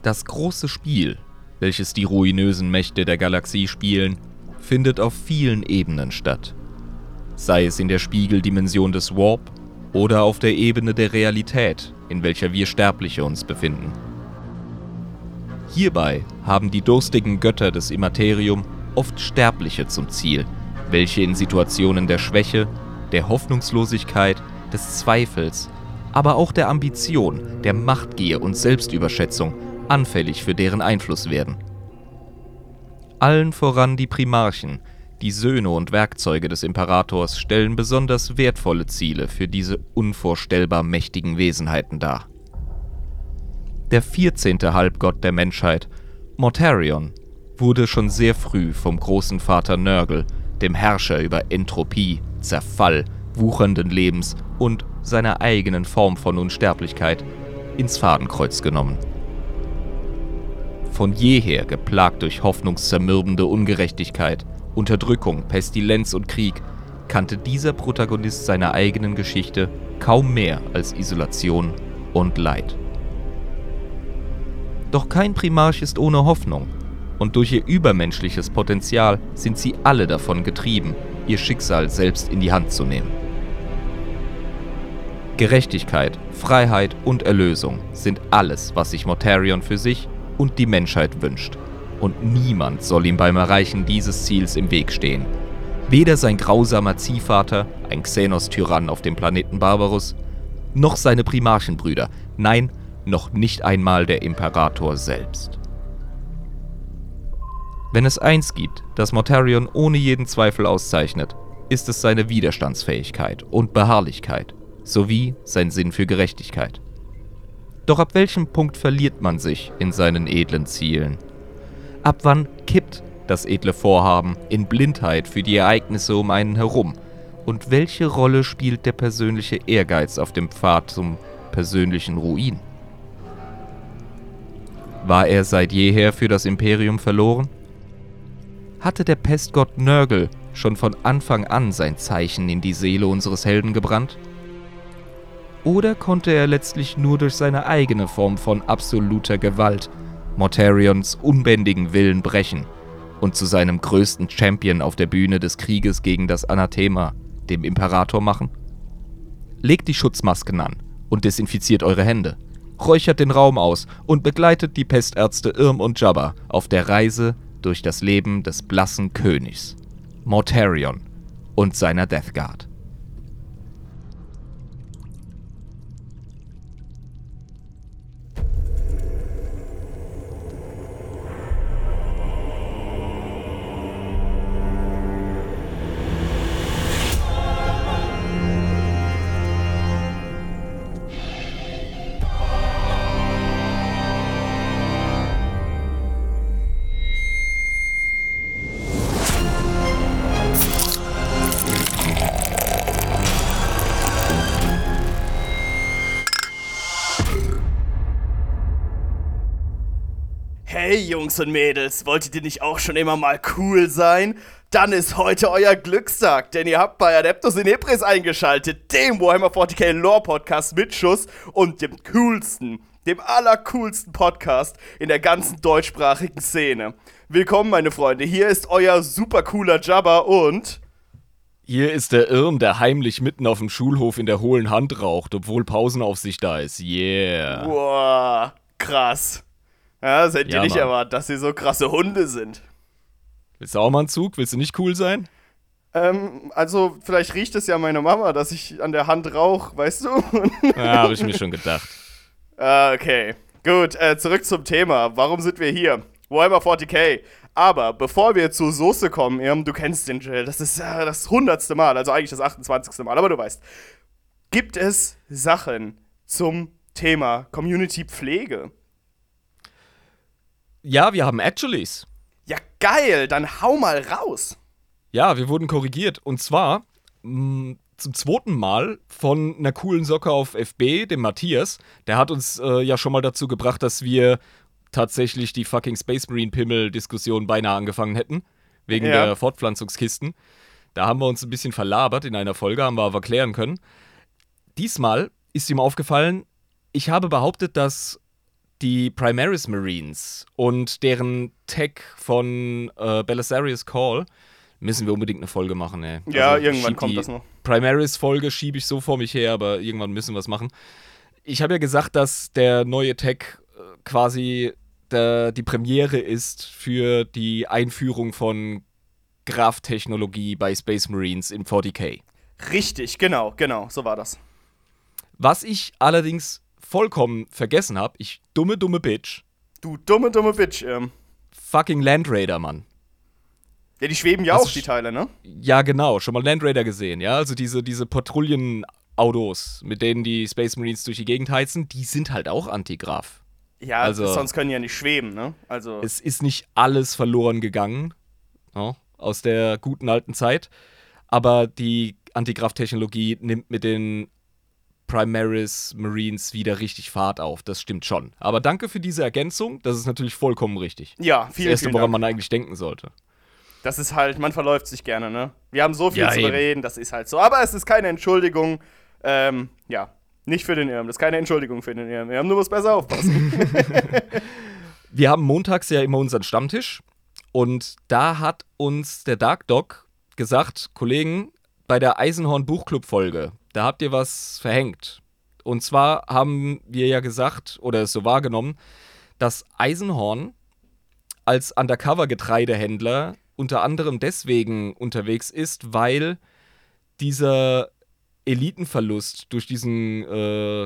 Das große Spiel, welches die ruinösen Mächte der Galaxie spielen, findet auf vielen Ebenen statt. Sei es in der Spiegeldimension des Warp oder auf der Ebene der Realität, in welcher wir Sterbliche uns befinden. Hierbei haben die durstigen Götter des Immaterium oft Sterbliche zum Ziel, welche in Situationen der Schwäche, der Hoffnungslosigkeit, des Zweifels, aber auch der Ambition, der Machtgier und Selbstüberschätzung anfällig für deren Einfluss werden. Allen voran die Primarchen, die Söhne und Werkzeuge des Imperators, stellen besonders wertvolle Ziele für diese unvorstellbar mächtigen Wesenheiten dar. Der 14. Halbgott der Menschheit, Mortarion, wurde schon sehr früh vom großen Vater Nurgle, dem Herrscher über Entropie, Zerfall, wuchernden Lebens und seiner eigenen Form von Unsterblichkeit, ins Fadenkreuz genommen. Von jeher geplagt durch hoffnungszermürbende Ungerechtigkeit, Unterdrückung, Pestilenz und Krieg, kannte dieser Protagonist seiner eigenen Geschichte kaum mehr als Isolation und Leid. Doch kein Primarch ist ohne Hoffnung, und durch ihr übermenschliches Potenzial sind sie alle davon getrieben, ihr Schicksal selbst in die Hand zu nehmen. Gerechtigkeit, Freiheit und Erlösung sind alles, was sich Mortarion für sich und die Menschheit wünscht. Und niemand soll ihm beim Erreichen dieses Ziels im Weg stehen. Weder sein grausamer Ziehvater, ein Xenos-Tyrann auf dem Planeten Barbarus, noch seine Primarchenbrüder, nein, noch nicht einmal der Imperator selbst. Wenn es eins gibt, das Mortarion ohne jeden Zweifel auszeichnet, ist es seine Widerstandsfähigkeit und Beharrlichkeit, sowie sein Sinn für Gerechtigkeit. Doch ab welchem Punkt verliert man sich in seinen edlen Zielen? Ab wann kippt das edle Vorhaben in Blindheit für die Ereignisse um einen herum? Und welche Rolle spielt der persönliche Ehrgeiz auf dem Pfad zum persönlichen Ruin? War er seit jeher für das Imperium verloren? Hatte der Pestgott Nurgle schon von Anfang an sein Zeichen in die Seele unseres Helden gebrannt? Oder konnte er letztlich nur durch seine eigene Form von absoluter Gewalt Mortarions unbändigen Willen brechen und zu seinem größten Champion auf der Bühne des Krieges gegen das Anathema, dem Imperator, machen? Legt die Schutzmasken an und desinfiziert eure Hände, räuchert den Raum aus und begleitet die Pestärzte Irm und Jabba auf der Reise durch das Leben des blassen Königs, Mortarion und seiner Death Guard. Hey Jungs und Mädels, wolltet ihr nicht auch schon immer mal cool sein? Dann ist heute euer Glückstag, denn ihr habt bei Adeptus Inepris eingeschaltet, dem Warhammer 40k Lore Podcast mit Schuss und dem allercoolsten Podcast in der ganzen deutschsprachigen Szene. Willkommen, meine Freunde, hier ist euer super cooler Jabba und... Hier ist der Irm, der heimlich mitten auf dem Schulhof in der hohlen Hand raucht, obwohl Pausenaufsicht da ist. Yeah. Boah, krass. Ja, das hättet ihr nicht Mann. erwartet, dass sie so krasse Hunde sind. Willst du auch mal einen Zug? Willst du nicht cool sein? Also vielleicht riecht es ja meine Mama, dass ich an der Hand rauche, weißt du? Ja, habe ich mir schon gedacht. Okay, gut, zurück zum Thema. Warum sind wir hier? Warhammer 40k. Aber bevor wir zur Soße kommen, Irm, du kennst den Jill, das ist das 100. Mal, also eigentlich das 28. Mal, aber du weißt. Gibt es Sachen zum Thema Community-Pflege? Ja, wir haben Actuallys. Ja, geil, dann hau mal raus. Ja, wir wurden korrigiert. Und zwar zum 2. Mal von einer coolen Socke auf FB, dem Matthias. Der hat uns ja schon mal dazu gebracht, dass wir tatsächlich die fucking Space Marine Pimmel-Diskussion beinahe angefangen hätten. Wegen der Fortpflanzungskisten. Da haben wir uns ein bisschen verlabert in einer Folge, haben wir aber klären können. Diesmal ist ihm aufgefallen, ich habe behauptet, dass die Primaris Marines und deren Tech von Belisarius Call müssen wir unbedingt eine Folge machen, ey. Ja, also, irgendwann kommt das noch. Primaris-Folge schiebe ich so vor mich her, aber irgendwann müssen wir es machen. Ich habe ja gesagt, dass der neue Tech quasi die Premiere ist für die Einführung von Graph-Technologie bei Space Marines in 40k. Richtig, genau, so war das. Was ich allerdings vollkommen vergessen habe, ich dumme Bitch. Du dumme Bitch, Fucking Land Raider, Mann. Ja, die schweben ja auch, die Teile, ne? Ja, genau. Schon mal Land Raider gesehen, ja? Also diese Patrouillenautos, mit denen die Space Marines durch die Gegend heizen, die sind halt auch Antigraph. Ja, also, sonst können die ja nicht schweben, ne? Also es ist nicht alles verloren gegangen, no? Aus der guten alten Zeit. Aber die Antigraph-Technologie nimmt mit den Primaris Marines wieder richtig Fahrt auf. Das stimmt schon. Aber danke für diese Ergänzung. Das ist natürlich vollkommen richtig. Ja, das Erste, woran man eigentlich denken sollte. Das ist halt, man verläuft sich gerne, ne? Wir haben so viel zu bereden, das ist halt so. Aber es ist keine Entschuldigung, nicht für den Irm. Das ist keine Entschuldigung für den Irm. Du musst besser aufpassen. Wir haben montags ja immer unseren Stammtisch. Und da hat uns der Dark Dog gesagt, Kollegen, bei der Eisenhorn-Buchclub-Folge, da habt ihr was verhängt. Und zwar haben wir ja gesagt, oder es so wahrgenommen, dass Eisenhorn als Undercover-Getreidehändler unter anderem deswegen unterwegs ist, weil dieser Elitenverlust durch diesen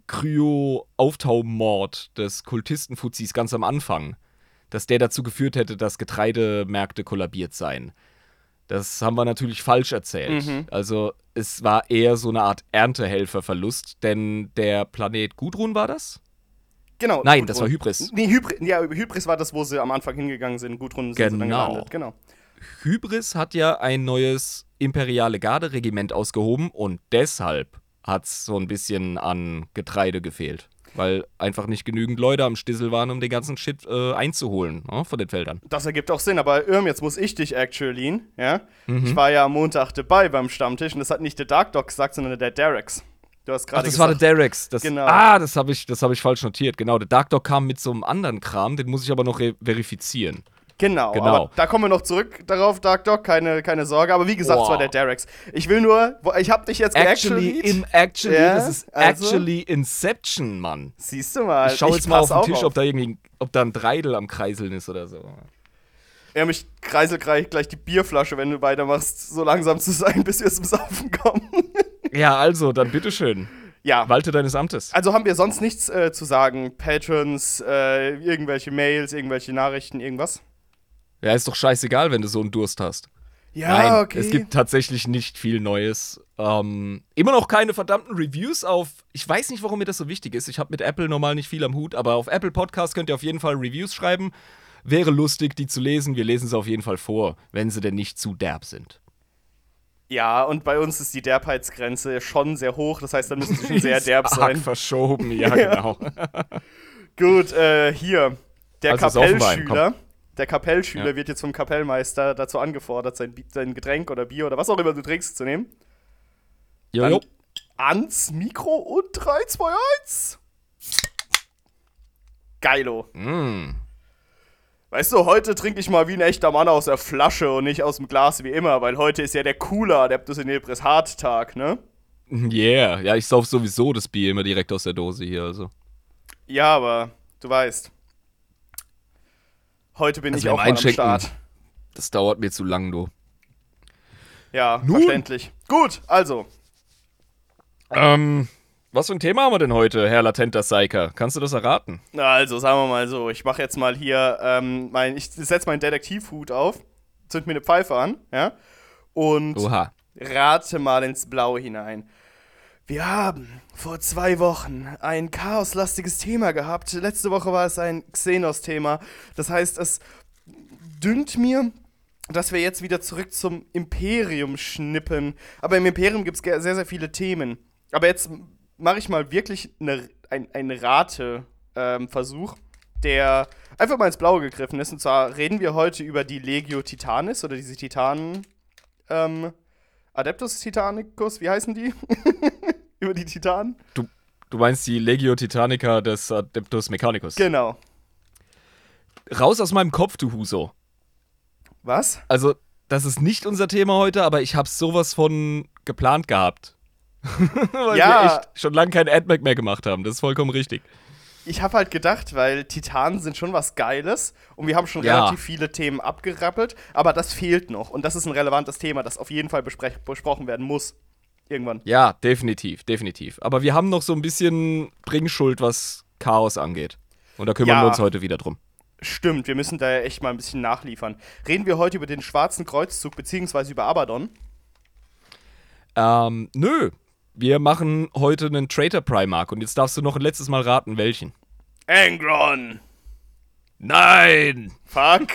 Kryo-Auftaubenmord des Kultisten-Fuzis ganz am Anfang, dass der dazu geführt hätte, dass Getreidemärkte kollabiert seien. Das haben wir natürlich falsch erzählt. Mhm. Also es war eher so eine Art Erntehelferverlust, denn der Planet Gudrun war das? Genau. Nein, Gudrun. das war Hybris. Nee, Hybris war das, wo sie am Anfang hingegangen sind. Gudrun sind sie dann gelandet. Genau. Hybris hat ja ein neues imperiale Garderegiment ausgehoben und deshalb hat es so ein bisschen an Getreide gefehlt. Weil einfach nicht genügend Leute am Stissel waren, um den ganzen Shit einzuholen, von den Feldern. Das ergibt auch Sinn, aber Irm, jetzt muss ich dich actually, ja? Ich war ja am Montag dabei beim Stammtisch und das hat nicht der Dark Dog gesagt, sondern der Derex. Du hast gerade gesagt. Das war der Derex. Genau. Das hab ich falsch notiert. Genau, der Dark Dog kam mit so einem anderen Kram, den muss ich aber noch verifizieren. Genau, aber da kommen wir noch zurück darauf, Dark Dog, keine Sorge. Aber wie gesagt, es war der Derex. Ich will nur, ich hab dich jetzt geactually. Das ist actually Inception, Mann. Siehst du mal. Ich schau jetzt mal auf den Tisch, ob da ein Dreidel am Kreiseln ist oder so. Ja, mich kreisel gleich die Bierflasche, wenn du weitermachst, so langsam zu sein, bis wir zum Saufen kommen. Ja, also, dann bitteschön. Ja. Walte deines Amtes. Also haben wir sonst nichts zu sagen? Patrons, irgendwelche Mails, irgendwelche Nachrichten, irgendwas? Ja, ist doch scheißegal, wenn du so einen Durst hast. Ja, Nein, okay. Es gibt tatsächlich nicht viel Neues. Immer noch keine verdammten Reviews auf. Ich weiß nicht, warum mir das so wichtig ist. Ich habe mit Apple normal nicht viel am Hut, aber auf Apple Podcast könnt ihr auf jeden Fall Reviews schreiben. Wäre lustig, die zu lesen. Wir lesen sie auf jeden Fall vor, wenn sie denn nicht zu derb sind. Ja, und bei uns ist die Derbheitsgrenze schon sehr hoch. Das heißt, dann müssen sie schon sehr derb sein. Arg verschoben, ja, genau. Gut, hier. Der Also Kapellschüler. Der Kapellschüler Ja. wird jetzt vom Kapellmeister dazu angefordert, sein Getränk oder Bier oder was auch immer du trinkst zu nehmen. Jo. Ans Mikro und 3, 2, 1. Geilo. Weißt du, heute trinke ich mal wie ein echter Mann aus der Flasche und nicht aus dem Glas wie immer, weil heute ist ja der coole Adeptus Inebris Hard-Tag, ne? Yeah. Ja, ich sauf sowieso das Bier immer direkt aus der Dose hier, also. Ja, aber du weißt. Heute bin ich auch mal am Start. Das dauert mir zu lang, du. Ja, verständlich. Gut, also. Was für ein Thema haben wir denn heute, Herr latenter Psyker? Kannst du das erraten? Also, sagen wir mal so, ich mache jetzt mal hier, ich setze meinen Detektivhut auf, zünd mir eine Pfeife an, ja, und rate mal ins Blaue hinein. Wir haben vor 2 Wochen ein chaoslastiges Thema gehabt. Letzte Woche war es ein Xenos-Thema. Das heißt, es dünkt mir, dass wir jetzt wieder zurück zum Imperium schnippen. Aber im Imperium gibt es sehr, sehr viele Themen. Aber jetzt mache ich mal wirklich einen Rate-Versuch, der einfach mal ins Blaue gegriffen ist. Und zwar reden wir heute über die Legio Titanis oder diese Titanen. Adeptus Titanicus, wie heißen die? Über die Titanen? Du meinst die Legio Titanica des Adeptus Mechanicus. Genau. Raus aus meinem Kopf, du Huso. Was? Also, das ist nicht unser Thema heute, aber ich hab's sowas von geplant gehabt. Weil wir echt schon lange kein AdMac mehr gemacht haben. Das ist vollkommen richtig. Ich habe halt gedacht, weil Titanen sind schon was Geiles und wir haben schon relativ viele Themen abgerappelt, aber das fehlt noch und das ist ein relevantes Thema, das auf jeden Fall besprochen werden muss. Irgendwann. Ja, definitiv. Aber wir haben noch so ein bisschen Bringschuld, was Chaos angeht. Und da kümmern wir uns heute wieder drum. Stimmt, wir müssen da ja echt mal ein bisschen nachliefern. Reden wir heute über den Schwarzen Kreuzzug, beziehungsweise über Abaddon? Nö. Wir machen heute einen Traitor Primarch und jetzt darfst du noch ein letztes Mal raten, welchen. Angron! Nein! Fuck!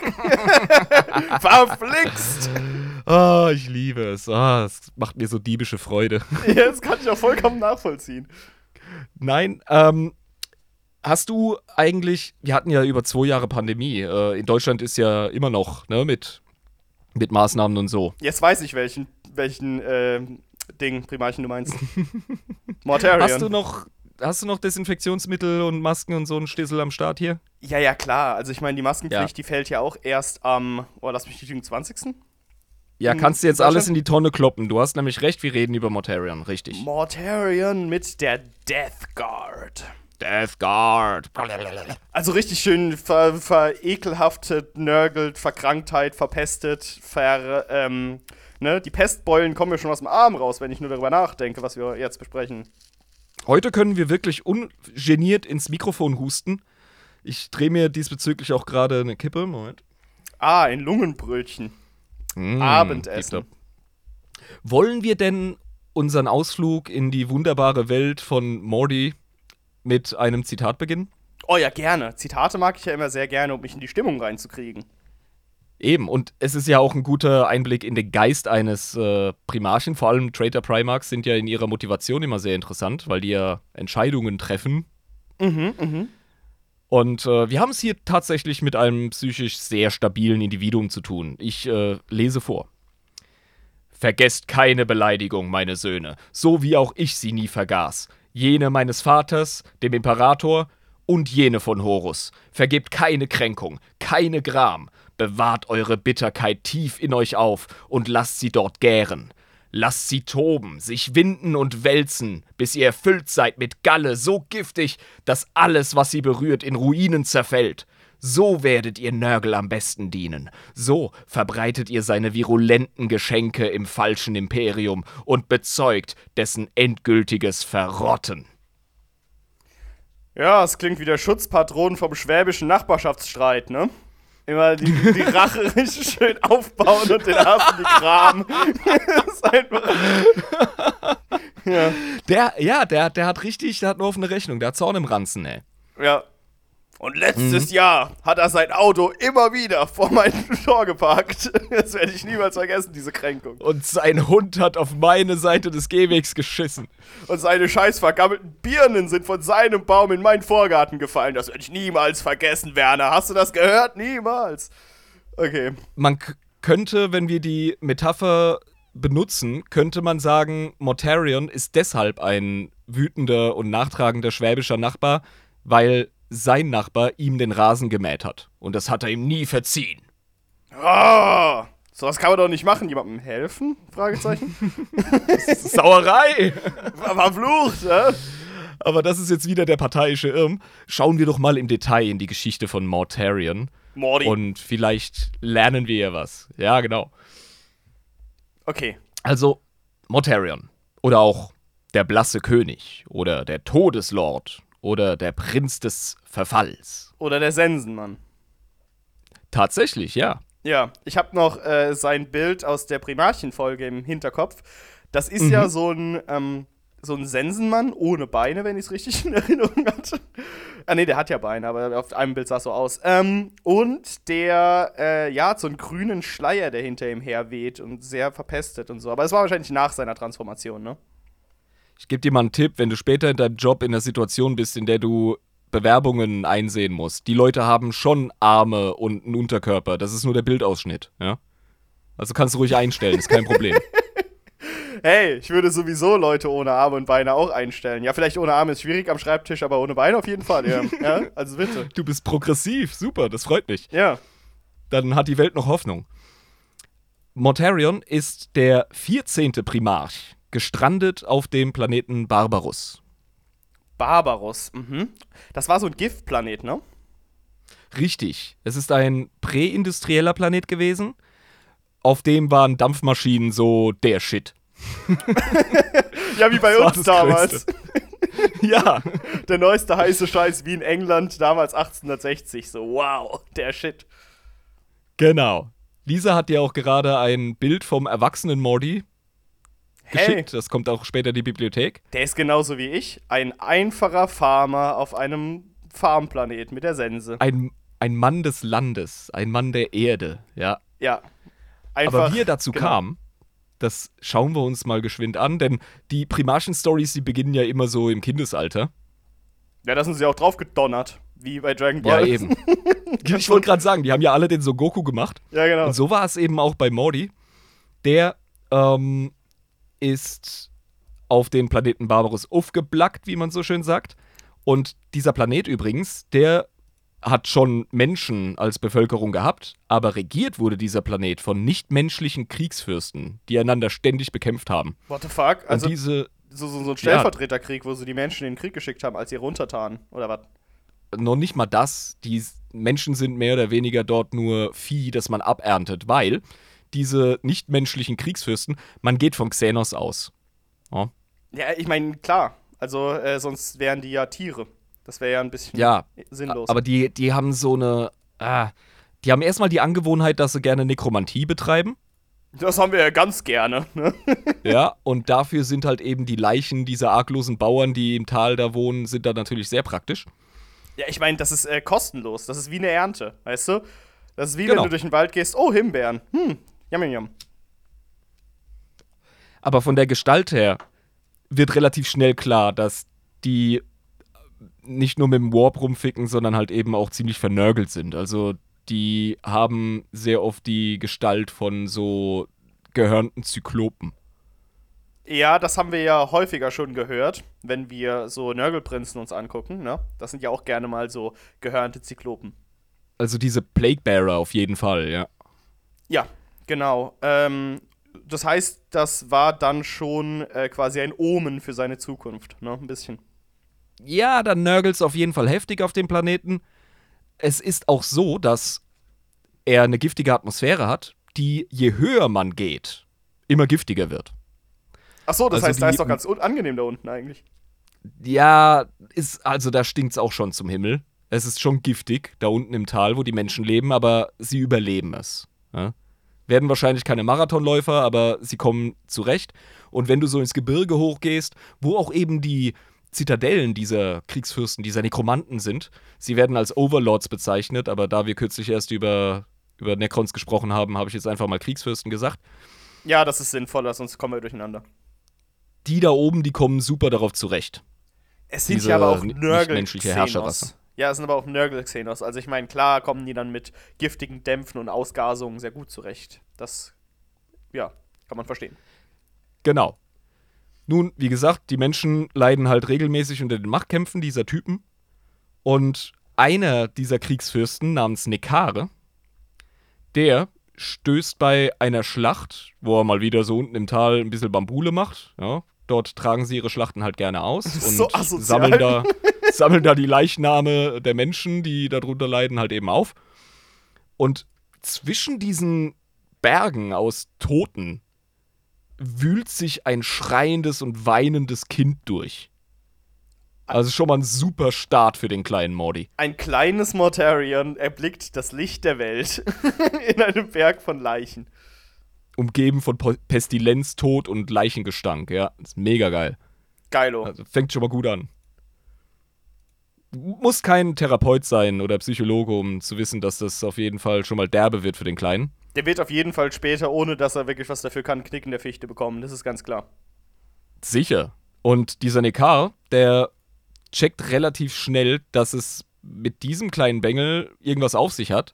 Verflixt! Oh, ich liebe es. Oh, es macht mir so diebische Freude. Ja, das kann ich auch vollkommen nachvollziehen. Nein, hast du eigentlich, wir hatten ja über 2 Jahre Pandemie. In Deutschland ist ja immer noch, ne, mit Maßnahmen und so. Jetzt weiß ich, welchen Primarchen du meinst. Mortarion. Hast du noch Desinfektionsmittel und Masken und so einen Stissel am Start hier? Ja, klar. Also ich meine, die Maskenpflicht, die fällt ja auch erst am, lass mich nicht lügen, 20. Ja, kannst du jetzt alles in die Tonne kloppen. Du hast nämlich recht, wir reden über Mortarion, richtig. Mortarion mit der Death Guard. Death Guard. Also richtig schön ekelhaftet, nörgelt, Verkranktheit, verpestet, die Pestbeulen kommen mir schon aus dem Arm raus, wenn ich nur darüber nachdenke, was wir jetzt besprechen. Heute können wir wirklich ungeniert ins Mikrofon husten. Ich drehe mir diesbezüglich auch gerade eine Kippe. Moment. Ein Lungenbrötchen. Abendessen. Wollen wir denn unseren Ausflug in die wunderbare Welt von Morty mit einem Zitat beginnen? Oh ja, gerne. Zitate mag ich ja immer sehr gerne, um mich in die Stimmung reinzukriegen. Eben, und es ist ja auch ein guter Einblick in den Geist eines Primarchen. Vor allem Traitor Primarchs sind ja in ihrer Motivation immer sehr interessant, weil die ja Entscheidungen treffen. Und wir haben es hier tatsächlich mit einem psychisch sehr stabilen Individuum zu tun. Ich lese vor. Vergesst keine Beleidigung, meine Söhne, so wie auch ich sie nie vergaß. Jene meines Vaters, dem Imperator, und jene von Horus. Vergebt keine Kränkung, keine Gram. Bewahrt eure Bitterkeit tief in euch auf und lasst sie dort gären. Lasst sie toben, sich winden und wälzen, bis ihr erfüllt seid mit Galle so giftig, dass alles, was sie berührt, in Ruinen zerfällt. So werdet ihr Nörgel am besten dienen. So verbreitet ihr seine virulenten Geschenke im falschen Imperium und bezeugt dessen endgültiges Verrotten. Ja, es klingt wie der Schutzpatron vom schwäbischen Nachbarschaftsstreit, ne? Immer die Rache richtig schön aufbauen und den Hafen die Kram. Das ist einfach. Ja. Der hat richtig, der hat eine offene Rechnung, der hat Zorn im Ranzen, ey. Ja. Und letztes Jahr hat er sein Auto immer wieder vor mein Tor geparkt. Das werde ich niemals vergessen, diese Kränkung. Und sein Hund hat auf meine Seite des Gehwegs geschissen. Und seine scheiß vergammelten Birnen sind von seinem Baum in meinen Vorgarten gefallen. Das werde ich niemals vergessen, Werner. Hast du das gehört? Niemals. Okay. Man könnte, wenn wir die Metapher benutzen, könnte man sagen, Mortarion ist deshalb ein wütender und nachtragender schwäbischer Nachbar, weil sein Nachbar ihm den Rasen gemäht hat. Und das hat er ihm nie verziehen. Oh, sowas kann man doch nicht machen. Jemandem helfen? Fragezeichen. Das ist Sauerei. Verflucht, ja? Aber das ist jetzt wieder der parteiische Irm. Schauen wir doch mal im Detail in die Geschichte von Mortarion. Morty. Und vielleicht lernen wir ja was. Ja, genau. Okay. Also, Mortarion. Oder auch der blasse König. Oder der Todeslord. Oder der Prinz des Verfalls. Oder der Sensenmann. Tatsächlich, ja. Ja, ich habe noch sein Bild aus der Primarchen-Folge im Hinterkopf. Das ist ja so ein Sensenmann ohne Beine, wenn ich es richtig in Erinnerung hatte. Der hat ja Beine, aber auf einem Bild sah es so aus. Und der hat so einen grünen Schleier, der hinter ihm herweht und sehr verpestet und so. Aber es war wahrscheinlich nach seiner Transformation, ne? Ich gebe dir mal einen Tipp, wenn du später in deinem Job in der Situation bist, in der du Bewerbungen einsehen musst. Die Leute haben schon Arme und einen Unterkörper. Das ist nur der Bildausschnitt, ja? Also kannst du ruhig einstellen, ist kein Problem. Hey, ich würde sowieso Leute ohne Arme und Beine auch einstellen. Ja, vielleicht ohne Arme ist schwierig am Schreibtisch, aber ohne Beine auf jeden Fall, ja. Ja, also bitte. Du bist progressiv, super, das freut mich. Ja. Dann hat die Welt noch Hoffnung. Mortarion ist der 14. Primarch, gestrandet auf dem Planeten Barbarus. Barbarus, Das war so ein Giftplanet, ne? Richtig, es ist ein präindustrieller Planet gewesen. Auf dem waren Dampfmaschinen so der Shit. Ja, wie bei Das war uns das damals. Größte. Ja, Der neueste heiße Scheiß wie in England, damals 1860. So, wow, der Shit. genau. Lisa hat dir auch gerade ein Bild vom erwachsenen Morty geschickt. Das kommt auch später in die Bibliothek. Der ist genauso wie ich. Ein einfacher Farmer auf einem Farmplanet mit der Sense. Ein Mann des Landes, ein Mann der Erde, ja. Ja. Einfach, Aber wie er dazu genau. kam, das schauen wir uns mal geschwind an, denn die Primarchen-Stories, die beginnen ja immer so im Kindesalter. Ja, da sind sie auch drauf gedonnert. Wie bei Dragon Ja, Ball. eben. Ich wollte gerade sagen, die haben ja alle den Son Goku gemacht. Ja, genau. Und so war es eben auch bei Morty. Der ist auf den Planeten Barbarus aufgeblackt, wie man so schön sagt. Und dieser Planet übrigens, der hat schon Menschen als Bevölkerung gehabt, aber regiert wurde dieser Planet von nichtmenschlichen Kriegsfürsten, die einander ständig bekämpft haben. What the fuck? Also, Und diese, so ein Stellvertreterkrieg, wo sie die Menschen in den Krieg geschickt haben, als ihre Untertanen, oder was? noch nicht mal das, die Menschen sind mehr oder weniger dort nur Vieh, das man aberntet, weil diese nichtmenschlichen Kriegsfürsten, man geht von Xenos aus. Ja, Ja, ich meine, klar. Also, sonst wären die ja Tiere. Das wäre ja ein bisschen ja, sinnlos. aber die haben so eine, die haben erstmal die Angewohnheit, dass sie gerne Nekromantie betreiben. Das haben wir ja ganz gerne, ne? Ja, und dafür sind halt eben die Leichen dieser arglosen Bauern, die im Tal da wohnen, sind da natürlich sehr praktisch. Ja, ich meine, das ist kostenlos. Das ist wie eine Ernte, weißt du? Das ist wie, Genau. wenn du durch den Wald gehst. Oh, Himbeeren. Yum, yum, yum. Aber von der Gestalt her wird relativ schnell klar, dass die nicht nur mit dem Warp rumficken, sondern halt eben auch ziemlich vernörgelt sind. Also die haben sehr oft die Gestalt von so gehörnten Zyklopen. Ja, das haben wir ja häufiger schon gehört, wenn wir so Nörgelprinzen uns angucken, ne? Das sind ja auch gerne mal so gehörnte Zyklopen. Also diese Plaguebearer auf jeden Fall, ja. Ja, genau. Das heißt, das war dann schon quasi ein Omen für seine Zukunft, ne? Ein bisschen. Ja, dann nörgelt's auf jeden Fall heftig auf dem Planeten. Es ist auch so, dass er eine giftige Atmosphäre hat, die, je höher man geht, immer giftiger wird. Ach so, das Also heißt, da die- ist doch ganz angenehm da unten eigentlich. Ja, also da stinkt's auch schon zum Himmel. Es ist schon giftig, da unten im Tal, wo die Menschen leben, aber sie überleben es. Ja? Werden wahrscheinlich keine Marathonläufer, aber sie kommen zurecht. Und wenn du so ins Gebirge hochgehst, wo auch eben die Zitadellen dieser Kriegsfürsten, dieser Nekromanten sind, sie werden als Overlords bezeichnet, aber da wir kürzlich erst über Necrons gesprochen haben, habe ich jetzt einfach mal Kriegsfürsten gesagt. Ja, das ist sinnvoller, sonst kommen wir durcheinander. Die da oben, die kommen super darauf zurecht. Es sind Diese ja aber auch nichtmenschliche Herrscherrasse. Nörgel-Xenos. Ja, es sind aber auch Nörgel-Xenos. Also ich meine, klar kommen die dann mit giftigen Dämpfen und Ausgasungen sehr gut zurecht. Das, ja, kann man verstehen. Genau. Nun, wie gesagt, die Menschen leiden halt regelmäßig unter den Machtkämpfen dieser Typen. Und einer dieser Kriegsfürsten namens Nekare, der stößt bei einer Schlacht, wo er mal wieder so unten im Tal ein bisschen Bambule macht. Ja, dort tragen sie ihre Schlachten halt gerne aus und So asozial. sammeln da die Leichname der Menschen, die darunter leiden, halt eben auf. Und zwischen diesen Bergen aus Toten wühlt sich ein schreiendes und weinendes Kind durch. Also schon mal ein super Start für den kleinen Morty. Ein kleines Mortarion erblickt das Licht der Welt in einem Berg von Leichen. Umgeben von Pestilenz, Tod und Leichengestank. Ja, ist mega geil. Geilo. Also fängt schon mal gut an. Muss kein Therapeut sein oder Psychologe, um zu wissen, dass das auf jeden Fall schon mal derbe wird für den Kleinen. Der wird auf jeden Fall später, ohne dass er wirklich was dafür kann, Knick in der Fichte bekommen. Das ist ganz klar. Sicher. Und dieser Nekar, der checkt relativ schnell, dass es mit diesem kleinen Bengel irgendwas auf sich hat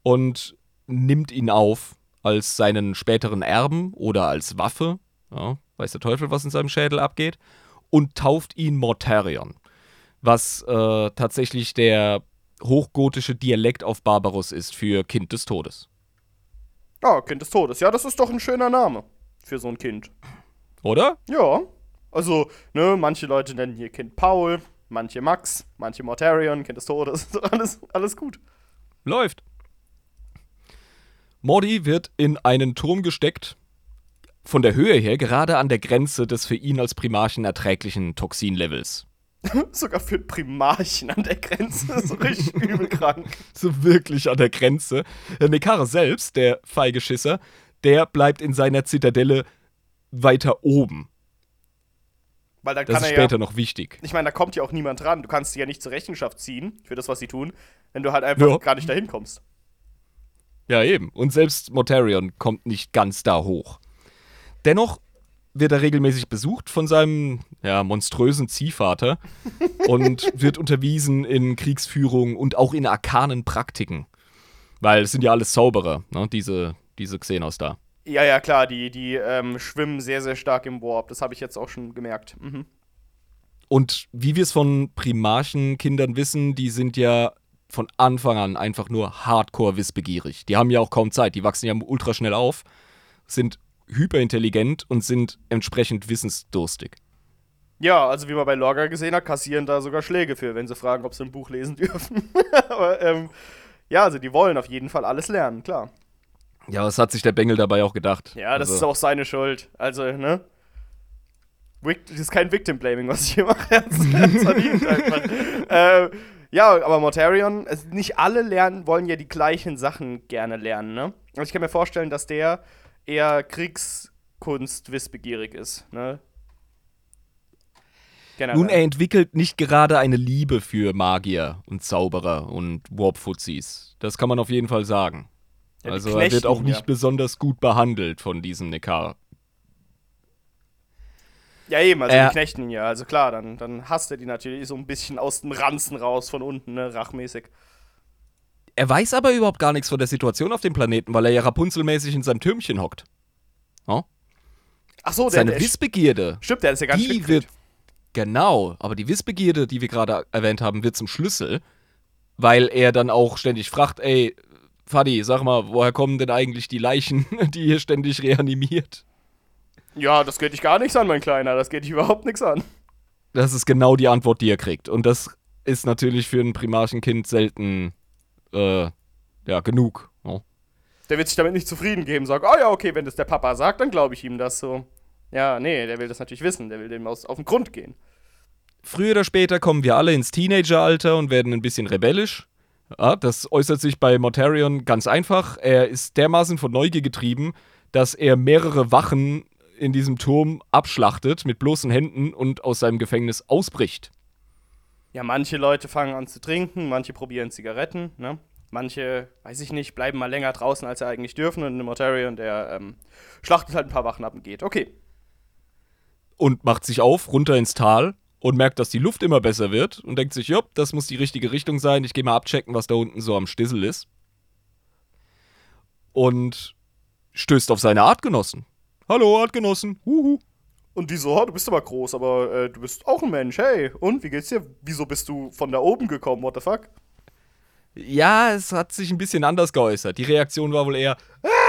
und nimmt ihn auf als seinen späteren Erben oder als Waffe. Ja, weiß der Teufel, was in seinem Schädel abgeht, und tauft ihn Mortarion, was tatsächlich der hochgotische Dialekt auf Barbaros ist für Kind des Todes. Ah, Kind des Todes. Ja, das ist doch ein schöner Name für so ein Kind. Oder? Ja. Also, ne, manche Leute nennen hier Kind Paul, manche Max, manche Mortarion, Kind des Todes. Alles gut. Läuft. Morty wird in einen Turm gesteckt, von der Höhe her gerade an der Grenze des für ihn als Primarchen erträglichen Toxinlevels. Sogar für einen Primarchen an der Grenze. So richtig übel krank. So wirklich an der Grenze. Nekara selbst, der feige Schisser, der bleibt in seiner Zitadelle weiter oben. Weil dann Das kann ist er später noch wichtig. Ich meine, da kommt ja auch niemand ran. Du kannst sie ja nicht zur Rechenschaft ziehen für das, was sie tun, wenn du halt einfach gar nicht dahin kommst. Ja, eben. Und selbst Mortarion kommt nicht ganz da hoch. Dennoch wird er regelmäßig besucht von seinem monströsen Ziehvater und wird unterwiesen in Kriegsführung und auch in arkanen Praktiken. Weil es sind ja alles Zauberer, ne? diese Xenos da. Ja, klar, die schwimmen sehr, sehr stark im Warp. Das habe ich jetzt auch schon gemerkt. Mhm. Und wie wir es von Primarchenkindern wissen, die sind ja von Anfang an einfach nur hardcore wissbegierig. Die haben ja auch kaum Zeit, die wachsen ja ultra schnell auf, sind hyperintelligent und sind entsprechend wissensdurstig. Ja, also wie man bei Lorga gesehen hat, kassieren da sogar Schläge für, wenn sie fragen, ob sie ein Buch lesen dürfen. Aber ja, also die wollen auf jeden Fall alles lernen, klar. Ja, was hat sich der Bengel dabei auch gedacht? Ja, das ist auch seine Schuld. Also, ne? Das ist kein Victim-Blaming, was ich hier mache. Das verdient einfach. Ja, aber Mortarion, also nicht alle wollen ja die gleichen Sachen gerne lernen, ne? Also ich kann mir vorstellen, dass der eher Kriegskunst wissbegierig ist, ne? Generell. Nun, er entwickelt nicht gerade eine Liebe für Magier und Zauberer und Warp-Fuzis. Das kann man auf jeden Fall sagen. Ja, also er wird auch nicht besonders gut behandelt von diesem Nekar. Ja, eben, also die knechten ihn ja. Also klar, dann hasst er die natürlich so ein bisschen aus dem Ranzen raus von unten, ne, rachmäßig. Er weiß aber überhaupt gar nichts von der Situation auf dem Planeten, weil er ja Rapunzelmäßig in seinem Türmchen hockt. Oh? Ach so, seine Wissbegierde. Stimmt, der ist ja gar nicht wird. Genau, aber die Wissbegierde, die wir gerade erwähnt haben, wird zum Schlüssel, weil er dann auch ständig fragt, ey, Fadi, sag mal, woher kommen denn eigentlich die Leichen, die hier ständig reanimiert? Ja, das geht dich gar nichts an, mein Kleiner, das geht dich überhaupt nichts an. Das ist genau die Antwort, die er kriegt. Und das ist natürlich für ein Primarchenkind selten, genug. Oh. Der wird sich damit nicht zufrieden geben, sagt, oh ja, okay, wenn das der Papa sagt, dann glaube ich ihm das so. Ja, nee, der will das natürlich wissen, der will dem auf den Grund gehen. Früher oder später kommen wir alle ins Teenageralter und werden ein bisschen rebellisch. Ja, das äußert sich bei Mortarion ganz einfach. Er ist dermaßen von Neugier getrieben, dass er mehrere Wachen in diesem Turm abschlachtet mit bloßen Händen und aus seinem Gefängnis ausbricht. Ja, manche Leute fangen an zu trinken, manche probieren Zigaretten, ne? Manche, weiß ich nicht, bleiben mal länger draußen, als sie eigentlich dürfen. Und Mortarion, der schlachtet halt ein paar Wachen ab und geht. Okay. Und macht sich auf, runter ins Tal und merkt, dass die Luft immer besser wird und denkt sich, jopp, das muss die richtige Richtung sein. Ich gehe mal abchecken, was da unten so am Stissel ist. Und stößt auf seine Artgenossen. Hallo, Artgenossen. Huhu. Und die so, du bist aber groß, aber du bist auch ein Mensch. Hey, und wie geht's dir? Wieso bist du von da oben gekommen? What the fuck? Ja, es hat sich ein bisschen anders geäußert. Die Reaktion war wohl eher,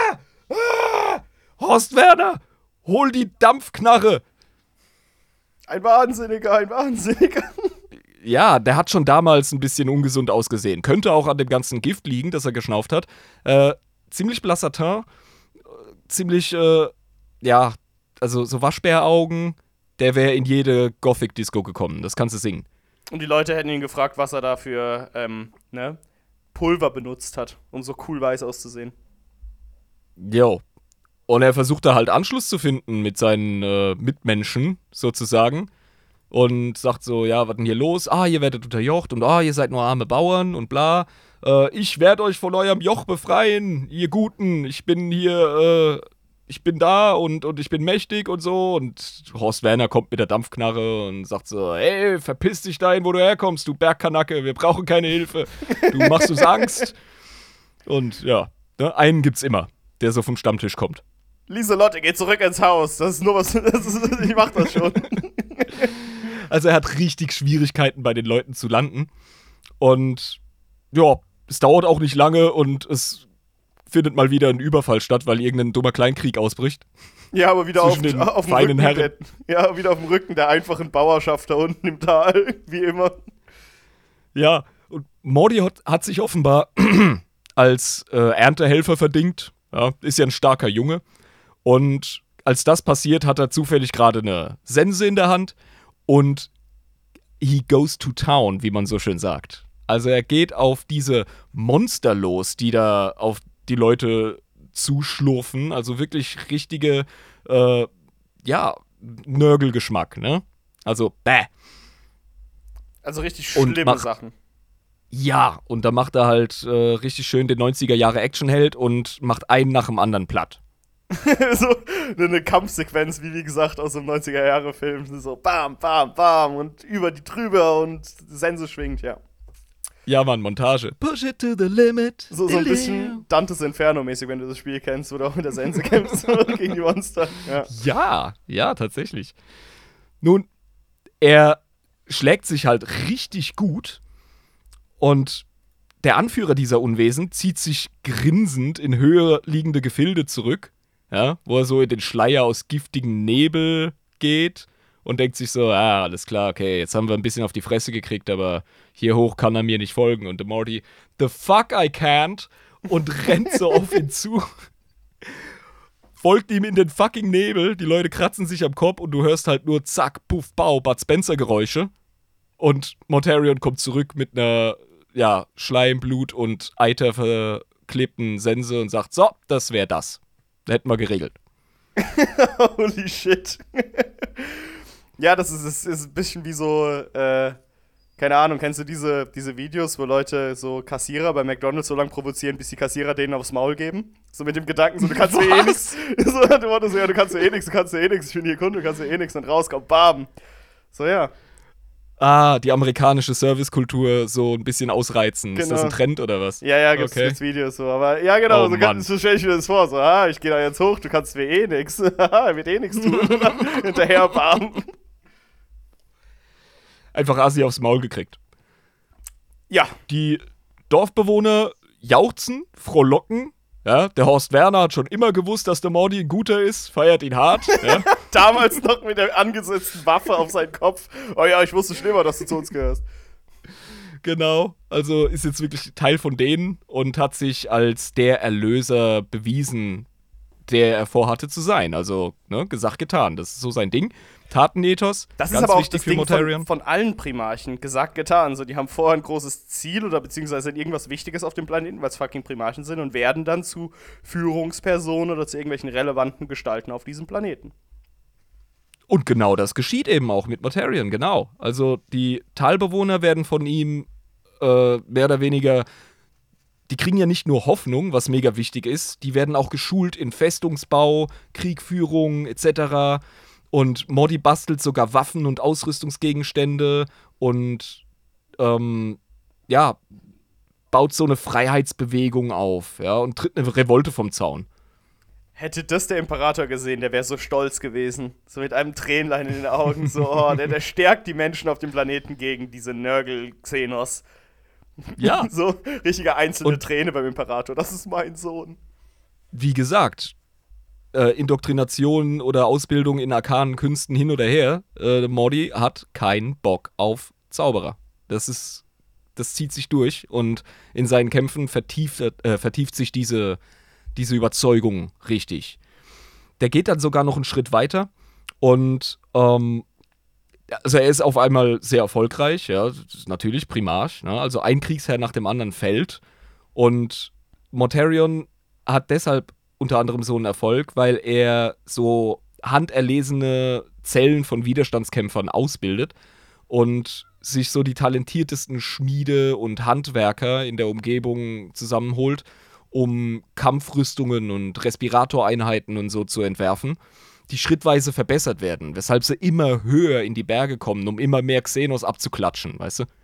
Horst Werner, hol die Dampfknarre. Ein Wahnsinniger. Ja, der hat schon damals ein bisschen ungesund ausgesehen. Könnte auch an dem ganzen Gift liegen, das er geschnauft hat. Ziemlich blasser Teint. Ziemlich, also so Waschbäraugen. Der wäre in jede Gothic-Disco gekommen. Das kannst du singen. Und die Leute hätten ihn gefragt, was er da für, Pulver benutzt hat, um so cool weiß auszusehen. Jo. Und er versuchte halt Anschluss zu finden mit seinen Mitmenschen, sozusagen. Und sagt so, ja, was denn hier los? Ah, ihr werdet unterjocht und ihr seid nur arme Bauern und bla. Ich werde euch von eurem Joch befreien, ihr Guten. Ich bin hier, ich bin da und ich bin mächtig und so. Und Horst Werner kommt mit der Dampfknarre und sagt so, hey, verpiss dich dahin, wo du herkommst, du Bergkanacke, wir brauchen keine Hilfe. Du machst uns Angst. Und ja, ne, einen gibt's immer, der so vom Stammtisch kommt. Lieselotte, geh zurück ins Haus. Das ist nur was, ich mach das schon. Also er hat richtig Schwierigkeiten, bei den Leuten zu landen. Und ja, es dauert auch nicht lange und es findet mal wieder ein Überfall statt, weil irgendein dummer Kleinkrieg ausbricht. Ja, aber wieder auf dem Rücken. Herren. Wieder auf dem Rücken der einfachen Bauerschaft da unten im Tal, wie immer. Ja, und Morty hat sich offenbar als Erntehelfer verdingt. Ja, ist ja ein starker Junge. Und als das passiert, hat er zufällig gerade eine Sense in der Hand und he goes to town, wie man so schön sagt. Also er geht auf diese Monster los, die da auf die Leute zuschlurfen. Also wirklich richtige, Nörgelgeschmack, ne? Also, bäh. Also richtig schlimme Sachen. Ja, und da macht er halt richtig schön den 90er-Jahre-Actionheld und macht einen nach dem anderen platt. So eine Kampfsequenz, wie gesagt, aus einem 90er-Jahre-Film. So bam, bam, bam und über die drüber und Sense schwingt, ja. Ja, Mann, Montage. Push it to the limit. So ein bisschen Dantes Inferno-mäßig, wenn du das Spiel kennst, wo du auch mit der Sense kämpfst gegen die Monster. Ja, tatsächlich. Nun, er schlägt sich halt richtig gut und der Anführer dieser Unwesen zieht sich grinsend in höher liegende Gefilde zurück, ja, wo er so in den Schleier aus giftigem Nebel geht und denkt sich so, alles klar, okay, jetzt haben wir ein bisschen auf die Fresse gekriegt, aber hier hoch kann er mir nicht folgen. Und der Morty, the fuck I can't, und rennt so auf ihn zu, folgt ihm in den fucking Nebel, die Leute kratzen sich am Kopf und du hörst halt nur zack, puff, bau, Bud Spencer-Geräusche und Mortarion kommt zurück mit einer, Schleim, Blut und Eiter verklebten Sense und sagt, so, das wäre das. Hätten wir geregelt. Holy shit. Ja, das ist ein bisschen wie so, keine Ahnung, kennst du diese Videos, wo Leute so Kassierer bei McDonald's so lange provozieren, bis die Kassierer denen aufs Maul geben? So mit dem Gedanken, so, du kannst eh nichts. So, du kannst eh nichts, ich bin hier Kunde, du kannst eh nichts und rauskommt, bam. So, ja. Die amerikanische Servicekultur so ein bisschen ausreizen. Genau. Ist das ein Trend oder was? Ja, gibt's Videos so. Aber ja, genau, so stell ich mir das vor. So, ich geh da jetzt hoch, du kannst mir eh nix. Wird eh nix tun. Hinterher, bam. Einfach Assi aufs Maul gekriegt. Ja. Die Dorfbewohner jauchzen, frohlocken. Ja, der Horst Werner hat schon immer gewusst, dass der Morty ein Guter ist, feiert ihn hart. Ja. Damals noch mit der angesetzten Waffe auf seinen Kopf. Oh ja, ich wusste schon immer, dass du zu uns gehörst. Genau, also ist jetzt wirklich Teil von denen und hat sich als der Erlöser bewiesen, der er vorhatte zu sein. Also, gesagt, getan. Das ist so sein Ding. Tatenethos, das ist aber auch das Ding von allen Primarchen. Gesagt, getan. So, die haben vorher ein großes Ziel oder beziehungsweise irgendwas Wichtiges auf dem Planeten, weil es fucking Primarchen sind und werden dann zu Führungspersonen oder zu irgendwelchen relevanten Gestalten auf diesem Planeten. Und genau das geschieht eben auch mit Mortarion, genau. Also die Talbewohner werden von ihm mehr oder weniger, die kriegen ja nicht nur Hoffnung, was mega wichtig ist, die werden auch geschult in Festungsbau, Kriegführung etc. Und Morty bastelt sogar Waffen und Ausrüstungsgegenstände und baut so eine Freiheitsbewegung auf, ja, und tritt eine Revolte vom Zaun. Hätte das der Imperator gesehen, der wäre so stolz gewesen. So mit einem Tränlein in den Augen. So, der stärkt die Menschen auf dem Planeten gegen diese Nörgel-Xenos. Ja. So richtige einzelne Träne beim Imperator. Das ist mein Sohn. Wie gesagt, Indoktrination oder Ausbildung in arkanen Künsten hin oder her, Morty hat keinen Bock auf Zauberer. Das zieht sich durch und in seinen Kämpfen vertieft sich diese Überzeugung richtig. Der geht dann sogar noch einen Schritt weiter und also er ist auf einmal sehr erfolgreich, ja, natürlich Primarch, ne? Also ein Kriegsherr nach dem anderen fällt und Mortarion hat deshalb unter anderem so einen Erfolg, weil er so handerlesene Zellen von Widerstandskämpfern ausbildet und sich so die talentiertesten Schmiede und Handwerker in der Umgebung zusammenholt, um Kampfrüstungen und Respiratoreinheiten und so zu entwerfen, die schrittweise verbessert werden, weshalb sie immer höher in die Berge kommen, um immer mehr Xenos abzuklatschen, weißt du?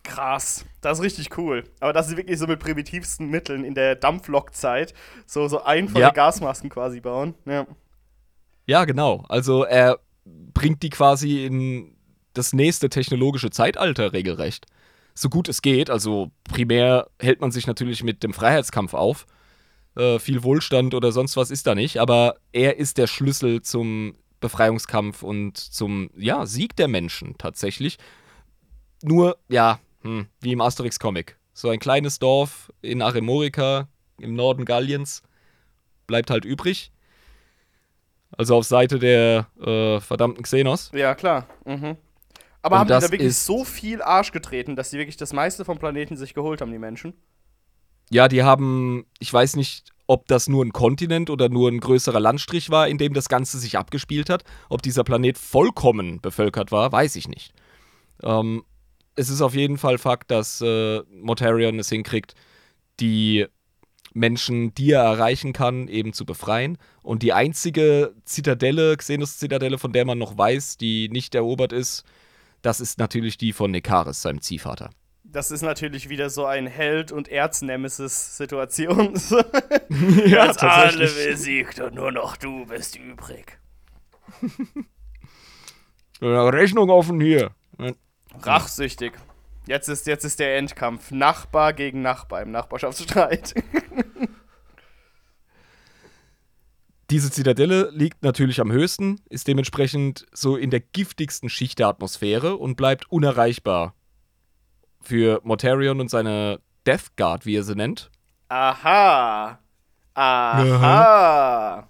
Krass. Das ist richtig cool. Aber das ist wirklich so mit primitivsten Mitteln in der Dampflokzeit so einfache Gasmasken quasi bauen. Ja. Ja, genau. Also er bringt die quasi in das nächste technologische Zeitalter regelrecht. So gut es geht. Also primär hält man sich natürlich mit dem Freiheitskampf auf. Viel Wohlstand oder sonst was ist da nicht. Aber er ist der Schlüssel zum Befreiungskampf und zum Sieg der Menschen tatsächlich. Nur, wie im Asterix-Comic. So ein kleines Dorf in Aremorica im Norden Galliens bleibt halt übrig. Also auf Seite der verdammten Xenos. Ja, klar. Mhm. Aber haben die da wirklich so viel Arsch getreten, dass sie wirklich das meiste vom Planeten sich geholt haben, die Menschen? Ja, die haben, ich weiß nicht, ob das nur ein Kontinent oder nur ein größerer Landstrich war, in dem das Ganze sich abgespielt hat. Ob dieser Planet vollkommen bevölkert war, weiß ich nicht. Es ist auf jeden Fall Fakt, dass Mortarion es hinkriegt, die Menschen, die er erreichen kann, eben zu befreien. Und die einzige Zitadelle, Xenos-Zitadelle, von der man noch weiß, die nicht erobert ist, das ist natürlich die von Nekaris, seinem Ziehvater. Das ist natürlich wieder so ein Held- und Erznemesis-Situation. Ja, als alle besiegt und nur noch du bist übrig. Rechnung offen hier. Rachsüchtig. Jetzt ist der Endkampf. Nachbar gegen Nachbar im Nachbarschaftsstreit. Diese Zitadelle liegt natürlich am höchsten, ist dementsprechend so in der giftigsten Schicht der Atmosphäre und bleibt unerreichbar für Mortarion und seine Death Guard, wie er sie nennt. Aha. Aha.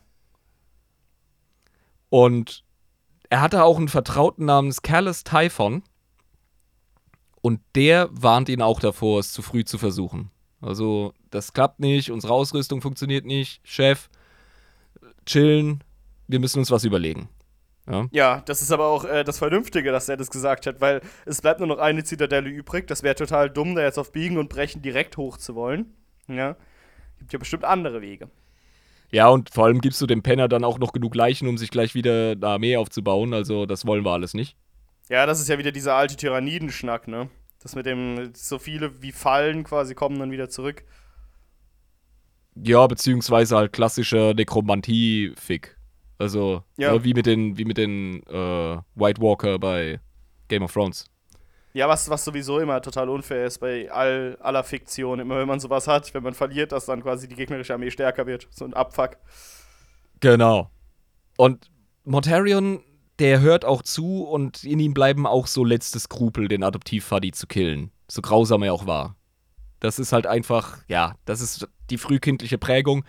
Und er hatte auch einen Vertrauten namens Callus Typhon. Und der warnt ihn auch davor, es zu früh zu versuchen. Also, das klappt nicht, unsere Ausrüstung funktioniert nicht. Chef, chillen, wir müssen uns was überlegen. Ja, das ist aber auch das Vernünftige, dass er das gesagt hat, weil es bleibt nur noch eine Zitadelle übrig. Das wäre total dumm, da jetzt auf Biegen und Brechen direkt hoch zu wollen. Ja, gibt ja bestimmt andere Wege. Ja, und vor allem gibst du dem Penner dann auch noch genug Leichen, um sich gleich wieder eine Armee aufzubauen. Also, das wollen wir alles nicht. Ja, das ist ja wieder dieser alte Tyrannidenschnack, ne? Das mit dem, so viele wie fallen quasi kommen dann wieder zurück. Ja, beziehungsweise halt klassischer Nekromantie-Fick. Also, wie mit den White Walker bei Game of Thrones. Ja, was sowieso immer total unfair ist bei aller Fiktion. Immer wenn man sowas hat, wenn man verliert, dass dann quasi die gegnerische Armee stärker wird. So ein Abfuck. Genau. Und Mortarion, der hört auch zu und in ihm bleiben auch so letzte Skrupel, den Adoptiv-Fuddy zu killen. So grausam er auch war. Das ist halt einfach, das ist die frühkindliche Prägung.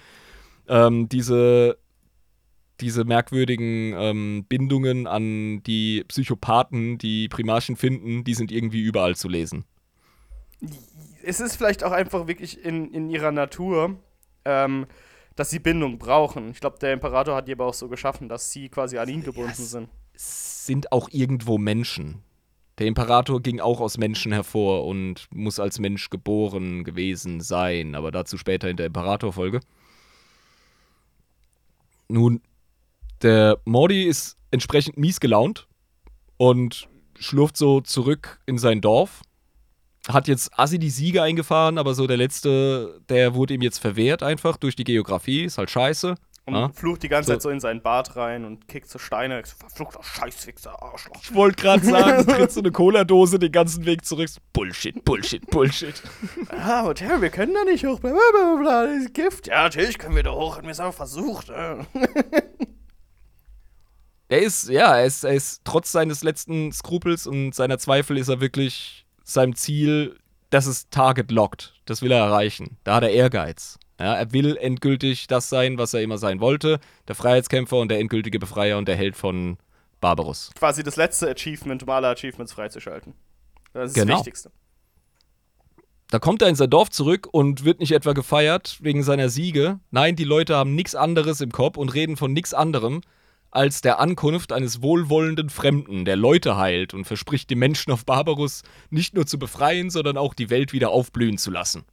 Diese merkwürdigen Bindungen an die Psychopathen, die Primarchen finden, die sind irgendwie überall zu lesen. Es ist vielleicht auch einfach wirklich in ihrer Natur, dass sie Bindung brauchen. Ich glaube, der Imperator hat die aber auch so geschaffen, dass sie quasi an ihn gebunden sind. Sind auch irgendwo Menschen. Der Imperator ging auch aus Menschen hervor und muss als Mensch geboren gewesen sein, aber dazu später in der Imperator-Folge. Nun, der Mordi ist entsprechend mies gelaunt und schlurft so zurück in sein Dorf. Hat jetzt assi die Siege eingefahren, aber so der letzte, der wurde ihm jetzt verwehrt einfach durch die Geografie, ist halt scheiße. Und flucht die ganze Zeit so in seinen Bart rein und kickt so Steine. Verfluchter Scheißwichser, Arschloch. Ich wollte gerade sagen, du trittst so eine Cola-Dose den ganzen Weg zurück. Bullshit. Ah, Hotel, wir können da nicht hoch. Blablabla, das ist Gift. Ja, natürlich können wir da hoch. Haben wir es auch versucht. Er ist trotz seines letzten Skrupels und seiner Zweifel ist er wirklich seinem Ziel, das ist Target locked. Das will er erreichen. Da hat er Ehrgeiz. Ja, er will endgültig das sein, was er immer sein wollte. Der Freiheitskämpfer und der endgültige Befreier und der Held von Barbarus. Quasi das letzte Achievement, um alle Achievements freizuschalten. Das ist genau. Das Wichtigste. Da kommt er in sein Dorf zurück und wird nicht etwa gefeiert wegen seiner Siege. Nein, die Leute haben nichts anderes im Kopf und reden von nichts anderem als der Ankunft eines wohlwollenden Fremden, der Leute heilt und verspricht, die Menschen auf Barbarus nicht nur zu befreien, sondern auch die Welt wieder aufblühen zu lassen.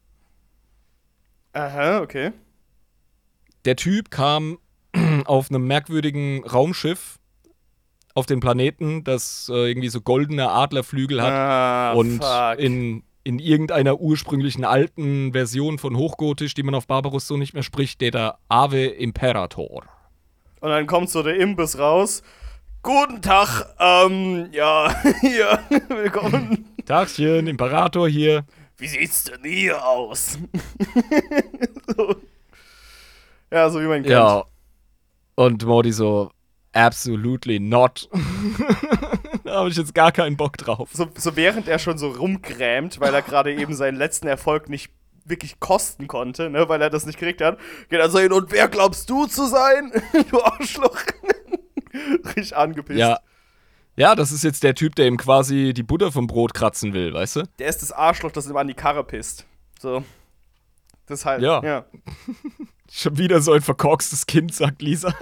Aha, okay. Der Typ kam auf einem merkwürdigen Raumschiff auf den Planeten, das irgendwie so goldene Adlerflügel hat und in irgendeiner ursprünglichen alten Version von Hochgotisch, die man auf Barbaros so nicht mehr spricht, steht da Ave Imperator. Und dann kommt so der Imbiss raus. Guten Tag, ja, hier, willkommen. Tagchen, Imperator hier. Wie sieht's denn hier aus? So. Ja, so wie man kennt. Ja, und Morty so, absolutely not. Da habe ich jetzt gar keinen Bock drauf. So während er schon so rumgrämt, weil er gerade eben seinen letzten Erfolg nicht wirklich kosten konnte, ne, weil er das nicht gekriegt hat, geht er so hin, und wer glaubst du zu sein? Du Arschloch. Richtig angepisst. Ja, das ist jetzt der Typ, der ihm quasi die Butter vom Brot kratzen will, weißt du? Der ist das Arschloch, das ihm an die Karre pisst. So. Das halt, ja. Schon wieder so ein verkorkstes Kind, sagt Lisa.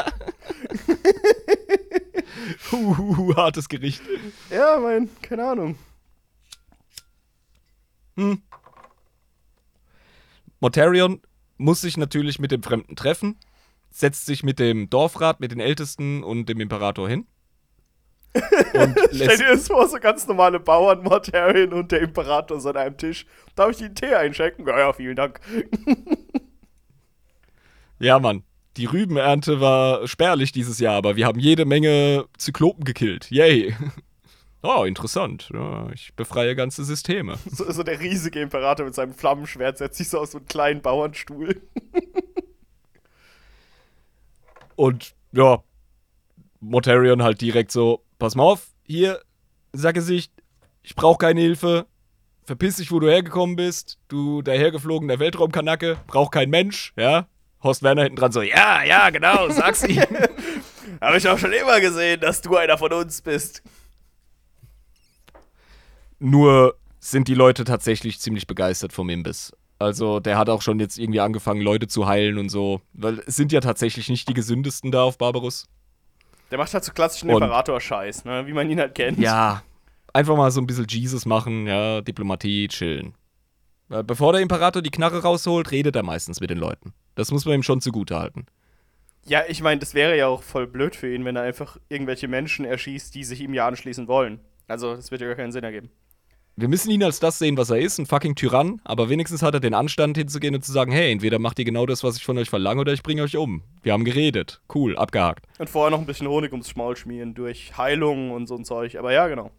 Hartes Gericht. Ja, keine Ahnung. Mortarion muss sich natürlich mit dem Fremden treffen, setzt sich mit dem Dorfrat, mit den Ältesten und dem Imperator hin. Und stell dir das vor, so ganz normale Bauern, Mortarion und der Imperator so an einem Tisch. Darf ich Ihnen Tee einschenken? Ja, vielen Dank. Ja, Mann. Die Rübenernte war spärlich dieses Jahr, aber wir haben jede Menge Zyklopen gekillt. Yay. Oh, interessant. Ja, ich befreie ganze Systeme. So der riesige Imperator mit seinem Flammenschwert setzt sich so auf so einen kleinen Bauernstuhl. Und ja, Mortarion halt direkt so, pass mal auf, hier, Sackgesicht, ich brauch keine Hilfe, verpiss dich, wo du hergekommen bist, du dahergeflogener Weltraumkanacke, brauch kein Mensch, ja? Horst Werner hinten dran so, ja, genau, sag's ihm. Hab ich auch schon immer gesehen, dass du einer von uns bist. Nur sind die Leute tatsächlich ziemlich begeistert vom Imbiss. Also der hat auch schon jetzt irgendwie angefangen, Leute zu heilen und so. Weil es sind ja tatsächlich nicht die gesündesten da auf Barbaros. Der macht halt so klassischen Imperator-Scheiß, ne? Wie man ihn halt kennt. Ja, einfach mal so ein bisschen Jesus machen, ja, Diplomatie, chillen. Weil bevor der Imperator die Knarre rausholt, redet er meistens mit den Leuten. Das muss man ihm schon zugutehalten. Ja, ich meine, das wäre ja auch voll blöd für ihn, wenn er einfach irgendwelche Menschen erschießt, die sich ihm ja anschließen wollen. Also, das wird ja gar keinen Sinn ergeben. Wir müssen ihn als das sehen, was er ist, ein fucking Tyrann, aber wenigstens hat er den Anstand hinzugehen und zu sagen, hey, entweder macht ihr genau das, was ich von euch verlange, oder ich bringe euch um. Wir haben geredet. Cool, abgehakt. Und vorher noch ein bisschen Honig ums Maul schmieren durch Heilung und so ein Zeug, aber ja, genau.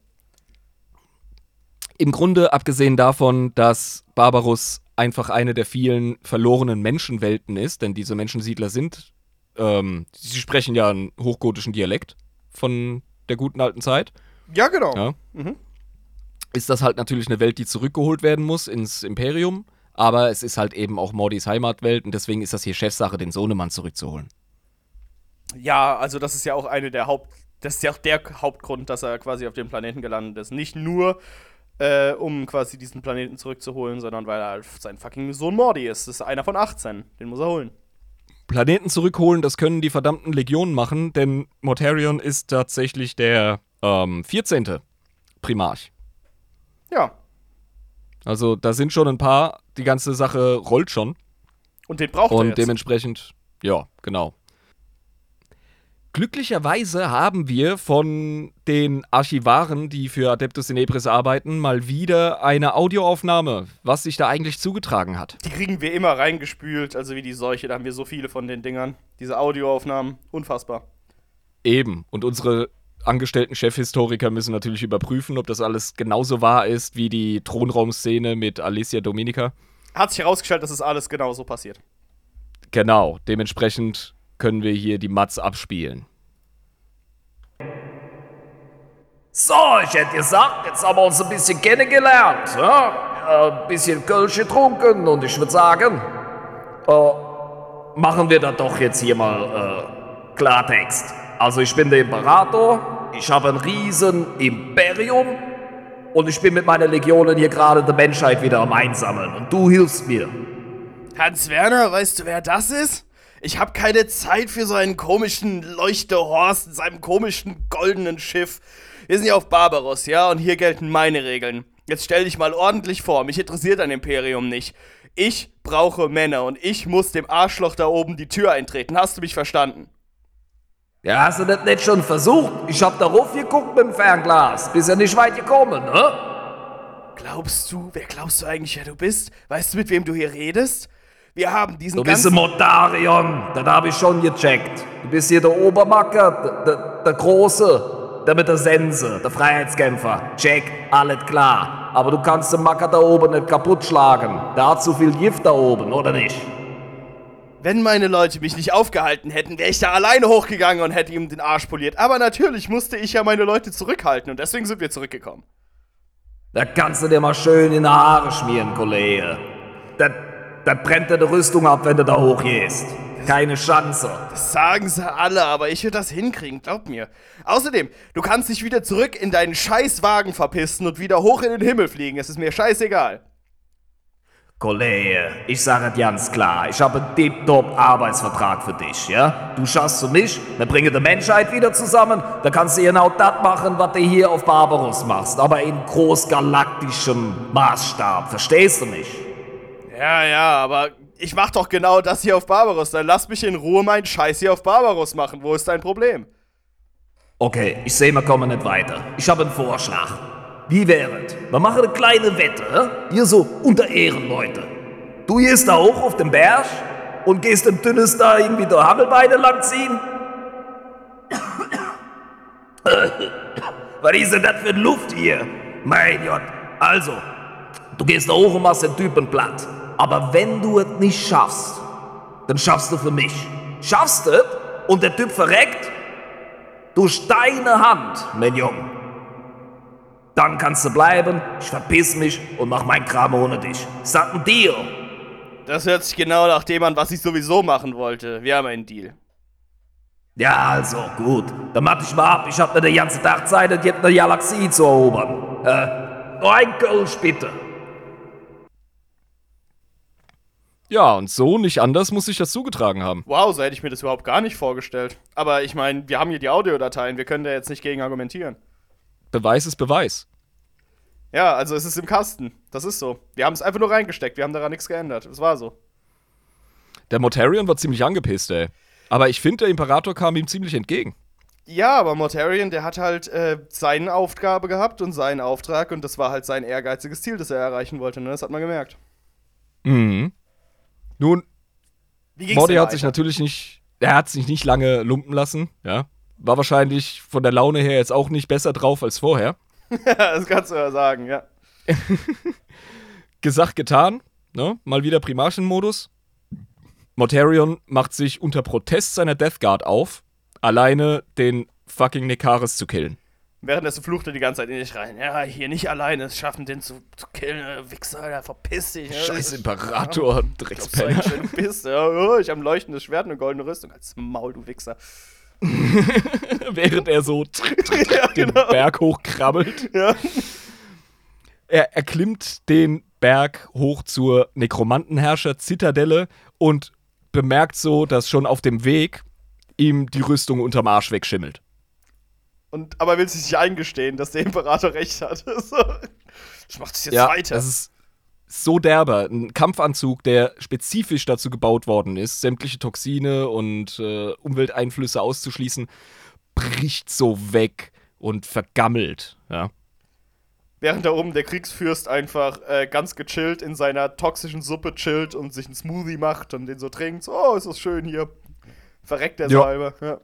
Im Grunde, abgesehen davon, dass Barbaros einfach eine der vielen verlorenen Menschenwelten ist, denn diese Menschensiedler sind, sie sprechen ja einen hochgotischen Dialekt von der guten alten Zeit. Ja, genau. Ja. Ist das halt natürlich eine Welt, die zurückgeholt werden muss ins Imperium, aber es ist halt eben auch Mordys Heimatwelt und deswegen ist das hier Chefsache, den Sohnemann zurückzuholen. Ja, also das ist ja auch das ist ja auch der Hauptgrund, dass er quasi auf dem Planeten gelandet ist. Nicht nur, um quasi diesen Planeten zurückzuholen, sondern weil er halt sein fucking Sohn Morty ist. Das ist einer von 18, den muss er holen. Planeten zurückholen, das können die verdammten Legionen machen, denn Mortarion ist tatsächlich der 14. Primarch. Ja. Also da sind schon ein paar, die ganze Sache rollt schon. Und den braucht er jetzt. Und dementsprechend, ja, genau. Glücklicherweise haben wir von den Archivaren, die für Adeptus Inebris arbeiten, mal wieder eine Audioaufnahme, was sich da eigentlich zugetragen hat. Die kriegen wir immer reingespült, also wie die Seuche, da haben wir so viele von den Dingern. Diese Audioaufnahmen, unfassbar. Eben, und unsere angestellten Chefhistoriker müssen natürlich überprüfen, ob das alles genauso wahr ist wie die Thronraumszene mit Alicia Dominica. Hat sich herausgestellt, dass es alles genauso passiert. Genau, dementsprechend können wir hier die Mats abspielen. So, ich hätte gesagt, jetzt haben wir uns ein bisschen kennengelernt. Ja? Ein bisschen Kölsch getrunken und ich würde sagen, machen wir das doch jetzt hier mal Klartext. Also ich bin der Imperator, ich habe ein riesen Imperium und ich bin mit meinen Legionen hier gerade die Menschheit wieder am Einsammeln und du hilfst mir. Hans Werner, weißt du, wer das ist? Ich habe keine Zeit für so einen komischen Leuchtehorst in seinem komischen goldenen Schiff. Wir sind ja auf Barbaros, ja, und hier gelten meine Regeln. Jetzt stell dich mal ordentlich vor, mich interessiert ein Imperium nicht. Ich brauche Männer und ich muss dem Arschloch da oben die Tür eintreten. Hast du mich verstanden? Ja, hast du das nicht schon versucht? Ich hab darauf geguckt mit dem Fernglas. Bist ja nicht weit gekommen, ne? Wer glaubst du eigentlich, wer du bist? Weißt du, mit wem du hier redest? Wir haben diesen Du bist ein Motarion, das hab ich schon gecheckt. Du bist hier der Obermacker, der Große, der mit der Sense, der Freiheitskämpfer. Check, alles klar. Aber du kannst den Macker da oben nicht kaputt schlagen. Der hat zu viel Gift da oben, oder nicht? Wenn meine Leute mich nicht aufgehalten hätten, wäre ich da alleine hochgegangen und hätte ihm den Arsch poliert. Aber natürlich musste ich ja meine Leute zurückhalten und deswegen sind wir zurückgekommen. Da kannst du dir mal schön in die Haare schmieren, Kollege. Da brennt dir die Rüstung ab, wenn du da hochgehst. Keine Chance. Das sagen sie alle, aber ich würde das hinkriegen, glaub mir. Außerdem, du kannst dich wieder zurück in deinen Scheißwagen verpissen und wieder hoch in den Himmel fliegen. Es ist mir scheißegal. Kollege, ich sage dir ganz klar, ich habe einen Tip-Top-Arbeitsvertrag für dich, ja? Du schaffst für mich, wir bringen die Menschheit wieder zusammen, da kannst du genau das machen, was du hier auf Barbaros machst, aber in großgalaktischem Maßstab, verstehst du mich? Ja, aber ich mach doch genau das hier auf Barbaros. Dann lass mich in Ruhe meinen Scheiß hier auf Barbaros machen. Wo ist dein Problem? Okay, ich sehe, wir kommen nicht weiter. Ich habe einen Vorschlag. Wie wäret? Wir machen eine kleine Wette, hier so unter Ehrenleute. Du gehst da hoch auf den Berg und gehst dem Dünnes da irgendwie der Hammelbeine langziehen. Was ist denn das für eine Luft hier? Mein Gott. Also, du gehst da hoch und machst den Typen platt. Aber wenn du es nicht schaffst, dann schaffst du für mich. Schaffst du es und der Typ verreckt durch deine Hand, mein Junge. Dann kannst du bleiben, ich verpiss mich und mach meinen Kram ohne dich. Ist das ein Deal? Das hört sich genau nach dem an, was ich sowieso machen wollte. Wir haben einen Deal. Ja, also, gut. Dann mach dich mal ab. Ich hab nicht den ganzen Tag Zeit, eine Galaxie zu erobern. Nur ein Kölsch, bitte. Ja, und so, nicht anders, muss sich das zugetragen haben. Wow, so hätte ich mir das überhaupt gar nicht vorgestellt. Aber ich meine, wir haben hier die Audiodateien. Wir können da jetzt nicht gegen argumentieren. Beweis ist Beweis. Ja, also es ist im Kasten. Das ist so. Wir haben es einfach nur reingesteckt. Wir haben daran nichts geändert. Es war so. Der Mortarion war ziemlich angepisst, ey. Aber ich finde, der Imperator kam ihm ziemlich entgegen. Ja, aber Mortarion, der hat halt seine Aufgabe gehabt und seinen Auftrag. Und das war halt sein ehrgeiziges Ziel, das er erreichen wollte. Ne? Das hat man gemerkt. Mhm. Nun, Morty denn hat sich natürlich nicht, er hat sich nicht lange lumpen lassen, ja. War wahrscheinlich von der Laune her jetzt auch nicht besser drauf als vorher. Das kannst du ja sagen, ja. Gesagt, getan, ne? Mal wieder Primarchen-Modus. Mortarion macht sich unter Protest seiner Death Guard auf, alleine den fucking Nekaris zu killen. Währenddessen flucht er die ganze Zeit in dich rein. Ja, hier nicht alleine es schaffen, den zu killen. Wichser, Alter, verpiss dich. Scheiß Imperator, Ja, Dreckspenner. du bist. Ja, ich habe ein leuchtendes Schwert und eine goldene Rüstung. Als Maul, du Wichser. Während er so den Berg hochkrabbelt. Ja. Er erklimmt den Berg hoch zur Nekromantenherrscher-Zitadelle und bemerkt so, dass schon auf dem Weg ihm die Rüstung unterm Arsch wegschimmelt. Aber will sich nicht eingestehen, dass der Imperator recht hat. Ich mach das jetzt weiter. Das ist so derber. Ein Kampfanzug, der spezifisch dazu gebaut worden ist, sämtliche Toxine und Umwelteinflüsse auszuschließen, bricht so weg und vergammelt. Ja. Während da oben der Kriegsfürst einfach ganz gechillt in seiner toxischen Suppe chillt und sich einen Smoothie macht und den so trinkt. So, oh, ist das schön hier. Verreckt der Salbe. Ja.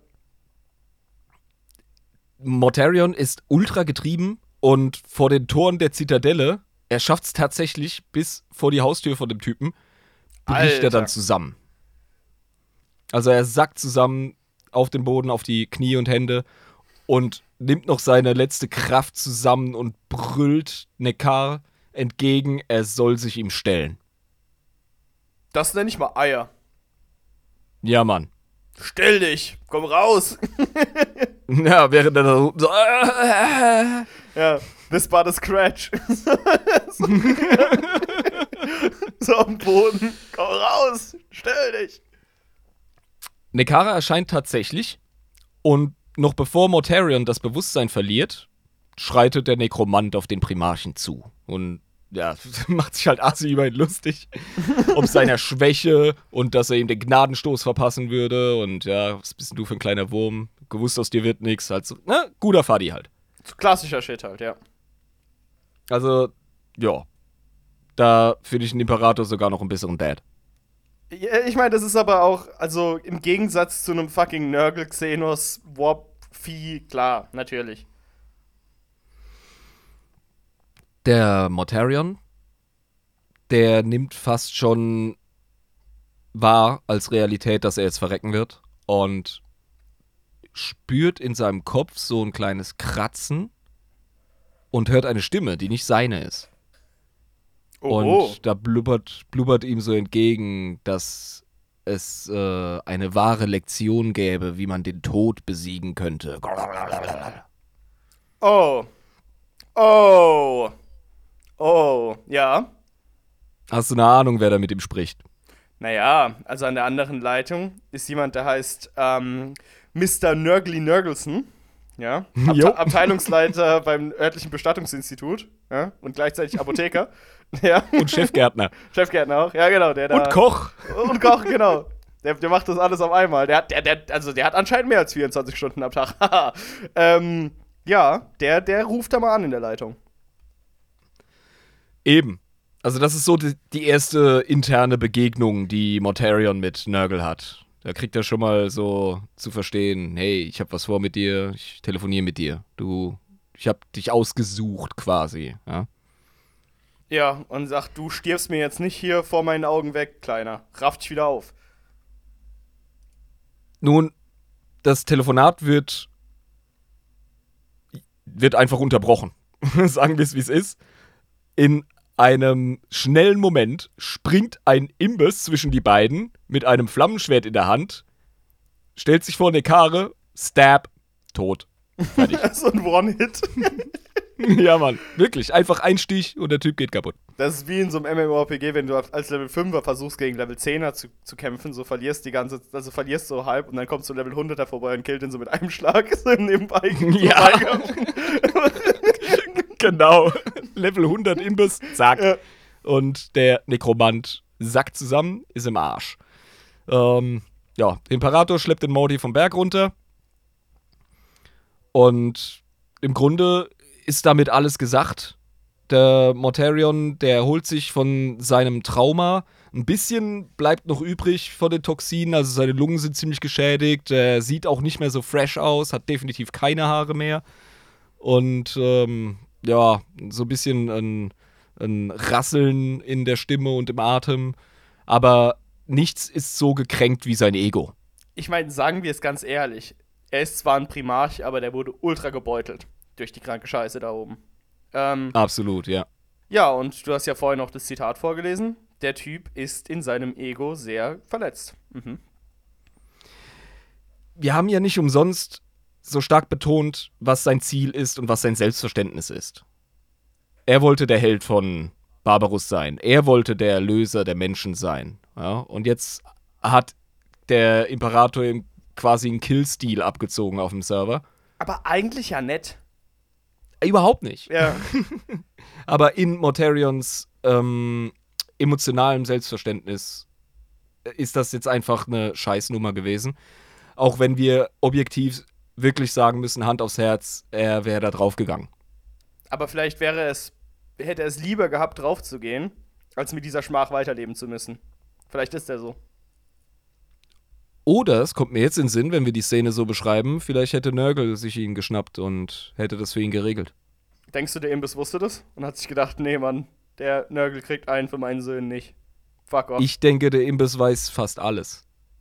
Mortarion ist ultra getrieben und vor den Toren der Zitadelle, er schafft es tatsächlich bis vor die Haustür von dem Typen, bricht er dann zusammen. Also er sackt zusammen auf den Boden, auf die Knie und Hände und nimmt noch seine letzte Kraft zusammen und brüllt Nekar entgegen, er soll sich ihm stellen. Das nenne ich mal Eier. Ja, Mann. Stell dich, komm raus. Ja, während er da so Ja, this war das Scratch. So am Boden, komm raus, stell dich. Nekara erscheint tatsächlich und noch bevor Mortarion das Bewusstsein verliert, schreitet der Nekromant auf den Primarchen zu und ja, macht sich halt assi über ihn lustig. Ob seiner Schwäche und dass er ihm den Gnadenstoß verpassen würde und ja, was bist denn du für ein kleiner Wurm? gewusst, aus dir wird nix. Halt so, ne? Guter Faddy halt. So klassischer Shit halt, ja. Also, ja. Da finde ich einen Imperator sogar noch ein besseren Dad. Ja, ich meine, das ist aber auch, also im Gegensatz zu einem fucking Nurgle, Xenos, Warp-Vieh, klar, natürlich. Der Mortarion, der nimmt fast schon wahr als Realität, dass er jetzt verrecken wird und spürt in seinem Kopf so ein kleines Kratzen und hört eine Stimme, die nicht seine ist. Und da blubbert ihm so entgegen, dass es eine wahre Lektion gäbe, wie man den Tod besiegen könnte. Oh, ja. Hast du eine Ahnung, wer da mit ihm spricht? Naja, also an der anderen Leitung ist jemand, der heißt Mr. Nurgly Nurgelson. Ja, Abteilungsleiter beim örtlichen Bestattungsinstitut, ja, und gleichzeitig Apotheker. Ja. Und Chefgärtner. Chefgärtner auch, ja genau. Und Koch. Und Koch, genau. Der macht das alles auf einmal. Der hat anscheinend mehr als 24 Stunden am Tag. Ja, der ruft da mal an in der Leitung. Eben. Also das ist so die erste interne Begegnung, die Mortarion mit Nurgle hat. Da kriegt er schon mal so zu verstehen, hey, ich hab was vor mit dir, ich telefoniere mit dir. Ich hab dich ausgesucht quasi, ja. Ja, und sagt, du stirbst mir jetzt nicht hier vor meinen Augen weg, Kleiner. Raff dich wieder auf. Nun, das Telefonat wird einfach unterbrochen. Sagen wir es, wie es ist. In einem schnellen Moment springt ein Imbiss zwischen die beiden mit einem Flammenschwert in der Hand, stellt sich vor eine Karre, stab, tot. Fertig. So ein One-Hit. Ja, Mann. Wirklich. Einfach ein Stich und der Typ geht kaputt. Das ist wie in so einem MMORPG, wenn du als Level 5er versuchst, gegen Level 10er zu kämpfen, so verlierst verlierst so halb und dann kommst du Level 100er vorbei und killt ihn so mit einem Schlag, so nebenbei. Ja. Genau. Level 100 Imbiss, zack. Ja. Und der Nekromant sackt zusammen, ist im Arsch. Ja, Imperator schleppt den Morty vom Berg runter. Und im Grunde ist damit alles gesagt. Der Mortarion, der holt sich von seinem Trauma. Ein bisschen bleibt noch übrig von den Toxinen, also seine Lungen sind ziemlich geschädigt. Er sieht auch nicht mehr so fresh aus, hat definitiv keine Haare mehr. Und ja, so ein bisschen ein Rasseln in der Stimme und im Atem. Aber nichts ist so gekränkt wie sein Ego. Ich meine, sagen wir es ganz ehrlich. Er ist zwar ein Primarch, aber der wurde ultra gebeutelt durch die kranke Scheiße da oben. Absolut, ja. Ja, und du hast ja vorhin noch das Zitat vorgelesen. Der Typ ist in seinem Ego sehr verletzt. Mhm. Wir haben ja nicht umsonst so stark betont, was sein Ziel ist und was sein Selbstverständnis ist. Er wollte der Held von Barbarus sein. Er wollte der Erlöser der Menschen sein. Ja? Und jetzt hat der Imperator ihm quasi einen Kill-Stil abgezogen auf dem Server. Aber eigentlich ja nett. Überhaupt nicht. Ja. Aber in Mortarions emotionalem Selbstverständnis ist das jetzt einfach eine Scheißnummer gewesen. Auch wenn wir objektiv wirklich sagen müssen, Hand aufs Herz, er wäre da drauf gegangen. Aber vielleicht hätte er es lieber gehabt, drauf zu gehen, als mit dieser Schmach weiterleben zu müssen. Vielleicht ist er so. Oder, es kommt mir jetzt in den Sinn, wenn wir die Szene so beschreiben, vielleicht hätte Nurgle sich ihn geschnappt und hätte das für ihn geregelt. Denkst du, der Imbiss wusste das? Und hat sich gedacht, nee, Mann, der Nurgle kriegt einen für meinen Sohn nicht. Fuck off. Ich denke, der Imbiss weiß fast alles.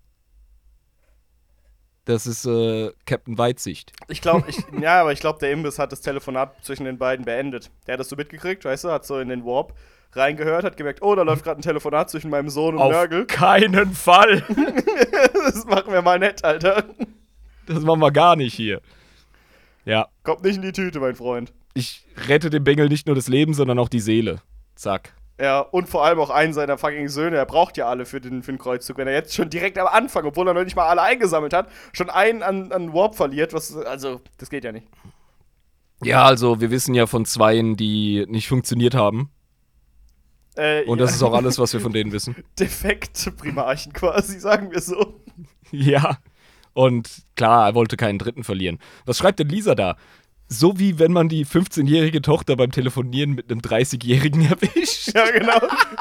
Das ist Captain Weitsicht. Aber ich glaube, der Imbiss hat das Telefonat zwischen den beiden beendet. Der hat das so mitgekriegt, weißt du, hat so in den Warp reingehört, hat gemerkt, oh, da läuft gerade ein Telefonat zwischen meinem Sohn und Nurgle. Auf keinen Fall! Das machen wir mal nett, Alter. Das machen wir gar nicht hier. Ja. Kommt nicht in die Tüte, mein Freund. Ich rette dem Bengel nicht nur das Leben, sondern auch die Seele. Zack. Ja, und vor allem auch einen seiner fucking Söhne. Er braucht ja alle für den Kreuzzug. Wenn er jetzt schon direkt am Anfang, obwohl er noch nicht mal alle eingesammelt hat, schon einen an Warp verliert, also, das geht ja nicht. Ja, also, wir wissen ja von zweien, die nicht funktioniert haben. Und das ist auch alles, was wir von denen wissen. Defekte Primarchen quasi, sagen wir so. Ja. Und klar, er wollte keinen Dritten verlieren. Was schreibt denn Lisa da? So wie wenn man die 15-jährige Tochter beim Telefonieren mit einem 30-Jährigen erwischt. Ja, genau.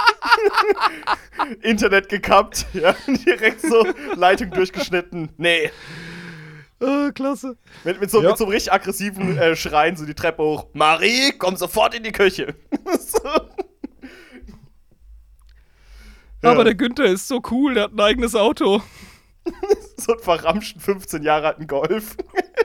Internet gekappt, ja, direkt so Leitung durchgeschnitten. Nee. Klasse. Mit so einem richtig aggressiven Schreien so die Treppe hoch. Marie, komm sofort in die Küche. So. Aber der Günther ist so cool, der hat ein eigenes Auto. So einen verramschten 15 Jahre alten Golf.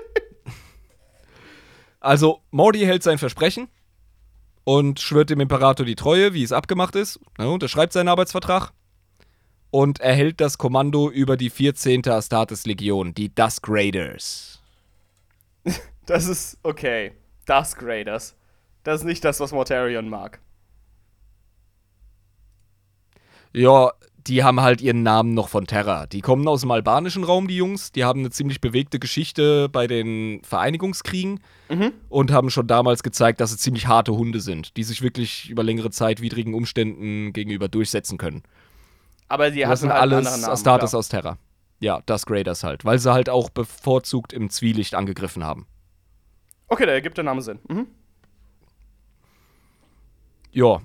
Also, Morty hält sein Versprechen und schwört dem Imperator die Treue, wie es abgemacht ist. Ja, unterschreibt seinen Arbeitsvertrag und erhält das Kommando über die 14. Astartes-Legion, die Dusk Raiders. Das ist okay. Dusk Raiders. Das ist nicht das, was Mortarion mag. Ja, die haben halt ihren Namen noch von Terra. Die kommen aus dem albanischen Raum, die Jungs. Die haben eine ziemlich bewegte Geschichte bei den Vereinigungskriegen und haben schon damals gezeigt, dass sie ziemlich harte Hunde sind, die sich wirklich über längere Zeit widrigen Umständen gegenüber durchsetzen können. Aber die Das sind halt einen alles anderen Namen, Astartes klar. aus Terra. Ja, Dusk Raiders halt, weil sie halt auch bevorzugt im Zwielicht angegriffen haben. Okay, da ergibt der Name Sinn. Ja.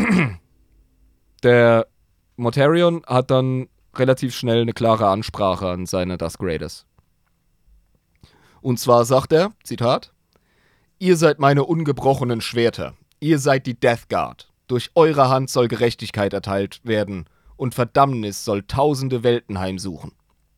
Der Mortarion hat dann relativ schnell eine klare Ansprache an seine Dusk Raiders. Und zwar sagt er, Zitat, ihr seid meine ungebrochenen Schwerter. Ihr seid die Death Guard. Durch eure Hand soll Gerechtigkeit erteilt werden und Verdammnis soll tausende Welten heimsuchen.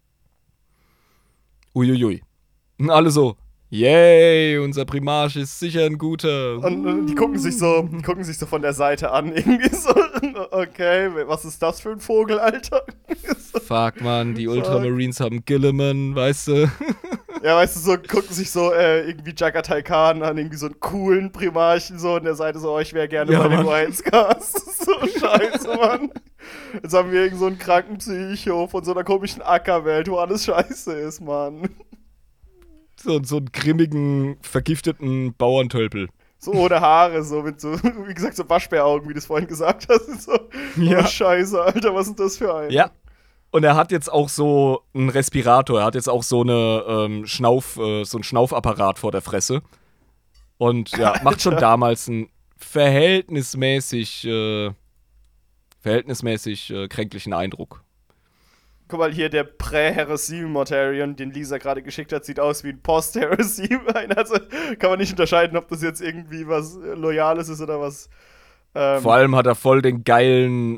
Uiuiui. Und alle so, yay, unser Primarch ist sicher ein guter. Und die gucken sich so von der Seite an. Irgendwie so, okay, was ist das für ein Vogel, Alter? Fuck, Mann, die Ultramarines haben Gilliman, weißt du? Ja, weißt du, so gucken sich so irgendwie Jagatai Khan an, irgendwie so einen coolen Primarchen so an der Seite so, oh, ich wäre gerne Ja, bei den Mann. Wildcars. So scheiße, Mann. Jetzt haben wir irgend so einen kranken Psycho von so einer komischen Ackerwelt, wo alles scheiße ist, Mann. So einen grimmigen, vergifteten Bauerntölpel. So ohne Haare, so mit so, wie gesagt, so Waschbäraugen, wie du es vorhin gesagt hast. So, Ja. oh, scheiße, Alter, was ist das für ein? Ja. Und er hat jetzt auch so einen Respirator, er hat jetzt auch so einen Schnaufapparat vor der Fresse. Und ja, macht schon damals einen verhältnismäßig kränklichen Eindruck. Guck mal hier, der Prä-Heresy-Mortarion, den Lisa gerade geschickt hat, sieht aus wie ein Post-Heresy. Also kann man nicht unterscheiden, ob das jetzt irgendwie was Loyales ist oder was. Vor allem hat er voll den geilen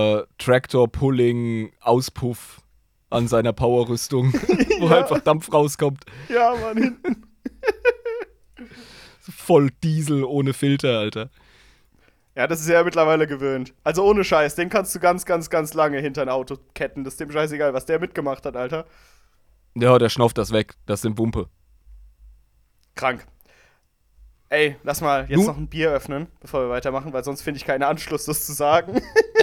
Tractor-Pulling-Auspuff an seiner Power-Rüstung, wo einfach Dampf rauskommt. Ja, Mann, hinten. Voll Diesel ohne Filter, Alter. Ja, das ist ja mittlerweile gewöhnt. Also ohne Scheiß, den kannst du ganz, ganz, ganz lange hinter ein Auto ketten. Das ist dem scheißegal, was der mitgemacht hat, Alter. Ja, der schnauft das weg. Das sind Wumpe. Krank. Ey, lass mal jetzt Du? noch ein Bier öffnen, bevor wir weitermachen, weil sonst finde ich keinen Anschluss, das zu sagen.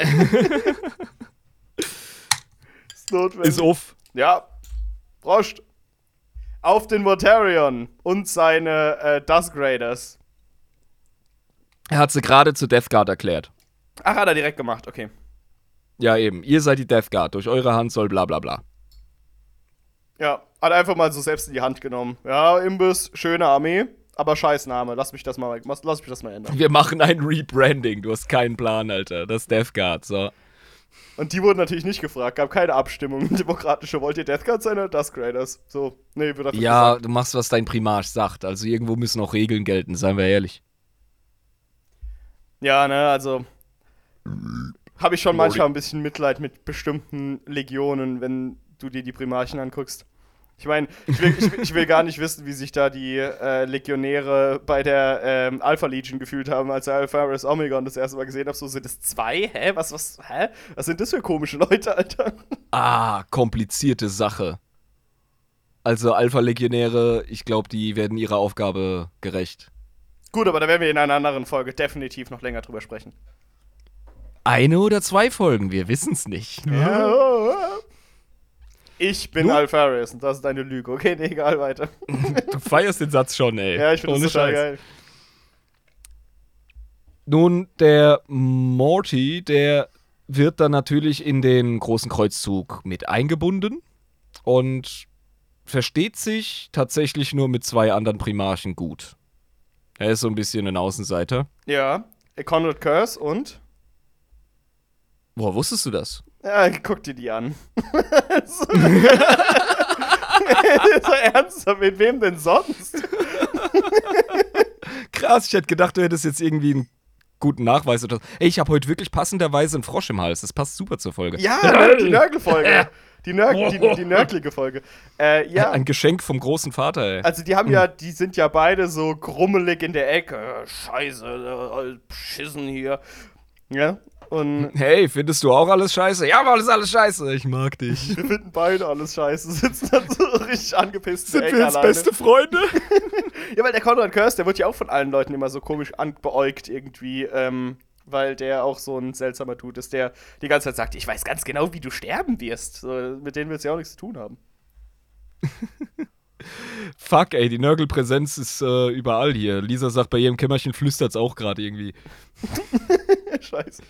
Ist notwendig. Ist off. Ja. Prost. Auf den Mortarion und seine Dusk Raiders. Er hat sie gerade zu Death Guard erklärt. Ach, hat er direkt gemacht, okay. Ja, eben. Ihr seid die Death Guard. Durch eure Hand soll bla bla bla. Ja, hat einfach mal so selbst in die Hand genommen. Ja, Imbiss, schöne Armee, aber scheiß Name. Lass mich das mal ändern. Wir machen ein Rebranding. Du hast keinen Plan, Alter. Das ist Death Guard, so. Und die wurden natürlich nicht gefragt, gab keine Abstimmung. Demokratische, wollt ihr Death Guard sein oder Dusk Raiders? So, nee, wird dafür Ja, gesagt. du machst, was dein Primarch sagt. Also irgendwo müssen auch Regeln gelten, seien wir ehrlich. Ja, ne, also habe ich schon manchmal ein bisschen Mitleid mit bestimmten Legionen, wenn du dir die Primarchen anguckst. Ich meine, ich will gar nicht wissen, wie sich da die Legionäre bei der Alpha Legion gefühlt haben, als er Alpharis Omegon das erste Mal gesehen habe. So, sind es 2? Hä? Hä? Was sind das für komische Leute, Alter? Ah, komplizierte Sache. Also Alpha-Legionäre, ich glaube, die werden ihrer Aufgabe gerecht. Gut, aber da werden wir in einer anderen Folge definitiv noch länger drüber sprechen. Eine oder 2 Folgen, wir wissen's nicht. Ja. Ich bin Du? Alpharis und das ist eine Lüge. Okay, nee, egal, weiter. Du feierst den Satz schon, ey. Ja, ich finde Ohne das total Scheiß. geil. Nun, der Morty, der wird dann natürlich in den großen Kreuzzug mit eingebunden. Und versteht sich tatsächlich nur mit 2 anderen Primarchen gut. Er ist so ein bisschen ein Außenseiter. Ja, Conrad Curse und? Woher wusstest du das? Ja, guck dir die an. So ernsthaft, mit wem denn sonst? Krass, ich hätte gedacht, du hättest jetzt irgendwie einen guten Nachweis oder so. Ey, ich habe heute wirklich passenderweise einen Frosch im Hals. Das passt super zur Folge. Ja, die Nörgel-Folge. Die nörglige Folge. Ja. Ein Geschenk vom großen Vater, ey. Also die sind ja beide so grummelig in der Ecke. Scheiße, beschissen hier. Ja, und Hey, findest du auch alles scheiße? Ja, aber ist alles scheiße. Ich mag dich. wir finden beide alles scheiße. Sitzen dann so richtig angepisst in Sind der Ecke wir jetzt alleine. beste Freunde? Ja, weil der Conrad Curse, der wird ja auch von allen Leuten immer so komisch beäugt irgendwie, weil der auch so ein seltsamer Dude ist, der die ganze Zeit sagt, ich weiß ganz genau, wie du sterben wirst. So, mit denen willst du ja auch nichts zu tun haben. Fuck, ey, die Nörgelpräsenz ist überall hier. Lisa sagt, bei ihrem Kämmerchen flüstert's auch gerade irgendwie. Scheiße.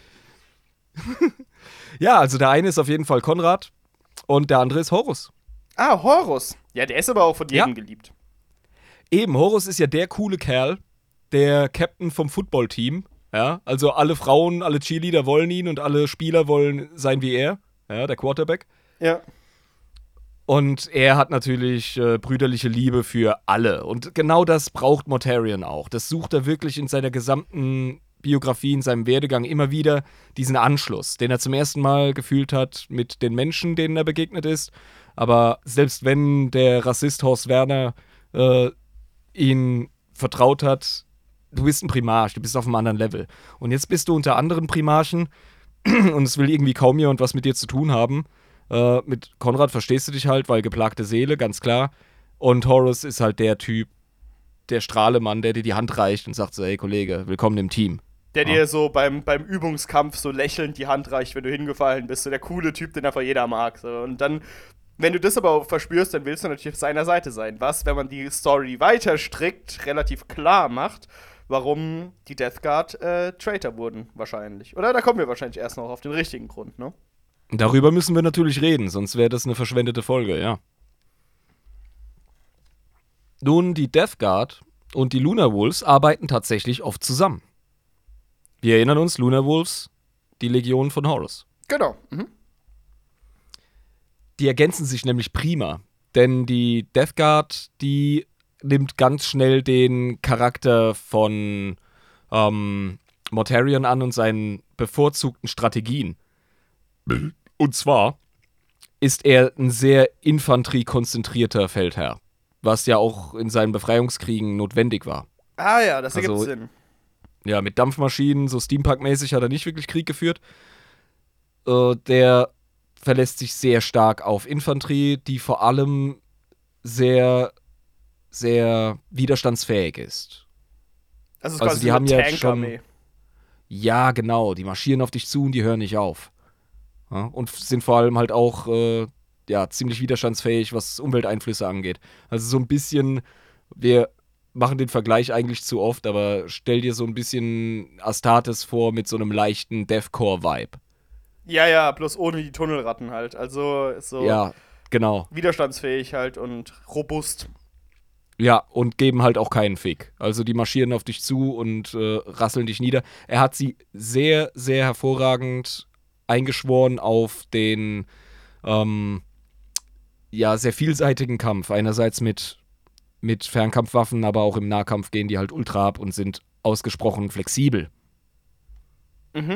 Ja, also der eine ist auf jeden Fall Konrad und der andere ist Horus. Ah, Horus. Ja, der ist aber auch von jedem geliebt. Eben, Horus ist ja der coole Kerl, der Captain vom Footballteam. Ja, also alle Frauen, alle Cheerleader wollen ihn und alle Spieler wollen sein wie er. Ja, der Quarterback. Ja. Und er hat natürlich brüderliche Liebe für alle. Und genau das braucht Mortarion auch. Das sucht er wirklich in seiner gesamten Biografie, in seinem Werdegang immer wieder, diesen Anschluss, den er zum ersten Mal gefühlt hat mit den Menschen, denen er begegnet ist. Aber selbst wenn der Rassist Horst Werner ihn vertraut hat, du bist ein Primarch, du bist auf einem anderen Level. Und jetzt bist du unter anderen Primarchen und es will irgendwie kaum jemand was mit dir zu tun haben. Mit Konrad verstehst du dich halt, weil geplagte Seele, ganz klar. Und Horus ist halt der Typ, der Strahlemann, der dir die Hand reicht und sagt so, hey Kollege, willkommen im Team. Der dir so beim Übungskampf so lächelnd die Hand reicht, wenn du hingefallen bist. So der coole Typ, den einfach jeder mag. So. Und dann, wenn du das aber auch verspürst, dann willst du natürlich auf seiner Seite sein. Was, wenn man die Story weiter strickt, relativ klar macht, warum die Death Guard Traitor wurden, wahrscheinlich. Oder da kommen wir wahrscheinlich erst noch auf den richtigen Grund, ne? Darüber müssen wir natürlich reden, sonst wäre das eine verschwendete Folge, ja. Nun, die Death Guard und die Lunar Wolves arbeiten tatsächlich oft zusammen. Wir erinnern uns, Lunar Wolves, die Legion von Horus. Genau. Mhm. Die ergänzen sich nämlich prima, denn die Death Guard, die nimmt ganz schnell den Charakter von Mortarion an und seinen bevorzugten Strategien. Und zwar ist er ein sehr infanteriekonzentrierter Feldherr, was ja auch in seinen Befreiungskriegen notwendig war. Ah ja, das ergibt Also, Sinn. Ja, mit Dampfmaschinen, so Steampunk-mäßig hat er nicht wirklich Krieg geführt. Der verlässt sich sehr stark auf Infanterie, die vor allem sehr, sehr widerstandsfähig ist. Also, es ist Also quasi die so haben eine ja Tankarmee. Ja, genau, die marschieren auf dich zu und die hören nicht auf. Ja, und sind vor allem halt auch ziemlich widerstandsfähig, was Umwelteinflüsse angeht. Also so ein bisschen, wir machen den Vergleich eigentlich zu oft, aber stell dir so ein bisschen Astartes vor mit so einem leichten Deathcore-Vibe. Ja, bloß ohne die Tunnelratten halt. Also so Ja, genau. widerstandsfähig halt und robust. Ja, und geben halt auch keinen Fick. Also die marschieren auf dich zu und rasseln dich nieder. Er hat sie sehr, sehr hervorragend eingeschworen auf den sehr vielseitigen Kampf. Einerseits mit Fernkampfwaffen, aber auch im Nahkampf gehen die halt ultra ab und sind ausgesprochen flexibel. Mhm.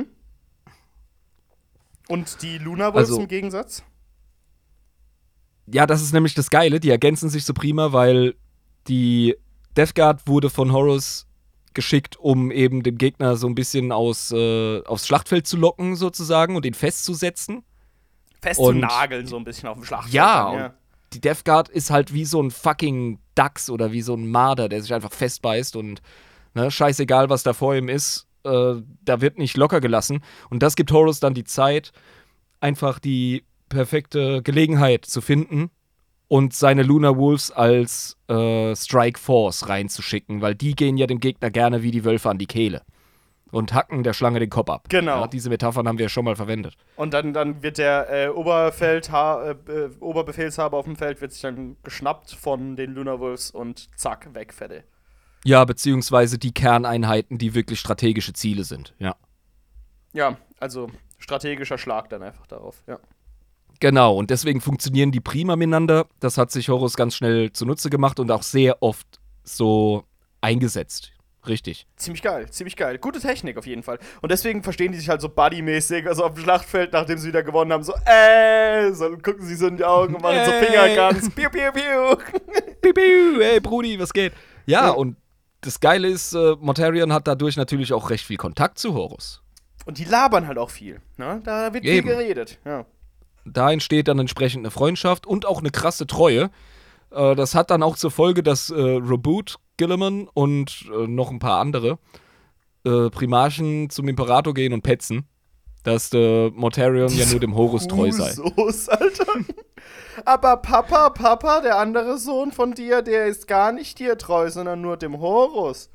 Und die Lunar Wolves im Gegensatz? Ja, das ist nämlich das Geile. Die ergänzen sich so prima, weil die Death Guard wurde von Horus geschickt, um eben den Gegner so ein bisschen aufs Schlachtfeld zu locken, sozusagen, und ihn festzusetzen. Festzunageln, so ein bisschen auf dem Schlachtfeld. Ja, dann, und die Death Guard ist halt wie so ein fucking Dachs oder wie so ein Marder, der sich einfach festbeißt und scheißegal, was da vor ihm ist, da wird nicht locker gelassen. Und das gibt Horus dann die Zeit, einfach die perfekte Gelegenheit zu finden und seine Lunar Wolves als Strike Force reinzuschicken, weil die gehen ja dem Gegner gerne wie die Wölfe an die Kehle. und hacken der Schlange den Kopf ab. Genau. Ja, diese Metaphern haben wir ja schon mal verwendet. Und dann wird der Oberbefehlshaber auf dem Feld wird sich dann geschnappt von den Lunarwolves und zack, weg, fertig. Ja, beziehungsweise die Kerneinheiten, die wirklich strategische Ziele sind, ja. Ja, also strategischer Schlag dann einfach darauf, ja. Genau, und deswegen funktionieren die prima miteinander. Das hat sich Horus ganz schnell zunutze gemacht und auch sehr oft so eingesetzt. Richtig. Ziemlich geil, ziemlich geil. Gute Technik auf jeden Fall. Und deswegen verstehen die sich halt so buddymäßig, also auf dem Schlachtfeld, nachdem sie wieder gewonnen haben, so gucken sie so in die Augen und machen so Fingerguns. Piu, piu, piu. Piu, piu, hey Brudi, was geht? Ja, und das Geile ist, Mortarion hat dadurch natürlich auch recht viel Kontakt zu Horus. Und die labern halt auch viel, ne? Da wird viel geredet, ja. Da entsteht dann entsprechend eine Freundschaft und auch eine krasse Treue. Das hat dann auch zur Folge, dass Reboot, Guilliman und noch ein paar andere Primarchen zum Imperator gehen und petzen, dass Mortarion ja nur dem Horus treu sei. Alter. Aber Papa, der andere Sohn von dir, der ist gar nicht dir treu, sondern nur dem Horus.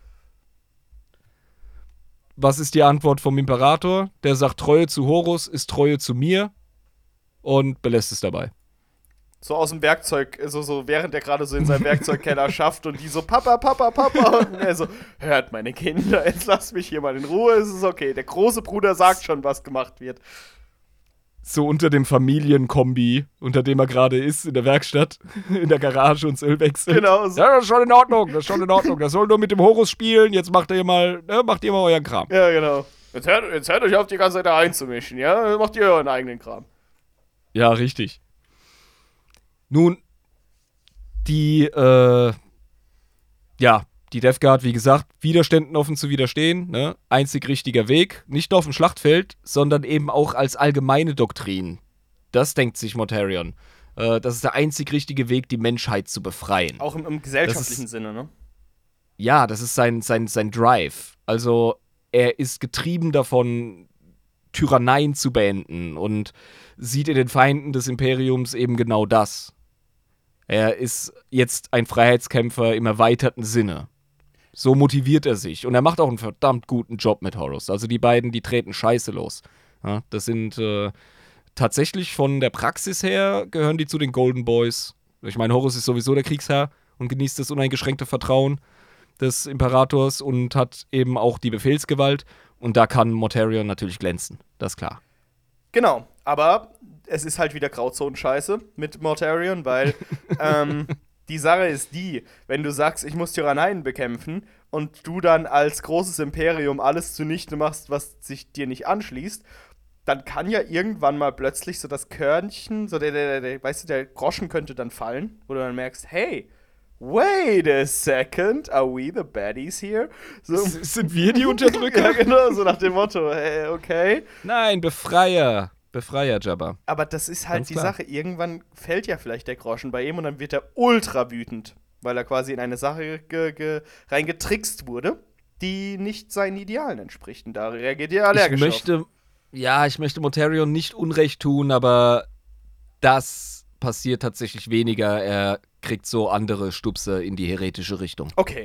Was ist die Antwort vom Imperator? Der sagt, Treue zu Horus ist Treue zu mir und belässt es dabei. So aus dem Werkzeug, so während er gerade so in seinem Werkzeugkeller schafft und die so, Papa. Und er so, hört meine Kinder, jetzt lasst mich hier mal in Ruhe, es ist okay. Der große Bruder sagt schon, was gemacht wird. So unter dem Familienkombi, unter dem er gerade ist, in der Werkstatt, in der Garage und das Öl wechselt. Genau. So. Ja, das ist schon in Ordnung, Der soll nur mit dem Horus spielen, jetzt macht ihr mal euren Kram. Ja, genau. Jetzt hört euch auf, die ganze Zeit da einzumischen, ja? Macht ihr euren eigenen Kram. Ja, richtig. Nun, die Death Guard, wie gesagt, Widerständen offen zu widerstehen, ne? Einzig richtiger Weg, nicht nur auf dem Schlachtfeld, sondern eben auch als allgemeine Doktrin. Das denkt sich Mortarion. Das ist der einzig richtige Weg, die Menschheit zu befreien. Auch im gesellschaftlichen Sinne, ne? Ja, das ist sein Drive. Also, er ist getrieben davon, Tyranneien zu beenden und sieht in den Feinden des Imperiums eben genau das. Er ist jetzt ein Freiheitskämpfer im erweiterten Sinne. So motiviert er sich. Und er macht auch einen verdammt guten Job mit Horus. Also die beiden, die treten scheiße los. Ja, das sind tatsächlich von der Praxis her, gehören die zu den Golden Boys. Ich meine, Horus ist sowieso der Kriegsherr und genießt das uneingeschränkte Vertrauen des Imperators und hat eben auch die Befehlsgewalt. Und da kann Mortarion natürlich glänzen. Das ist klar. Genau, aber es ist halt wieder Grauzone-Scheiße mit Mortarion, weil die Sache ist die, wenn du sagst, ich muss Tyranneien bekämpfen und du dann als großes Imperium alles zunichte machst, was sich dir nicht anschließt, dann kann ja irgendwann mal plötzlich so das Körnchen, so weißt du, der Groschen könnte dann fallen, wo du dann merkst, hey, wait a second, are we the baddies here? So, sind wir die Unterdrücker? Ja, genau, so nach dem Motto, hey, okay. Nein, Befreier, Jabba. Aber das ist halt Ganz die klar. Sache, irgendwann fällt ja vielleicht der Groschen bei ihm und dann wird er ultra wütend, weil er quasi in eine Sache reingetrickst wurde, die nicht seinen Idealen entspricht. Und da reagiert er allergisch auf. Ich möchte Mortarion nicht Unrecht tun, aber das passiert tatsächlich weniger. Er kriegt so andere Stupse in die heretische Richtung. Okay.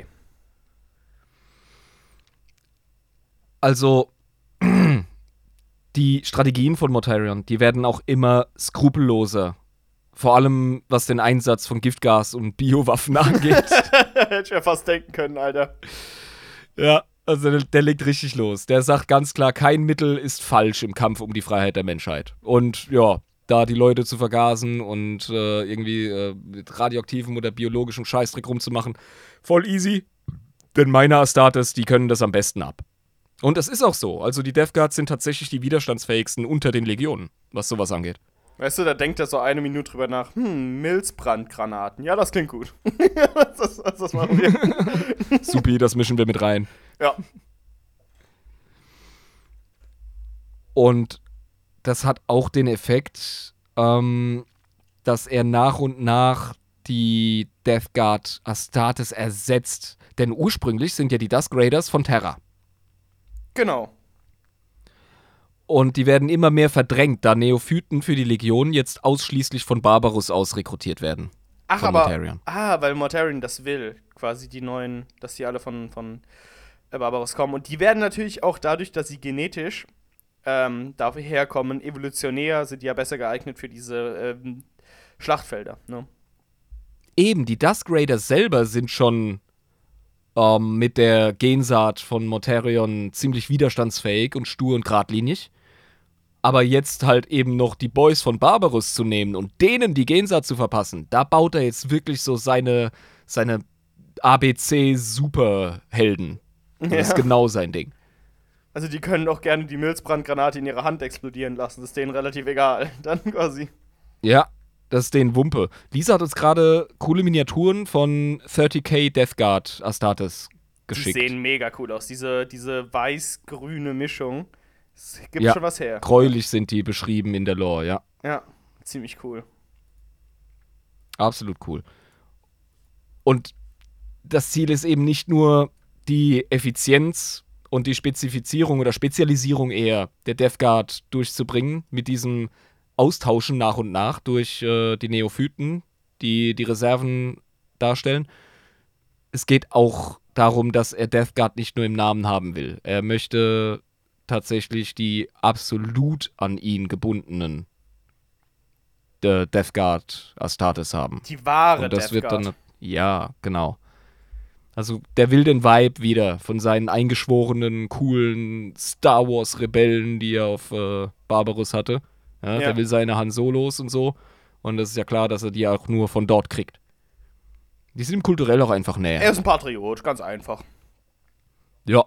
Also, die Strategien von Mortarion, die werden auch immer skrupelloser. Vor allem, was den Einsatz von Giftgas und Biowaffen angeht. Hätte ich ja fast denken können, Alter. Ja, also der legt richtig los. Der sagt ganz klar, kein Mittel ist falsch im Kampf um die Freiheit der Menschheit. Und ja, da die Leute zu vergasen und irgendwie mit radioaktivem oder biologischem Scheißdreck rumzumachen, voll easy. Denn meine Astartes, die können das am besten ab. Und das ist auch so. Also die Death Guards sind tatsächlich die widerstandsfähigsten unter den Legionen, was sowas angeht. Weißt du, da denkt er so eine Minute drüber nach, Milzbrandgranaten. Ja, das klingt gut. das machen wir. Supi, das mischen wir mit rein. Ja. Und das hat auch den Effekt, dass er nach und nach die Death Guard Astartes ersetzt. Denn ursprünglich sind ja die Dusk Raiders von Terra. Genau. Und die werden immer mehr verdrängt, da Neophyten für die Legion jetzt ausschließlich von Barbarus aus rekrutiert werden. Ach, von aber, Mortarion. weil Mortarion das will. Quasi die neuen, dass die alle von Barbaros kommen. Und die werden natürlich auch dadurch, dass sie genetisch dafür herkommen, evolutionär sind die ja besser geeignet für diese Schlachtfelder. Ne? Eben, die Dusk Raiders selber sind schon mit der Gensaat von Mortarion ziemlich widerstandsfähig und stur und geradlinig. Aber jetzt halt eben noch die Boys von Barbarus zu nehmen und denen die Gensaat zu verpassen, da baut er jetzt wirklich so seine ABC-Superhelden. Und das ist genau sein Ding. Also die können auch gerne die Milzbrandgranate in ihrer Hand explodieren lassen. Das ist denen relativ egal. Dann quasi. Ja, das ist denen Wumpe. Lisa hat uns gerade coole Miniaturen von 30k Death Guard Astartes geschickt. Die sehen mega cool aus. Diese weiß-grüne Mischung. Es gibt schon was her. Gräulich sind die beschrieben in der Lore, ja. Ja, ziemlich cool. Absolut cool. Und das Ziel ist eben nicht nur die Effizienz und die Spezifizierung oder Spezialisierung eher der Death Guard durchzubringen mit diesem Austauschen nach und nach durch die Neophyten, die Reserven darstellen. Es geht auch darum, dass er Death Guard nicht nur im Namen haben will. Er möchte tatsächlich die absolut an ihn gebundenen Death Guard Astartes haben. Die wahre und das Death wird Guard. dann ja, genau. Also der will den Vibe wieder von seinen eingeschworenen, coolen Star Wars Rebellen, die er auf Barbarus hatte. Ja. Der will seine Han Solos und so. Und das ist ja klar, dass er die auch nur von dort kriegt. Die sind ihm kulturell auch einfach näher. Er ist ein Patriot, ganz einfach. Ja.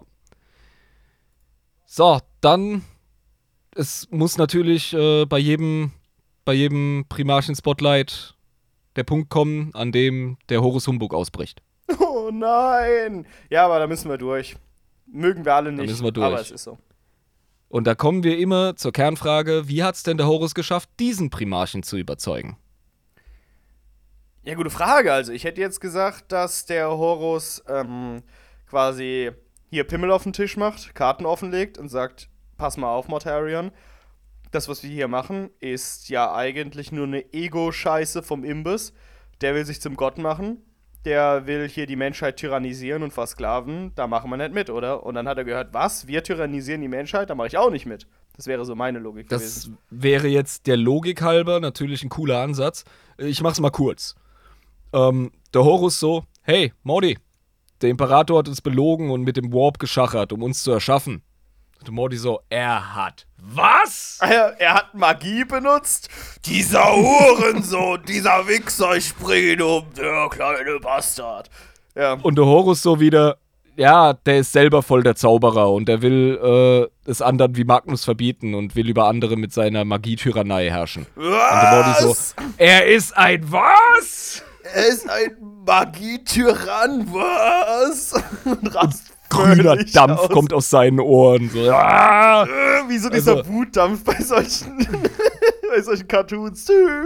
So, dann, es muss natürlich bei jedem Primarchen-Spotlight der Punkt kommen, an dem der Horus Humbug ausbricht. Oh nein! Ja, aber da müssen wir durch. Mögen wir alle nicht, müssen wir durch. aber es ist so. Und da kommen wir immer zur Kernfrage, wie hat's denn der Horus geschafft, diesen Primarchen zu überzeugen? Ja, gute Frage. Also ich hätte jetzt gesagt, dass der Horus quasi hier Pimmel auf den Tisch macht, Karten offenlegt und sagt, pass mal auf, Mortarion. Das, was wir hier machen, ist ja eigentlich nur eine Ego-Scheiße vom Imbiss. Der will sich zum Gott machen. Der will hier die Menschheit tyrannisieren und versklaven. Da machen wir nicht mit, oder? Und dann hat er gehört, was? Wir tyrannisieren die Menschheit? Da mache ich auch nicht mit. Das wäre so meine Logik gewesen. Das wäre jetzt der Logik halber natürlich ein cooler Ansatz. Ich mach's mal kurz. Der Horus so, hey, Mordi, der Imperator hat uns belogen und mit dem Warp geschachert, um uns zu erschaffen. Und der Mordi so, er hat was? Er hat Magie benutzt? Dieser Hurensohn, dieser Wichser, ich bring ihn um, der kleine Bastard. Ja. Und der Horus so wieder, ja, der ist selber voll der Zauberer und der will es anderen wie Magnus verbieten und will über andere mit seiner Magietyrannei herrschen. Was? Und der Mordi so, er ist ein was? Er ist ein Magietyrann, was? Und rast Grüner völlig Dampf aus. kommt aus seinen Ohren. So, ah! Wie so dieser Also- Wutdampf bei solchen Cartoons.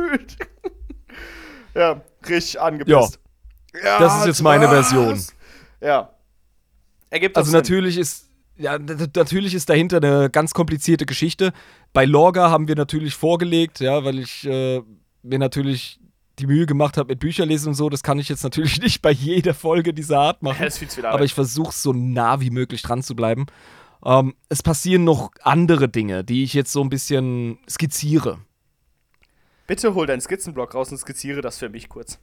Ja, richtig angepisst. Ja, das ist jetzt meine Version. Ja. Ergibt Also natürlich ist dahinter eine ganz komplizierte Geschichte. Bei Lorga haben wir natürlich vorgelegt, ja, weil ich mir natürlich die Mühe gemacht habe mit Bücherlesen und so. Das kann ich jetzt natürlich nicht bei jeder Folge dieser Art machen. Das ist viel zu viel Arbeit. Aber ich versuche so nah wie möglich dran zu bleiben. Es passieren noch andere Dinge, die ich jetzt so ein bisschen skizziere. Bitte hol deinen Skizzenblock raus und skizziere das für mich kurz.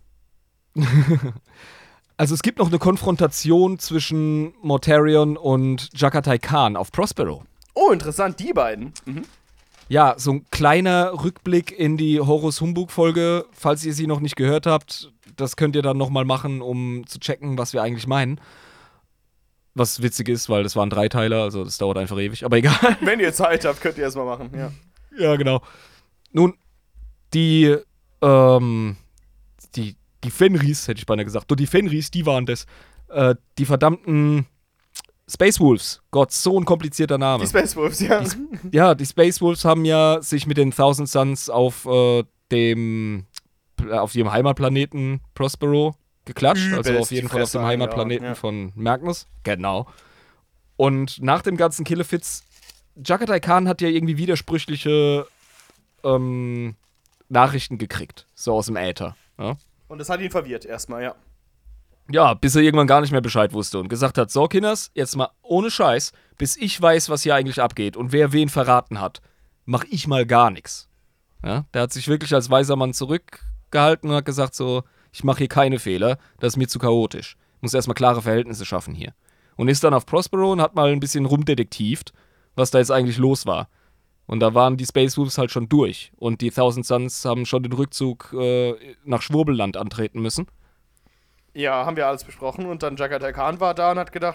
Also es gibt noch eine Konfrontation zwischen Mortarion und Jakatai Khan auf Prospero. Oh, interessant, die beiden. Mhm. Ja, so ein kleiner Rückblick in die Horus Humbug-Folge, falls ihr sie noch nicht gehört habt. Das könnt ihr dann nochmal machen, um zu checken, was wir eigentlich meinen. Was witzig ist, weil das waren 3 Teiler, also das dauert einfach ewig, aber egal. Wenn ihr Zeit habt, könnt ihr es mal machen, ja. Ja, genau. Nun, die Fenris, hätte ich beinahe gesagt. Nur die Fenris, die waren das. Die verdammten Space Wolves. Gott, so ein komplizierter Name. Die Space Wolves, ja. Ja, die Space Wolves haben ja sich mit den Thousand Suns auf ihrem Heimatplaneten Prospero geklatscht. Übelst Also auf die jeden Fall auf Fresse dem Heimatplaneten eingehauen, von Magnus. Genau. Und nach dem ganzen Killefits, Jakatai Khan hat ja irgendwie widersprüchliche Nachrichten gekriegt. So aus dem Äther. Ja? Und das hat ihn verwirrt erstmal, ja. Ja, bis er irgendwann gar nicht mehr Bescheid wusste und gesagt hat, so Kinders, jetzt mal ohne Scheiß, bis ich weiß, was hier eigentlich abgeht und wer wen verraten hat, mach ich mal gar nichts. Ja, der hat sich wirklich als weiser Mann zurückgehalten und hat gesagt so, ich mache hier keine Fehler, das ist mir zu chaotisch. Ich muss erstmal klare Verhältnisse schaffen hier. Und ist dann auf Prospero und hat mal ein bisschen rumdetektivt, was da jetzt eigentlich los war. Und da waren die Space Wolves halt schon durch und die Thousand Suns haben schon den Rückzug nach Schwurbelland antreten müssen. Ja, haben wir alles besprochen und dann Jagatai Khan war da und hat gedacht,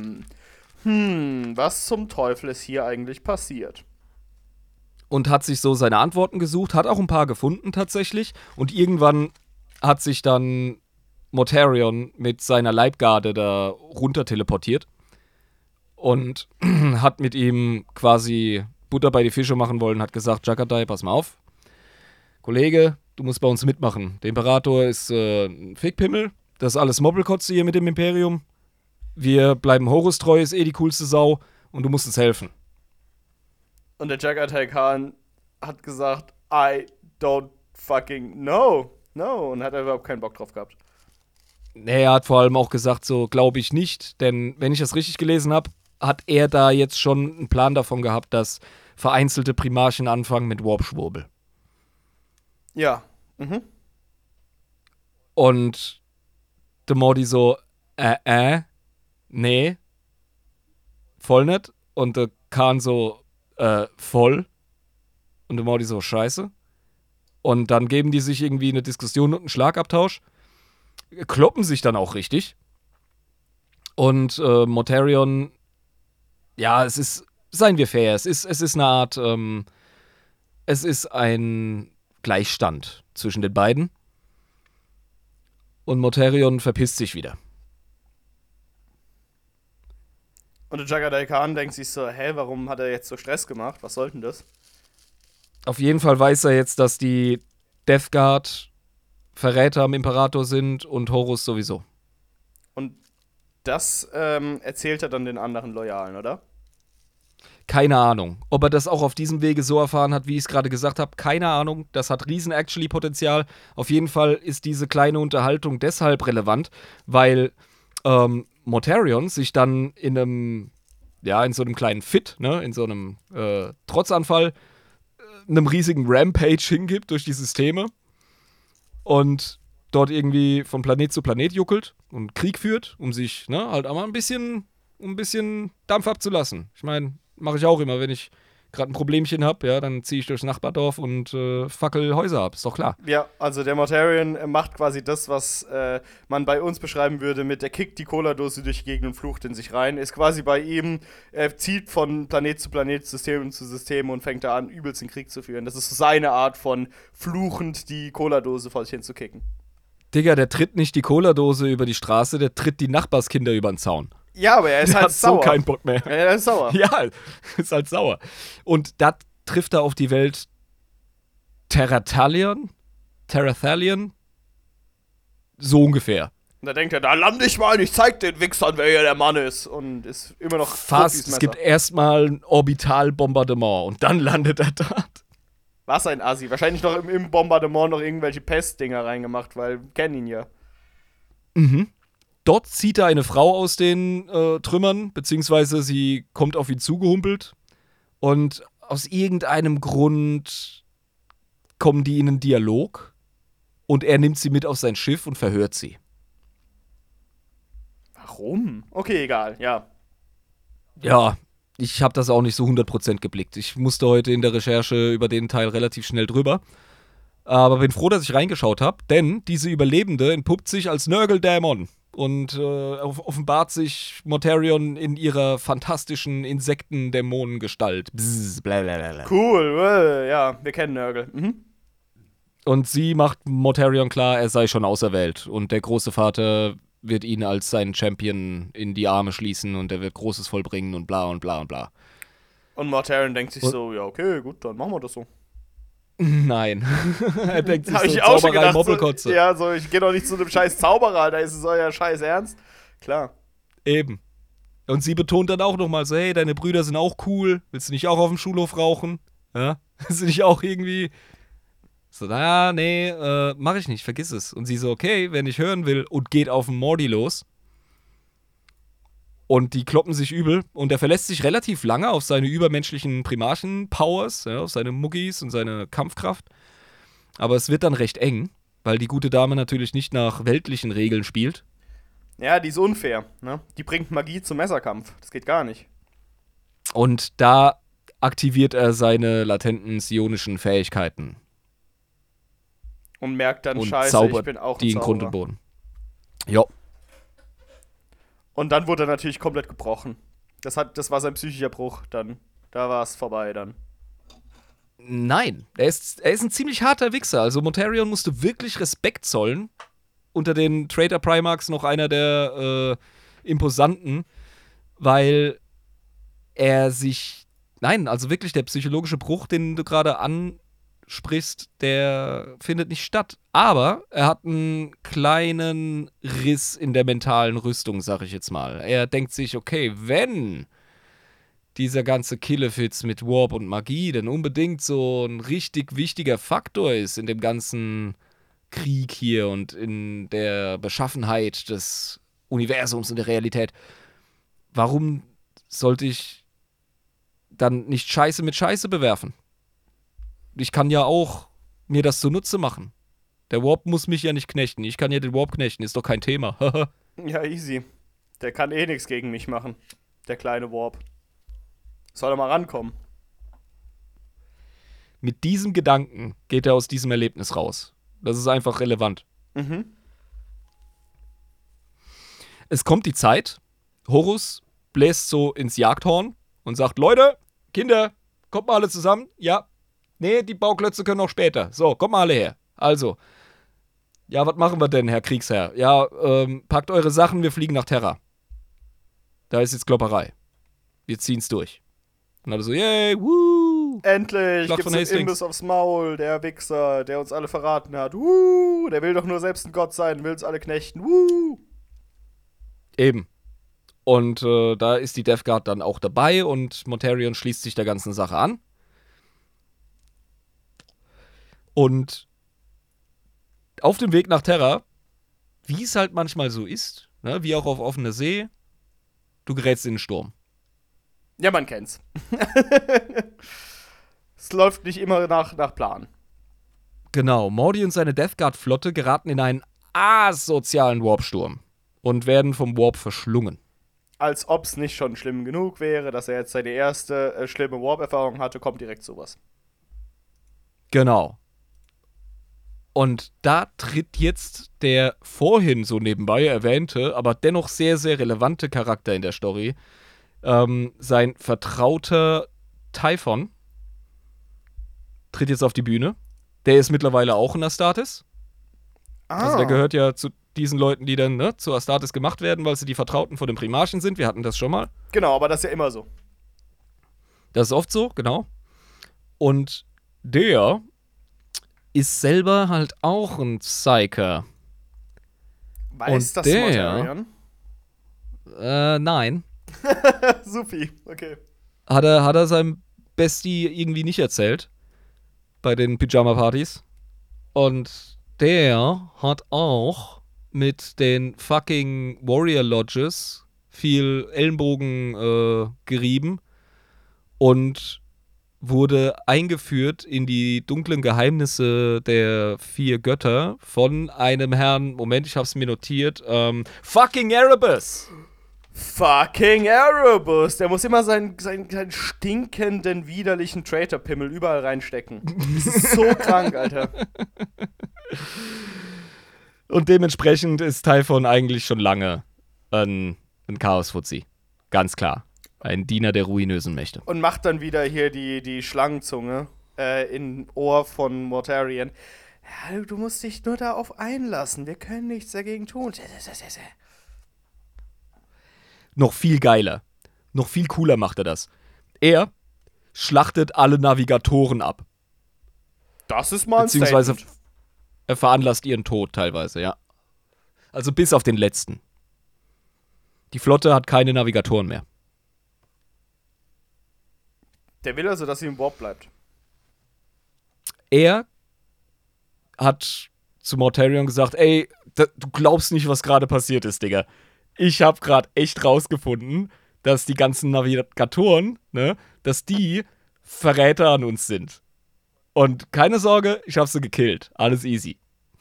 was zum Teufel ist hier eigentlich passiert? Und hat sich so seine Antworten gesucht, hat auch ein paar gefunden tatsächlich. Und irgendwann hat sich dann Mortarion mit seiner Leibgarde da runter teleportiert und hat mit ihm quasi Butter bei die Fische machen wollen, hat gesagt, Jagatai, pass mal auf, Kollege, du musst bei uns mitmachen. Der Imperator ist ein Fickpimmel, das ist alles Mobbelkotze hier mit dem Imperium. Wir bleiben Horus treu, ist die coolste Sau und du musst uns helfen. Und der Jagatai Khan hat gesagt, I don't fucking know. No, und hat er überhaupt keinen Bock drauf gehabt. Nee, er hat vor allem auch gesagt, so glaube ich nicht, denn wenn ich das richtig gelesen habe, hat er da jetzt schon einen Plan davon gehabt, dass vereinzelte Primarchen anfangen mit Warp-Schwurbel. Ja. Und der Mordi so, nee, voll nicht. Und der Khan so, voll. Und der Mordi so, scheiße. Und dann geben die sich irgendwie eine Diskussion und einen Schlagabtausch. Kloppen sich dann auch richtig. Und Mortarion, ja, es ist, seien wir fair, es ist eine Art, es ist ein Gleichstand zwischen den beiden. Und Mortarion verpisst sich wieder. Und der Jagatai Khan denkt sich so, warum hat er jetzt so Stress gemacht? Was soll denn das? Auf jeden Fall weiß er jetzt, dass die Death Guard Verräter am Imperator sind und Horus sowieso. Und das erzählt er dann den anderen Loyalen, oder? Keine Ahnung. Ob er das auch auf diesem Wege so erfahren hat, wie ich es gerade gesagt habe, keine Ahnung. Das hat Riesen-Actually-Potenzial. Auf jeden Fall ist diese kleine Unterhaltung deshalb relevant, weil Mortarion sich dann in so einem kleinen Fit, ne, in so einem Trotzanfall, einem riesigen Rampage hingibt durch die Systeme und dort irgendwie von Planet zu Planet juckelt und Krieg führt, um sich halt auch mal ein bisschen Dampf abzulassen. Ich meine, mache ich auch immer, wenn ich gerade ein Problemchen habe, ja, dann ziehe ich durchs Nachbardorf und fackel Häuser ab, ist doch klar. Ja, also der Mortarion macht quasi das, was man bei uns beschreiben würde mit, der kickt die Cola-Dose durch die Gegend und flucht in sich rein, ist quasi bei ihm, er zieht von Planet zu Planet, System zu System und fängt da an, übelst den Krieg zu führen. Das ist seine Art von fluchend die Cola-Dose vor sich hin zu kicken. Digga, der tritt nicht die Cola-Dose über die Straße, der tritt die Nachbarskinder über den Zaun. Ja, aber er ist der halt hat sauer. so keinen Bock mehr. Ja, er ist sauer. Ja, ist halt sauer. Und da trifft er auf die Welt Terrathalion, so ungefähr. Und da denkt er, da lande ich mal, ich zeig den Wichsern, wer hier der Mann ist. Und ist immer noch fast. Es gibt erstmal ein Orbitalbombardement und dann landet er dort. Was ein Assi. Wahrscheinlich noch im Bombardement noch irgendwelche Pestdinger reingemacht, weil wir kennen ihn ja. Mhm. Dort zieht er eine Frau aus den Trümmern, beziehungsweise sie kommt auf ihn zugehumpelt. Und aus irgendeinem Grund kommen die in einen Dialog. Und er nimmt sie mit auf sein Schiff und verhört sie. Warum? Okay, egal, ja. Ja, ich habe das auch nicht so 100% geblickt. Ich musste heute in der Recherche über den Teil relativ schnell drüber. Aber bin froh, dass ich reingeschaut habe, denn diese Überlebende entpuppt sich als Nurgle-Dämon. Und offenbart sich Mortarion in ihrer fantastischen Insekten-Dämonengestalt. Cool, ja, wir kennen Nurgle. Mhm. Und sie macht Mortarion klar, er sei schon auserwählt. Und der große Vater wird ihn als seinen Champion in die Arme schließen und er wird Großes vollbringen und bla und bla und bla. Und Mortarion denkt sich so, ja, okay, gut, dann machen wir das so. Nein. Er denkt sich so, ich auch schon gedacht, Mobbelkotze. So, ja, so, ich gehe doch nicht zu einem scheiß Zauberer, da ist es euer scheiß Ernst. Klar. Eben. Und sie betont dann auch nochmal so, hey, deine Brüder sind auch cool, willst du nicht auch auf dem Schulhof rauchen? Ja? Willst du nicht auch irgendwie So, nee, mach ich nicht, vergiss es. Und sie so, okay, wenn ich hören will, und geht auf den Morty los. Und die kloppen sich übel. Und er verlässt sich relativ lange auf seine übermenschlichen Primarchen-Powers, ja, auf seine Muggis und seine Kampfkraft. Aber es wird dann recht eng, weil die gute Dame natürlich nicht nach weltlichen Regeln spielt. Ja, die ist unfair, ne? Die bringt Magie zum Messerkampf. Das geht gar nicht. Und da aktiviert er seine latenten psionischen Fähigkeiten. Und merkt dann, Und scheiße, zaubert ich bin auch ein die in Grund Zauberer. und Boden. Ja. Und dann wurde er natürlich komplett gebrochen. Das war sein psychischer Bruch dann. Da war es vorbei dann. Nein, er ist ein ziemlich harter Wichser. Also Mortarion musste wirklich Respekt zollen. Unter den Traitor Primarchs noch einer der Imposanten, weil er sich. Nein, also wirklich der psychologische Bruch, den du gerade ansprichst, der findet nicht statt. Aber er hat einen kleinen Riss in der mentalen Rüstung, sag ich jetzt mal. Er denkt sich, okay, wenn dieser ganze Killefitz mit Warp und Magie denn unbedingt so ein richtig wichtiger Faktor ist in dem ganzen Krieg hier und in der Beschaffenheit des Universums und der Realität, warum sollte ich dann nicht Scheiße mit Scheiße bewerfen? Ich kann ja auch mir das zunutze machen. Der Warp muss mich ja nicht knechten. Ich kann ja den Warp knechten, ist doch kein Thema. Ja, easy. Der kann eh nichts gegen mich machen. Der kleine Warp. Soll er mal rankommen. Mit diesem Gedanken geht er aus diesem Erlebnis raus. Das ist einfach relevant. Mhm. Es kommt die Zeit. Horus bläst so ins Jagdhorn und sagt, Leute, Kinder, kommt mal alle zusammen. Ja. Nee, die Bauklötze können auch später. So, kommt mal alle her. Also. Ja, was machen wir denn, Herr Kriegsherr? Ja, packt eure Sachen, wir fliegen nach Terra. Da ist jetzt Klopperei. Wir ziehen's durch. Und alle so, yay, woo. Endlich Schlacht gibt's von den Hastings. Imbiss aufs Maul, der Wichser, der uns alle verraten hat. Der will doch nur selbst ein Gott sein, will uns alle knechten. Eben. Und da ist die Death Guard dann auch dabei und Mortarion schließt sich der ganzen Sache an. Und auf dem Weg nach Terra, wie es halt manchmal so ist, ne, wie auch auf offener See, du gerätst in den Sturm. Ja, man kennt's. Es läuft nicht immer nach Plan. Genau, Morty und seine Death Guard-Flotte geraten in einen asozialen Warpsturm und werden vom Warp verschlungen. Als ob's nicht schon schlimm genug wäre, dass er jetzt seine erste schlimme Warp-Erfahrung hatte, kommt direkt sowas. Genau. Und da tritt jetzt der vorhin so nebenbei erwähnte, aber dennoch sehr, sehr relevante Charakter in der Story, sein vertrauter Typhon, tritt jetzt auf die Bühne. Der ist mittlerweile auch in Astartes. Also der gehört ja zu diesen Leuten, die dann zu Astartes gemacht werden, weil sie die Vertrauten von den Primarchen sind. Wir hatten das schon mal. Genau, aber das ist ja immer so. Das ist oft so, genau. Und der ist selber halt auch ein Psyker. Weiß Und das der- Mortarion? Nein. Supi, okay. Hat er seinem Bestie irgendwie nicht erzählt. Bei den Pyjama-Partys. Und der hat auch mit den fucking Warrior Lodges viel Ellenbogen gerieben und wurde eingeführt in die dunklen Geheimnisse der 4 Götter von einem Herrn, Moment, ich hab's mir notiert, fucking Erebus! Fucking Erebus! Der muss immer seinen stinkenden, widerlichen Traitor-Pimmel überall reinstecken. Das ist so krank, Alter. Und dementsprechend ist Typhon eigentlich schon lange ein Chaos-Fuzzi. Ganz klar. Ein Diener der ruinösen Mächte. Und macht dann wieder hier die Schlangenzunge im Ohr von Mortarion. Ja, du musst dich nur darauf einlassen. Wir können nichts dagegen tun. Noch viel geiler. Noch viel cooler macht er das. Er schlachtet alle Navigatoren ab. Das ist mal ein Beziehungsweise Statement. er veranlasst ihren Tod teilweise, ja. Also bis auf den letzten. Die Flotte hat keine Navigatoren mehr. Der will also, dass sie im Warp bleibt. Er hat zu Mortarion gesagt, ey, du glaubst nicht, was gerade passiert ist, Digga. Ich habe gerade echt rausgefunden, dass die ganzen Navigatoren, ne, dass die Verräter an uns sind. Und keine Sorge, ich habe sie gekillt. Alles easy.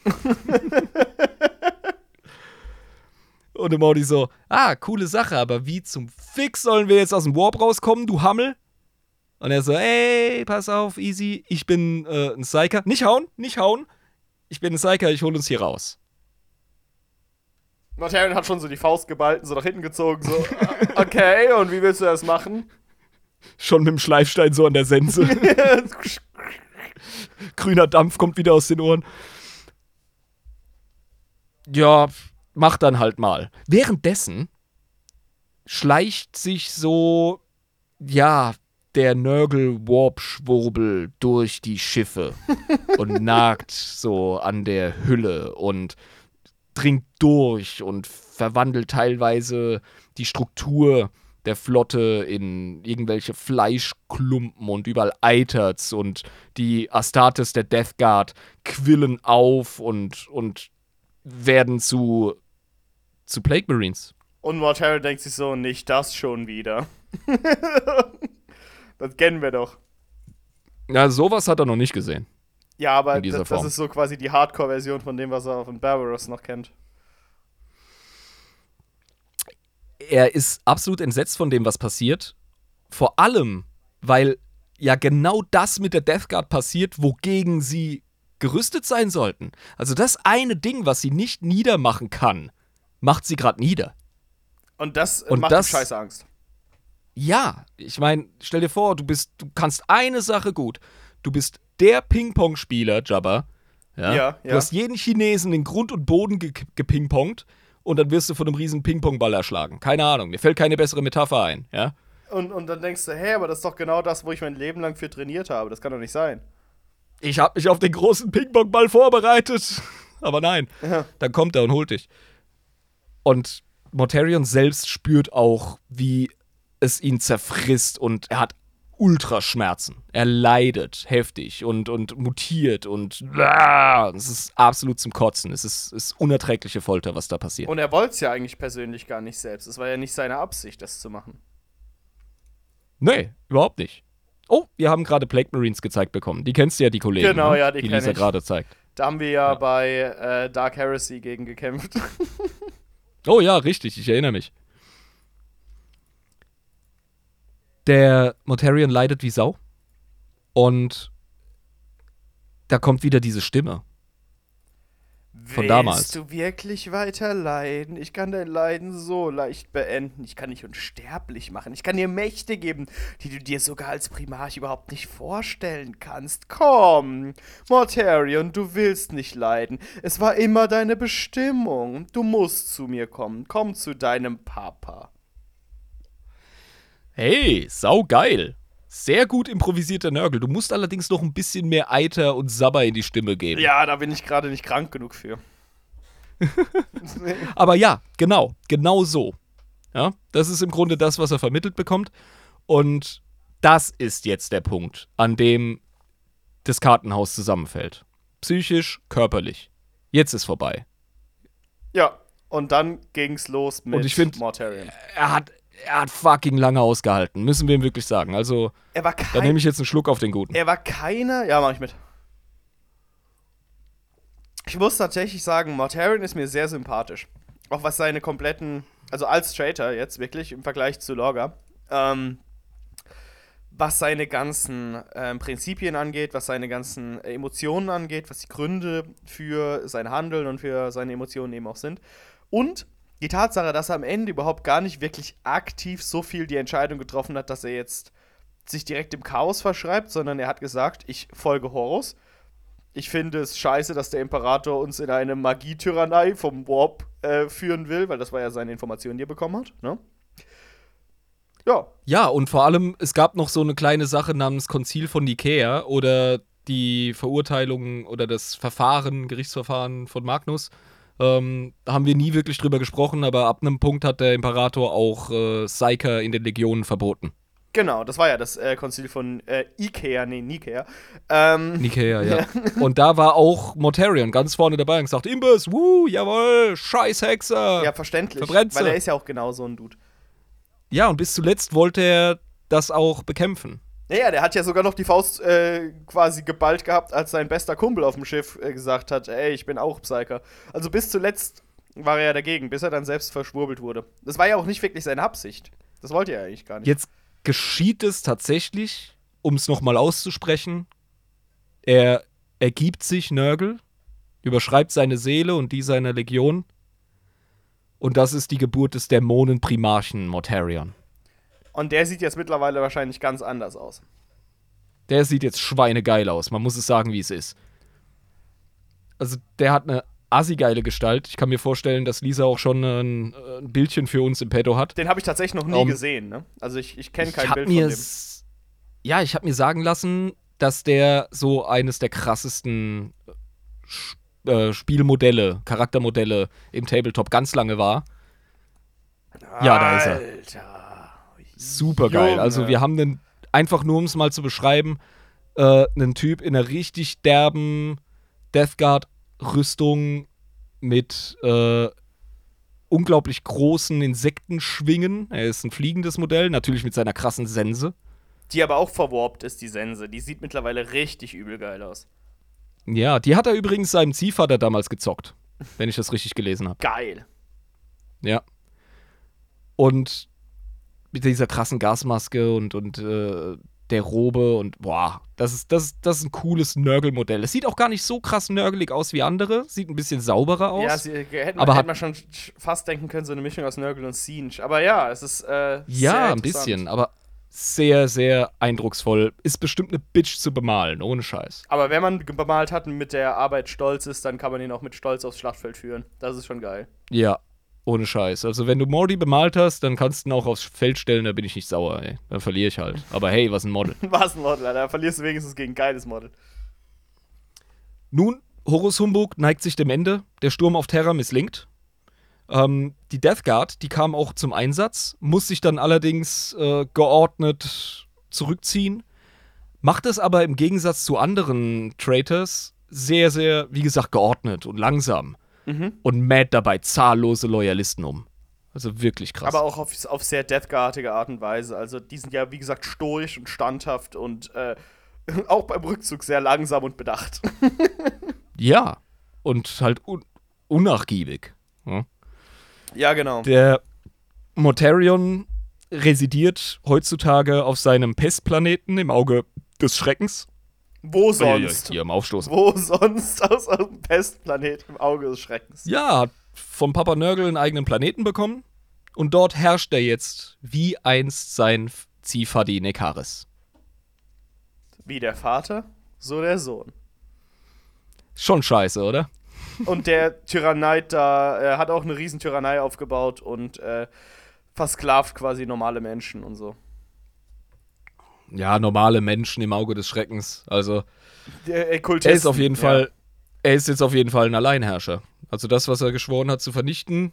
Und der Morty so, coole Sache, aber wie zum Fix sollen wir jetzt aus dem Warp rauskommen, du Hammel? Und er so, ey, pass auf, easy, ich bin ein Psyker. Nicht hauen. Ich bin ein Psyker, ich hol uns hier raus. Mortarion hat schon so die Faust geballt, so nach hinten gezogen, so, okay, und wie willst du das machen? Schon mit dem Schleifstein so an der Sense. Grüner Dampf kommt wieder aus den Ohren. Ja, mach dann halt mal. Währenddessen schleicht sich so, ja, der Nörgel-Warp-Schwurbel durch die Schiffe und nagt so an der Hülle und dringt durch und verwandelt teilweise die Struktur der Flotte in irgendwelche Fleischklumpen und überall eitert's und die Astartes der Death Guard quillen auf und werden zu Plague Marines. Und Mortarion denkt sich so, nicht das schon wieder. Das kennen wir doch. Na, sowas hat er noch nicht gesehen. Ja, aber das ist so quasi die Hardcore-Version von dem, was er von Barbaros noch kennt. Er ist absolut entsetzt von dem, was passiert. Vor allem, weil ja genau das mit der Death Guard passiert, wogegen sie gerüstet sein sollten. Also das eine Ding, was sie nicht niedermachen kann, macht sie gerade nieder. Und das macht ihm scheiße Angst. Ja, ich meine, stell dir vor, du kannst eine Sache gut. Du bist der Ping-Pong-Spieler, Jabba. Ja. Du hast jeden Chinesen in Grund und Boden gepingpongt und dann wirst du von einem riesen Ping-Pong-Ball erschlagen. Keine Ahnung, mir fällt keine bessere Metapher ein, ja. Und dann denkst du, hey, aber das ist doch genau das, wo ich mein Leben lang für trainiert habe. Das kann doch nicht sein. Ich habe mich auf den großen Ping-Pong-Ball vorbereitet. Aber nein, Dann kommt er und holt dich. Und Mortarion selbst spürt auch, wie es ihn zerfrisst und er hat Ultraschmerzen. Er leidet heftig und mutiert und es ist absolut zum Kotzen. Es ist unerträgliche Folter, was da passiert. Und er wollte es ja eigentlich persönlich gar nicht selbst. Es war ja nicht seine Absicht, das zu machen. Nee, überhaupt nicht. Oh, wir haben gerade Plague Marines gezeigt bekommen. Die kennst du ja, die Kollegen. Genau, ne? ja, die Lisa gerade zeigt. Da haben wir ja bei Dark Heresy gegen gekämpft. Oh ja, richtig, ich erinnere mich. Der Mortarion leidet wie Sau. Und da kommt wieder diese Stimme. Von damals. Willst du wirklich weiter leiden? Ich kann dein Leiden so leicht beenden. Ich kann dich unsterblich machen. Ich kann dir Mächte geben, die du dir sogar als Primarch überhaupt nicht vorstellen kannst. Komm, Mortarion, du willst nicht leiden. Es war immer deine Bestimmung. Du musst zu mir kommen. Komm zu deinem Papa. Hey, saugeil. Sehr gut improvisierter Nörgel. Du musst allerdings noch ein bisschen mehr Eiter und Sabber in die Stimme geben. Ja, da bin ich gerade nicht krank genug für. Aber ja, genau so. Ja, das ist im Grunde das, was er vermittelt bekommt. Und das ist jetzt der Punkt, an dem das Kartenhaus zusammenfällt. Psychisch, körperlich. Jetzt ist vorbei. Ja, und dann ging's los mit und ich find, Mortarion. Er hat fucking lange ausgehalten, müssen wir ihm wirklich sagen. Also, da nehme ich jetzt einen Schluck auf den Guten. Er war keiner. Ja, mach ich mit. Ich muss tatsächlich sagen, Mortarion ist mir sehr sympathisch. Auch was seine kompletten, also als Traitor jetzt wirklich im Vergleich zu Lorga, was seine ganzen Prinzipien angeht, was seine ganzen Emotionen angeht, was die Gründe für sein Handeln und für seine Emotionen eben auch sind. Und die Tatsache, dass er am Ende überhaupt gar nicht wirklich aktiv so viel die Entscheidung getroffen hat, dass er jetzt sich direkt im Chaos verschreibt, sondern er hat gesagt, ich folge Horus. Ich finde es scheiße, dass der Imperator uns in eine Magietyrannei vom Warp führen will, weil das war ja seine Information, die er bekommen hat, ne? Ja. Ja, und vor allem, es gab noch so eine kleine Sache namens Konzil von Nikäa oder die Verurteilung oder das Gerichtsverfahren von Magnus. Haben wir nie wirklich drüber gesprochen, aber ab einem Punkt hat der Imperator auch Psyker in den Legionen verboten. Genau, das war ja das Konzil von Nicaea. Nicaea, ja. Und da war auch Mortarion ganz vorne dabei und gesagt, Imbiss, jawohl, scheiß Hexer. Ja, verständlich, Verbrennst weil du. er ist ja auch genau so ein Dude. Ja, und bis zuletzt wollte er das auch bekämpfen. Naja, der hat ja sogar noch die Faust quasi geballt gehabt, als sein bester Kumpel auf dem Schiff gesagt hat, ey, ich bin auch Psyker. Also bis zuletzt war er ja dagegen, bis er dann selbst verschwurbelt wurde. Das war ja auch nicht wirklich seine Absicht. Das wollte er eigentlich gar nicht. Jetzt geschieht es tatsächlich, um es nochmal auszusprechen, er ergibt sich Nurgle, überschreibt seine Seele und die seiner Legion. Und das ist die Geburt des Dämonenprimarchen Mortarion. Und der sieht jetzt mittlerweile wahrscheinlich ganz anders aus. Der sieht jetzt schweinegeil aus, man muss es sagen, wie es ist. Also der hat eine assi-geile Gestalt. Ich kann mir vorstellen, dass Lisa auch schon ein Bildchen für uns im Petto hat. Den habe ich tatsächlich noch nie gesehen, ne? Also ich kenne kein Bild von dem. Ja, ich habe mir sagen lassen, dass der so eines der krassesten Spielmodelle, Charaktermodelle im Tabletop ganz lange war. Ja, da ist er. Alter. Super geil. Junge. Also wir haben einen, einfach nur um es mal zu beschreiben, einen Typ in einer richtig derben Death Guard-Rüstung mit unglaublich großen Insektenschwingen. Er ist ein fliegendes Modell, natürlich mit seiner krassen Sense. Die aber auch verwarpt ist, die Sense. Die sieht mittlerweile richtig übel geil aus. Ja, die hat er übrigens seinem Ziehvater damals gezockt, wenn ich das richtig gelesen habe. Geil. Ja. Und mit dieser krassen Gasmaske und der Robe und boah, das ist ein cooles Nurgle-Modell. Es sieht auch gar nicht so krass nörgelig aus wie andere, sieht ein bisschen sauberer aus. Ja, hätte aber man schon fast denken können, so eine Mischung aus Nurgle und Siege. Aber ja, es ist ja, sehr ein bisschen, aber sehr, sehr eindrucksvoll. Ist bestimmt eine Bitch zu bemalen, ohne Scheiß. Aber wenn man bemalt hat und mit der Arbeit stolz ist, dann kann man ihn auch mit Stolz aufs Schlachtfeld führen. Das ist schon geil. Ja, ohne Scheiß. Also wenn du Morty bemalt hast, dann kannst du ihn auch aufs Feld stellen, da bin ich nicht sauer, ey. Dann verliere ich halt. Aber hey, was ein Model. Was ein Model, Alter. Da verlierst du wenigstens gegen ein geiles Model. Nun, Horus Humbug neigt sich dem Ende. Der Sturm auf Terra misslingt. Die Death Guard, die kam auch zum Einsatz, muss sich dann allerdings geordnet zurückziehen, macht es aber im Gegensatz zu anderen Traitors sehr, sehr, wie gesagt, geordnet und langsam und mäht dabei zahllose Loyalisten um. Also wirklich krass. Aber auch auf sehr Death Guardige Art und Weise. Also die sind ja, wie gesagt, stoisch und standhaft und auch beim Rückzug sehr langsam und bedacht. Ja, und halt unnachgiebig. Ja. Ja, genau. Der Mortarion residiert heutzutage auf seinem Pestplaneten im Auge des Schreckens. Wo sonst? Hier im Aufstoß. Wo sonst außer dem Pestplanet im Auge des Schreckens? Ja, hat vom Papa Nurgle einen eigenen Planeten bekommen. Und dort herrscht er jetzt wie einst sein Ziehvati Nekaris. Wie der Vater, so der Sohn. Schon scheiße, oder? Und der Tyranneit da hat auch eine riesen Tyrannei aufgebaut und versklavt quasi normale Menschen und so. Ja, normale Menschen im Auge des Schreckens. Also, Er ist auf jeden Fall, er ist jetzt auf jeden Fall ein Alleinherrscher. Also das, was er geschworen hat zu vernichten,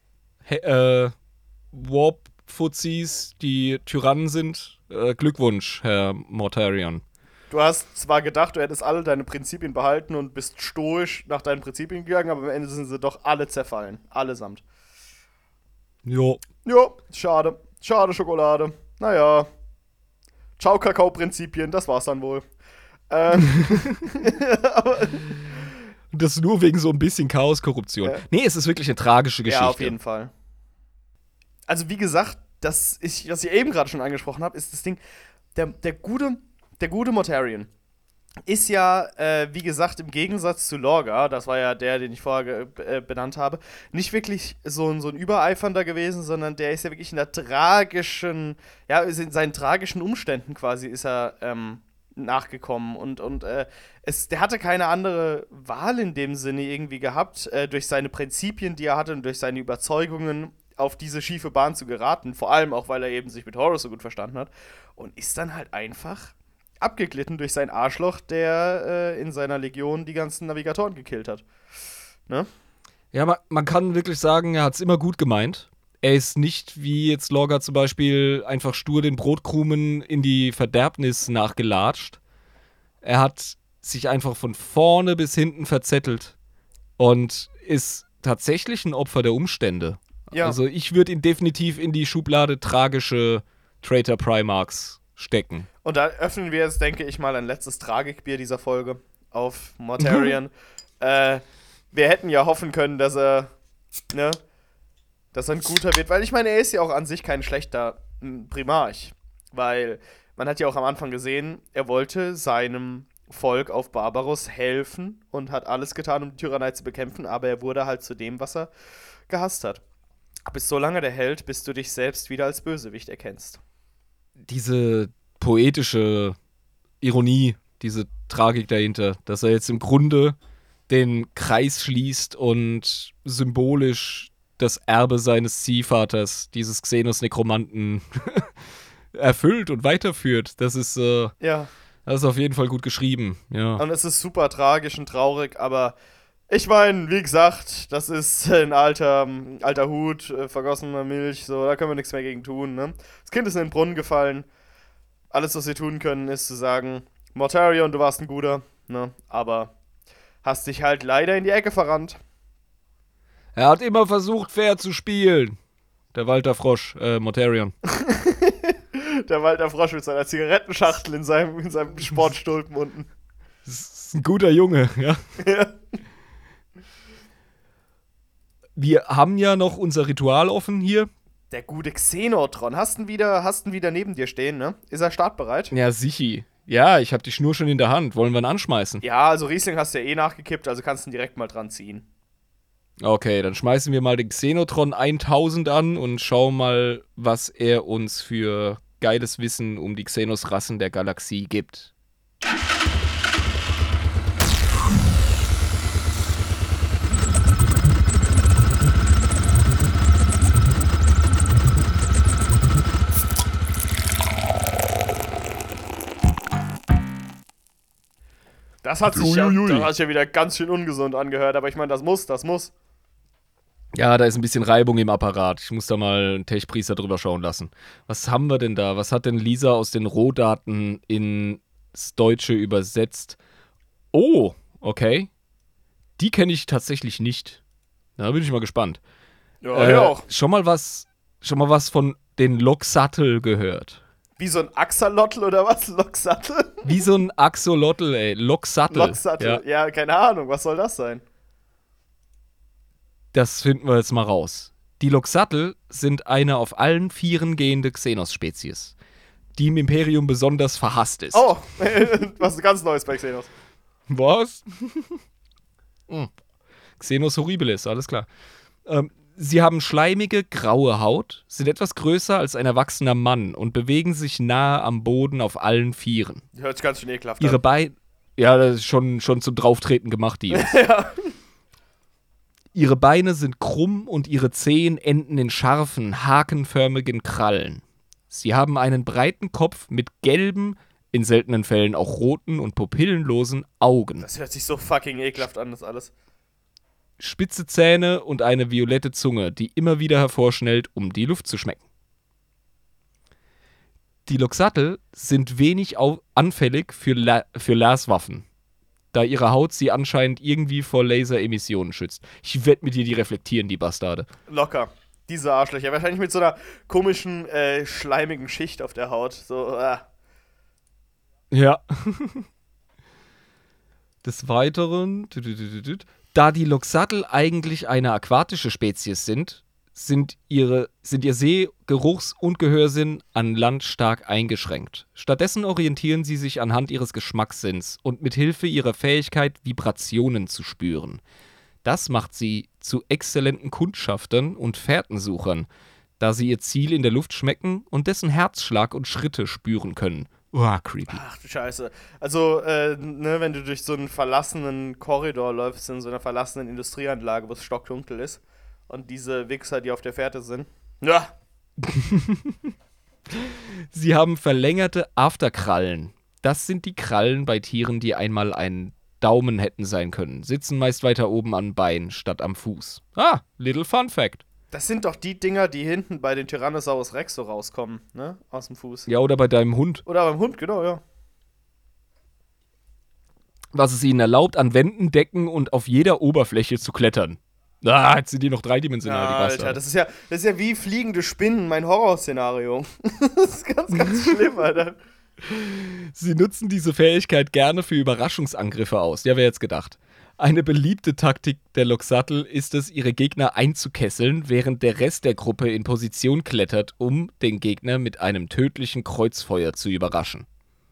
Warp-Fuzis, die Tyrannen sind, Glückwunsch, Herr Mortarion. Du hast zwar gedacht, du hättest alle deine Prinzipien behalten und bist stoisch nach deinen Prinzipien gegangen, aber am Ende sind sie doch alle zerfallen. Allesamt. Jo. Jo, schade. Schade, Schokolade. Naja. Ciao, Kakao-Prinzipien, das war's dann wohl. Aber Das nur wegen so ein bisschen Chaos-Korruption. Nee, es ist wirklich eine tragische Geschichte. ja, auf jeden Fall. Also, wie gesagt, was ich eben gerade schon angesprochen habe, ist das Ding, der gute Mortarion ist ja, wie gesagt, im Gegensatz zu Lorgar, das war ja der, den ich vorher benannt habe, nicht wirklich so ein Übereifernder gewesen, sondern der ist ja wirklich in der tragischen, ja, in seinen tragischen Umständen quasi ist er nachgekommen und der hatte keine andere Wahl in dem Sinne irgendwie gehabt, durch seine Prinzipien, die er hatte und durch seine Überzeugungen auf diese schiefe Bahn zu geraten, vor allem auch, weil er eben sich mit Horus so gut verstanden hat und ist dann halt einfach abgeglitten durch sein Arschloch, der in seiner Legion die ganzen Navigatoren gekillt hat. Ne? Ja, man kann wirklich sagen, er hat es immer gut gemeint. er ist nicht wie jetzt Lorga zum Beispiel einfach stur den Brotkrumen in die Verderbnis nachgelatscht. Er hat sich einfach von vorne bis hinten verzettelt und ist tatsächlich ein Opfer der Umstände. Ja. Also ich würde ihn definitiv in die Schublade tragische Traitor Primarchs stecken. Und da öffnen wir jetzt, denke ich mal, ein letztes Tragikbier dieser Folge auf Mortarion. Wir hätten ja hoffen können, dass er ein guter wird. Weil ich meine, er ist ja auch an sich kein schlechter Primarch. Weil man hat ja auch am Anfang gesehen, er wollte seinem Volk auf Barbaros helfen und hat alles getan, um die Tyrannei zu bekämpfen, aber er wurde halt zu dem, was er gehasst hat. Bist so lange der Held, bis du dich selbst wieder als Bösewicht erkennst. Diese poetische Ironie, diese Tragik dahinter, dass er jetzt im Grunde den Kreis schließt und symbolisch das Erbe seines Ziehvaters, dieses Xenos-Nekromanten, erfüllt und weiterführt. Das ist auf jeden Fall gut geschrieben. Ja. Und es ist super tragisch und traurig, aber ich meine, wie gesagt, das ist ein alter Hut, vergossene Milch, so, da können wir nichts mehr gegen tun, ne? Das Kind ist in den Brunnen gefallen. Alles, was wir tun können, ist zu sagen, Mortarion, du warst ein Guter, ne? Aber hast dich halt leider in die Ecke verrannt. Er hat immer versucht, fair zu spielen. Der Walter Frosch, Mortarion. Der Walter Frosch mit seiner Zigarettenschachtel in seinem Sportstulpen unten. Das ist ein guter Junge, ja. Ja. Wir haben ja noch unser Ritual offen hier. Der gute Xenotron. Hast ihn wieder neben dir stehen, ne? Ist er startbereit? Ja, sichi. Ja, ich hab die Schnur schon in der Hand. Wollen wir ihn anschmeißen? Ja, also Riesling hast du ja eh nachgekippt, also kannst du ihn direkt mal dran ziehen. Okay, dann schmeißen wir mal den Xenotron 1000 an und schauen mal, was er uns für geiles Wissen um die Xenos-Rassen der Galaxie gibt. Das hat sich ja wieder ganz schön ungesund angehört, aber ich meine, das muss. Ja, da ist ein bisschen Reibung im Apparat. Ich muss da mal einen Tech-Priester drüber schauen lassen. Was haben wir denn da? Was hat denn Lisa aus den Rohdaten ins Deutsche übersetzt? Oh, okay. Die kenne ich tatsächlich nicht. Da bin ich mal gespannt. Ja, ich auch. Schon mal was von den Loxatl gehört. Wie so ein Axolotl oder was? Loxatl? Wie so ein Axolotl, ey. Loxatl. Loxatl, ja, keine Ahnung. Was soll das sein? Das finden wir jetzt mal raus. Die Loxatl sind eine auf allen Vieren gehende Xenos-Spezies, die im Imperium besonders verhasst ist. Oh, was ganz Neues bei Xenos. Was? Xenos horribilis, alles klar. Sie haben schleimige, graue Haut, sind etwas größer als ein erwachsener Mann und bewegen sich nahe am Boden auf allen Vieren. Hört sich ganz schön ekelhaft Ihre an. Beine. Ja, das ist schon zum Drauftreten gemacht, die Jungs. Ja. Ihre Beine sind krumm und ihre Zehen enden in scharfen, hakenförmigen Krallen. Sie haben einen breiten Kopf mit gelben, in seltenen Fällen auch roten und pupillenlosen Augen. Das hört sich so fucking ekelhaft an, das alles. Spitze Zähne und eine violette Zunge, die immer wieder hervorschnellt, um die Luft zu schmecken. Die Loxatl sind wenig anfällig für Laswaffen, da ihre Haut sie anscheinend irgendwie vor Laseremissionen schützt. Ich wette mit dir, die reflektieren, die Bastarde. Locker. Diese Arschlöcher. Wahrscheinlich mit so einer komischen, schleimigen Schicht auf der Haut. So, Ja. Des Weiteren, da die Loxatl eigentlich eine aquatische Spezies sind ihr Seh-, Geruchs- und Gehörsinn an Land stark eingeschränkt. Stattdessen orientieren sie sich anhand ihres Geschmackssinns und mit Hilfe ihrer Fähigkeit, Vibrationen zu spüren. Das macht sie zu exzellenten Kundschaftern und Fährtensuchern, da sie ihr Ziel in der Luft schmecken und dessen Herzschlag und Schritte spüren können. Creepy. Ach du Scheiße. Also, wenn du durch so einen verlassenen Korridor läufst, in so einer verlassenen Industrieanlage, wo es stockdunkel ist, und diese Wichser, die auf der Fährte sind. Ja. Sie haben verlängerte Afterkrallen. Das sind die Krallen bei Tieren, die einmal ein Daumen hätten sein können. Sitzen meist weiter oben am Bein statt am Fuß. Little Fun Fact. Das sind doch die Dinger, die hinten bei den Tyrannosaurus Rex so rauskommen, ne? Aus dem Fuß. Ja, oder bei deinem Hund. Oder beim Hund, genau, ja. Was es ihnen erlaubt, an Wänden, Decken und auf jeder Oberfläche zu klettern. Jetzt sind die noch dreidimensional, die Alter, Bastarde. das ist ja wie fliegende Spinnen, mein Horrorszenario. Das ist ganz, ganz schlimm, Alter. Sie nutzen diese Fähigkeit gerne für Überraschungsangriffe aus. Ja, wer jetzt gedacht. Eine beliebte Taktik der Loxatl ist es, ihre Gegner einzukesseln, während der Rest der Gruppe in Position klettert, um den Gegner mit einem tödlichen Kreuzfeuer zu überraschen.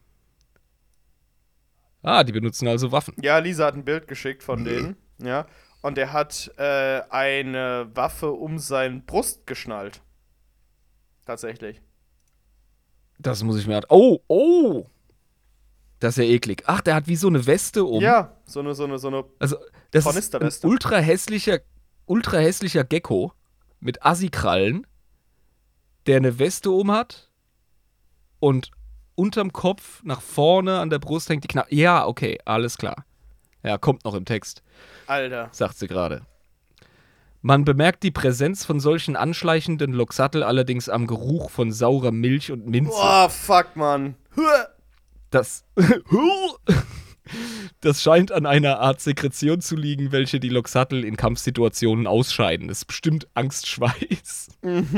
Die benutzen also Waffen. Ja, Lisa hat ein Bild geschickt von denen, ja. Und er hat eine Waffe um seine Brust geschnallt. Tatsächlich. Das muss ich mir... Oh! Das ist ja eklig. Ach, der hat wie so eine Weste um. Ja, so eine Also, das ist ein Tornisterweste. ultra hässlicher Gecko mit Assi-Krallen, der eine Weste um hat und unterm Kopf nach vorne an der Brust hängt die Knarre. Ja, okay, alles klar. Ja, kommt noch im Text, Alter. sagt sie gerade. Man bemerkt die Präsenz von solchen anschleichenden Loxatl allerdings am Geruch von saurer Milch und Minze. Boah, fuck, Mann. Das scheint an einer Art Sekretion zu liegen, welche die Loxatl in Kampfsituationen ausscheiden. Das ist bestimmt Angstschweiß.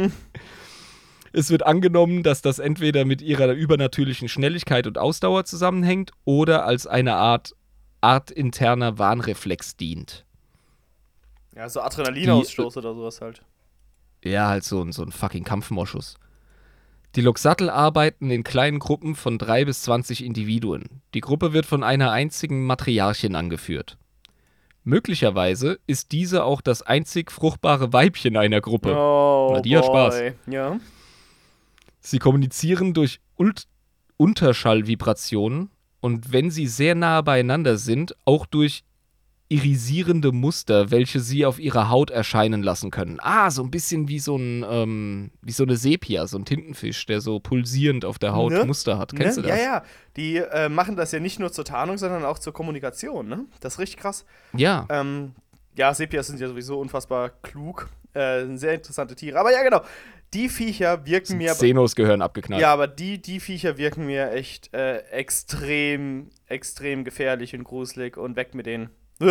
Es wird angenommen, dass das entweder mit ihrer übernatürlichen Schnelligkeit und Ausdauer zusammenhängt oder als eine Art interner Warnreflex dient. Ja, so Adrenalinausstoß oder sowas halt. Ja, halt so ein fucking Kampfmoschus. Die Loxatl arbeiten in kleinen Gruppen von 3 bis 20 Individuen. Die Gruppe wird von einer einzigen Matriarchin angeführt. Möglicherweise ist diese auch das einzig fruchtbare Weibchen einer Gruppe. Oh, Na, die hat Spaß. Ja. Sie kommunizieren durch Unterschallvibrationen und wenn sie sehr nah beieinander sind, auch durch irisierende Muster, welche sie auf ihrer Haut erscheinen lassen können. So ein bisschen wie so eine Sepia, so ein Tintenfisch, der so pulsierend auf der Haut Muster hat. Kennst du das? Ja. Die machen das ja nicht nur zur Tarnung, sondern auch zur Kommunikation, ne? Das ist richtig krass. Ja. Ja, Sepias sind ja sowieso unfassbar klug. Sehr interessante Tiere. Aber ja, genau. Die Viecher wirken mir... Xenos gehören abgeknallt. Ja, aber die Viecher wirken mir echt extrem, extrem gefährlich und gruselig und weg mit denen.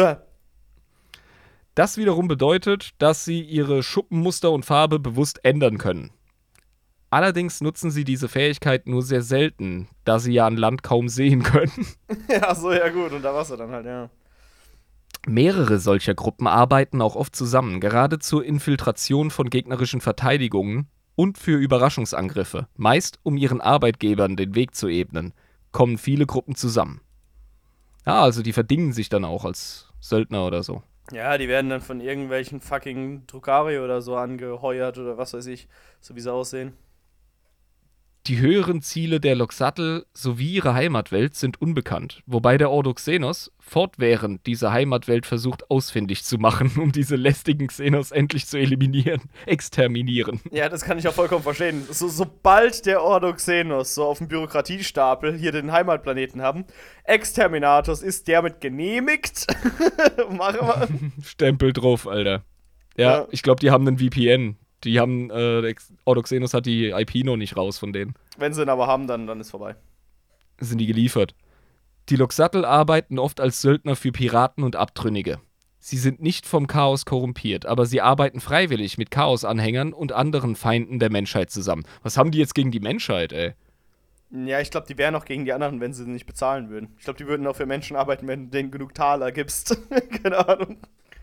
Das wiederum bedeutet, dass sie ihre Schuppenmuster und Farbe bewusst ändern können. Allerdings nutzen sie diese Fähigkeit nur sehr selten, da sie ja an Land kaum sehen können. Ja, so, ja gut. Unter Wasser dann halt, ja. Mehrere solcher Gruppen arbeiten auch oft zusammen, gerade zur Infiltration von gegnerischen Verteidigungen und für Überraschungsangriffe. Meist, um ihren Arbeitgebern den Weg zu ebnen, kommen viele Gruppen zusammen. Also die verdingen sich dann auch als Söldner oder so. Ja, die werden dann von irgendwelchen fucking Drukari oder so angeheuert oder was weiß ich, so wie sie aussehen. Die höheren Ziele der Loxatl sowie ihre Heimatwelt sind unbekannt, wobei der Ordo Xenos fortwährend diese Heimatwelt versucht ausfindig zu machen, um diese lästigen Xenos endlich zu exterminieren. Ja, das kann ich auch vollkommen verstehen. Sobald der Ordo Xenos so auf dem Bürokratiestapel hier den Heimatplaneten haben, Exterminatus ist damit genehmigt. Machen wir. Stempel drauf, Alter. Ja. Ich glaube, die haben einen VPN. Die haben, Ordo Xenos hat die IP noch nicht raus von denen. Wenn sie ihn aber haben, dann ist vorbei. Sind die geliefert. Die Loxatl arbeiten oft als Söldner für Piraten und Abtrünnige. Sie sind nicht vom Chaos korrumpiert, aber sie arbeiten freiwillig mit Chaos-Anhängern und anderen Feinden der Menschheit zusammen. Was haben die jetzt gegen die Menschheit, ey? Ja, ich glaube, die wären auch gegen die anderen, wenn sie nicht bezahlen würden. Ich glaube, die würden auch für Menschen arbeiten, wenn du denen genug Taler gibst. Keine Ahnung.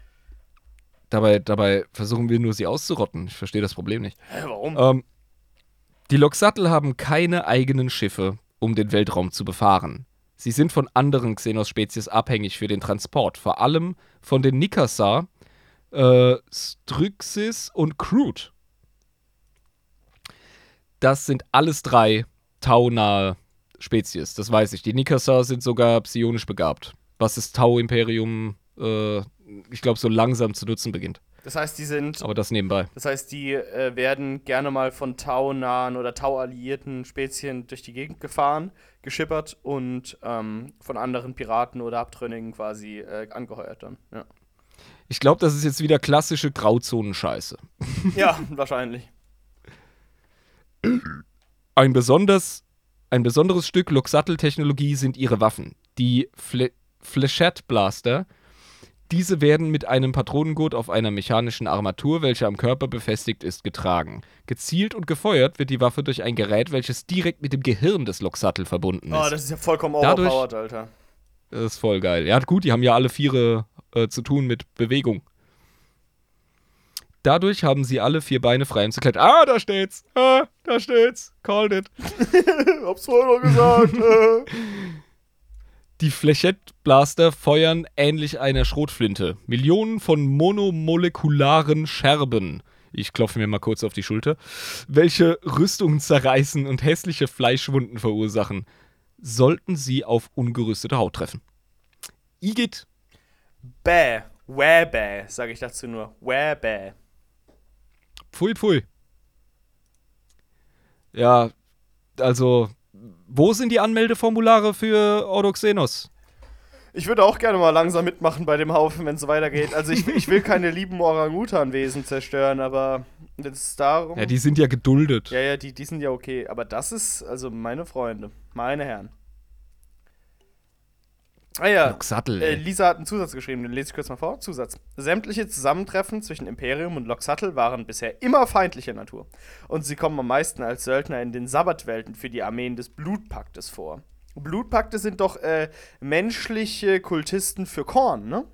Dabei versuchen wir nur, sie auszurotten. Ich verstehe das Problem nicht. Warum? Die Loxatl haben keine eigenen Schiffe, um den Weltraum zu befahren. Sie sind von anderen Xenos-Spezies abhängig für den Transport. Vor allem von den Nikasar, Stryxis und Kroot. Das sind alles 3 taunahe Spezies, das weiß ich. Die Nikasar sind sogar psionisch begabt. Was das Tau-Imperium ich glaube, so langsam zu nutzen beginnt. Das heißt, die sind. Aber das nebenbei. Das heißt, die werden gerne mal von taunahen oder taualliierten Spezien durch die Gegend gefahren, geschippert und von anderen Piraten oder Abtrünnigen quasi angeheuert dann. Ja. Ich glaube, das ist jetzt wieder klassische Grauzonenscheiße. Ja, wahrscheinlich. Ein besonderes Stück Loxatl-Technologie sind ihre Waffen. Die Flechette Blaster. Diese werden mit einem Patronengurt auf einer mechanischen Armatur, welche am Körper befestigt ist, getragen. Gezielt und gefeuert wird die Waffe durch ein Gerät, welches direkt mit dem Gehirn des Loxatl verbunden ist. Oh, das ist ja vollkommen Dadurch- overpowered, Alter. Das ist voll geil. Ja, gut, die haben ja alle Viere zu tun mit Bewegung. Dadurch haben sie alle 4 Beine frei, um zu klettern. Ah, da steht's. Ah, da steht's. Called it. Hab's vorher noch gesagt. Die Flechette-Blaster feuern ähnlich einer Schrotflinte. Millionen von monomolekularen Scherben, ich klopfe mir mal kurz auf die Schulter, welche Rüstungen zerreißen und hässliche Fleischwunden verursachen, sollten sie auf ungerüstete Haut treffen. Igitt. Bäh. Wäbä, sag ich dazu nur. Wäbä. Pfui, pfui. Ja, also, wo sind die Anmeldeformulare für Ordoxenos? Ich würde auch gerne mal langsam mitmachen bei dem Haufen, wenn es so weitergeht. Also ich will keine lieben Orang-Utan-Wesen zerstören, aber wenn es darum... Ja, die sind ja geduldet. Ja, die sind ja okay. Aber das ist, also meine Freunde, meine Herren. Ah ja, Loxatl, ey. Lisa hat einen Zusatz geschrieben, den lese ich kurz mal vor. Zusatz. Sämtliche Zusammentreffen zwischen Imperium und Loxatl waren bisher immer feindlicher Natur. Und sie kommen am meisten als Söldner in den Sabbatwelten für die Armeen des Blutpaktes vor. Blutpakte sind doch menschliche Kultisten für Korn, ne?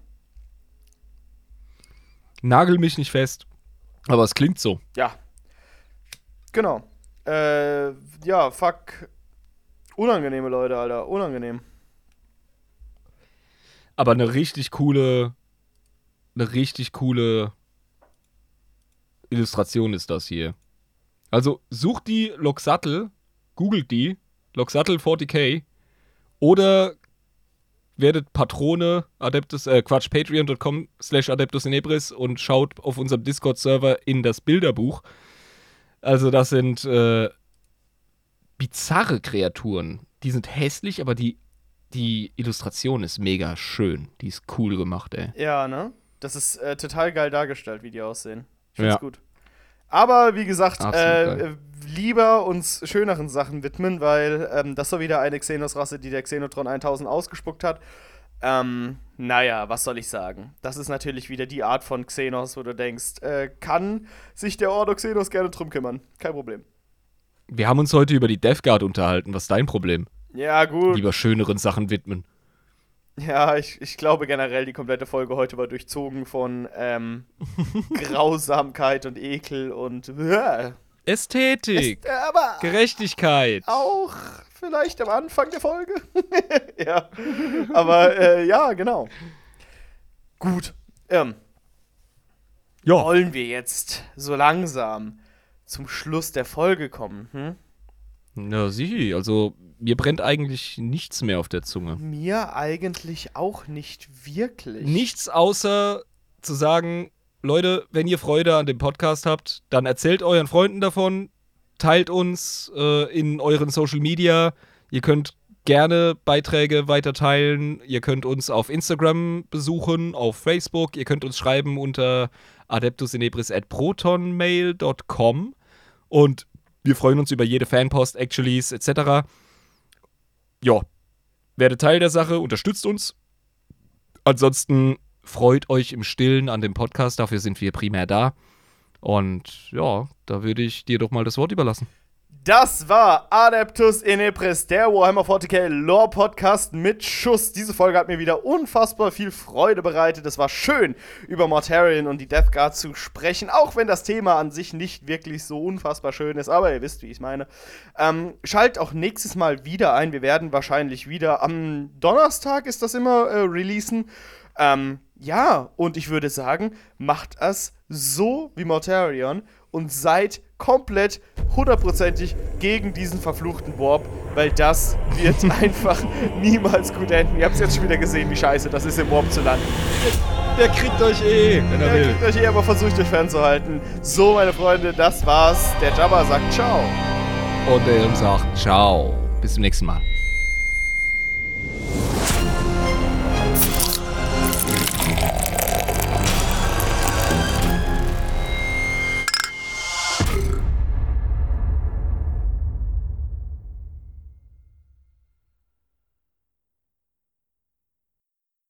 Nagel mich nicht fest. Aber es klingt so. Ja. Genau. Ja, fuck. Unangenehme Leute, Alter. Unangenehm. Aber eine richtig coole Illustration ist das hier. Also sucht die Loxatl, googelt die, Loxatl 40k, oder werdet Patrone, patreon.com/adeptusinebris und schaut auf unserem Discord-Server in das Bilderbuch. Also das sind bizarre Kreaturen. Die sind hässlich, aber die Illustration ist mega schön. Die ist cool gemacht, ey. Ja, ne? Das ist total geil dargestellt, wie die aussehen. Ich find's Ja. gut. Aber wie gesagt, Absolut geil. lieber uns schöneren Sachen widmen, weil das war wieder eine Xenos-Rasse, die der Xenotron 1000 ausgespuckt hat. Naja, was soll ich sagen? Das ist natürlich wieder die Art von Xenos, wo du denkst, kann sich der Ordo Xenos gerne drum kümmern. Kein Problem. Wir haben uns heute über die Death Guard unterhalten. Was ist dein Problem? Ja, gut. Lieber schöneren Sachen widmen. Ja, ich glaube generell, die komplette Folge heute war durchzogen von Grausamkeit und Ekel und Ästhetik, aber Gerechtigkeit. auch vielleicht am Anfang der Folge. Ja, aber ja, genau. Gut. Ja, Wollen wir jetzt so langsam zum Schluss der Folge kommen? Hm? na sicher. Also mir brennt eigentlich nichts mehr auf der Zunge. Mir eigentlich auch nicht wirklich. Nichts außer zu sagen, Leute, wenn ihr Freude an dem Podcast habt, dann erzählt euren Freunden davon, teilt uns in euren Social Media. Ihr könnt gerne Beiträge weiter teilen. Ihr könnt uns auf Instagram besuchen, auf Facebook. Ihr könnt uns schreiben unter adeptusinebris@protonmail.com und wir freuen uns über jede Fanpost, Actuallys etc. Ja, werdet Teil der Sache, unterstützt uns. Ansonsten freut euch im Stillen an dem Podcast, dafür sind wir primär da. Und ja, da würde ich dir doch mal das Wort überlassen. Das war Adeptus Inepris, der Warhammer 40k Lore Podcast mit Schuss. Diese Folge hat mir wieder unfassbar viel Freude bereitet. Es war schön, über Mortarion und die Death Guard zu sprechen, auch wenn das Thema an sich nicht wirklich so unfassbar schön ist, aber ihr wisst, wie ich es meine. Schalt auch nächstes Mal wieder ein. Wir werden wahrscheinlich wieder am Donnerstag, ist das immer, releasen. Ja, und ich würde sagen, macht es so wie Mortarion und seid komplett hundertprozentig gegen diesen verfluchten Warp, weil das wird einfach niemals gut enden. Ihr habt es jetzt schon wieder gesehen, wie scheiße das ist, im Warp zu landen. Der kriegt euch wenn er Ihr will. kriegt euch aber versucht, euch fernzuhalten. So, meine Freunde, das war's. Der Jabba sagt ciao. Und er sagt ciao. Bis zum nächsten Mal.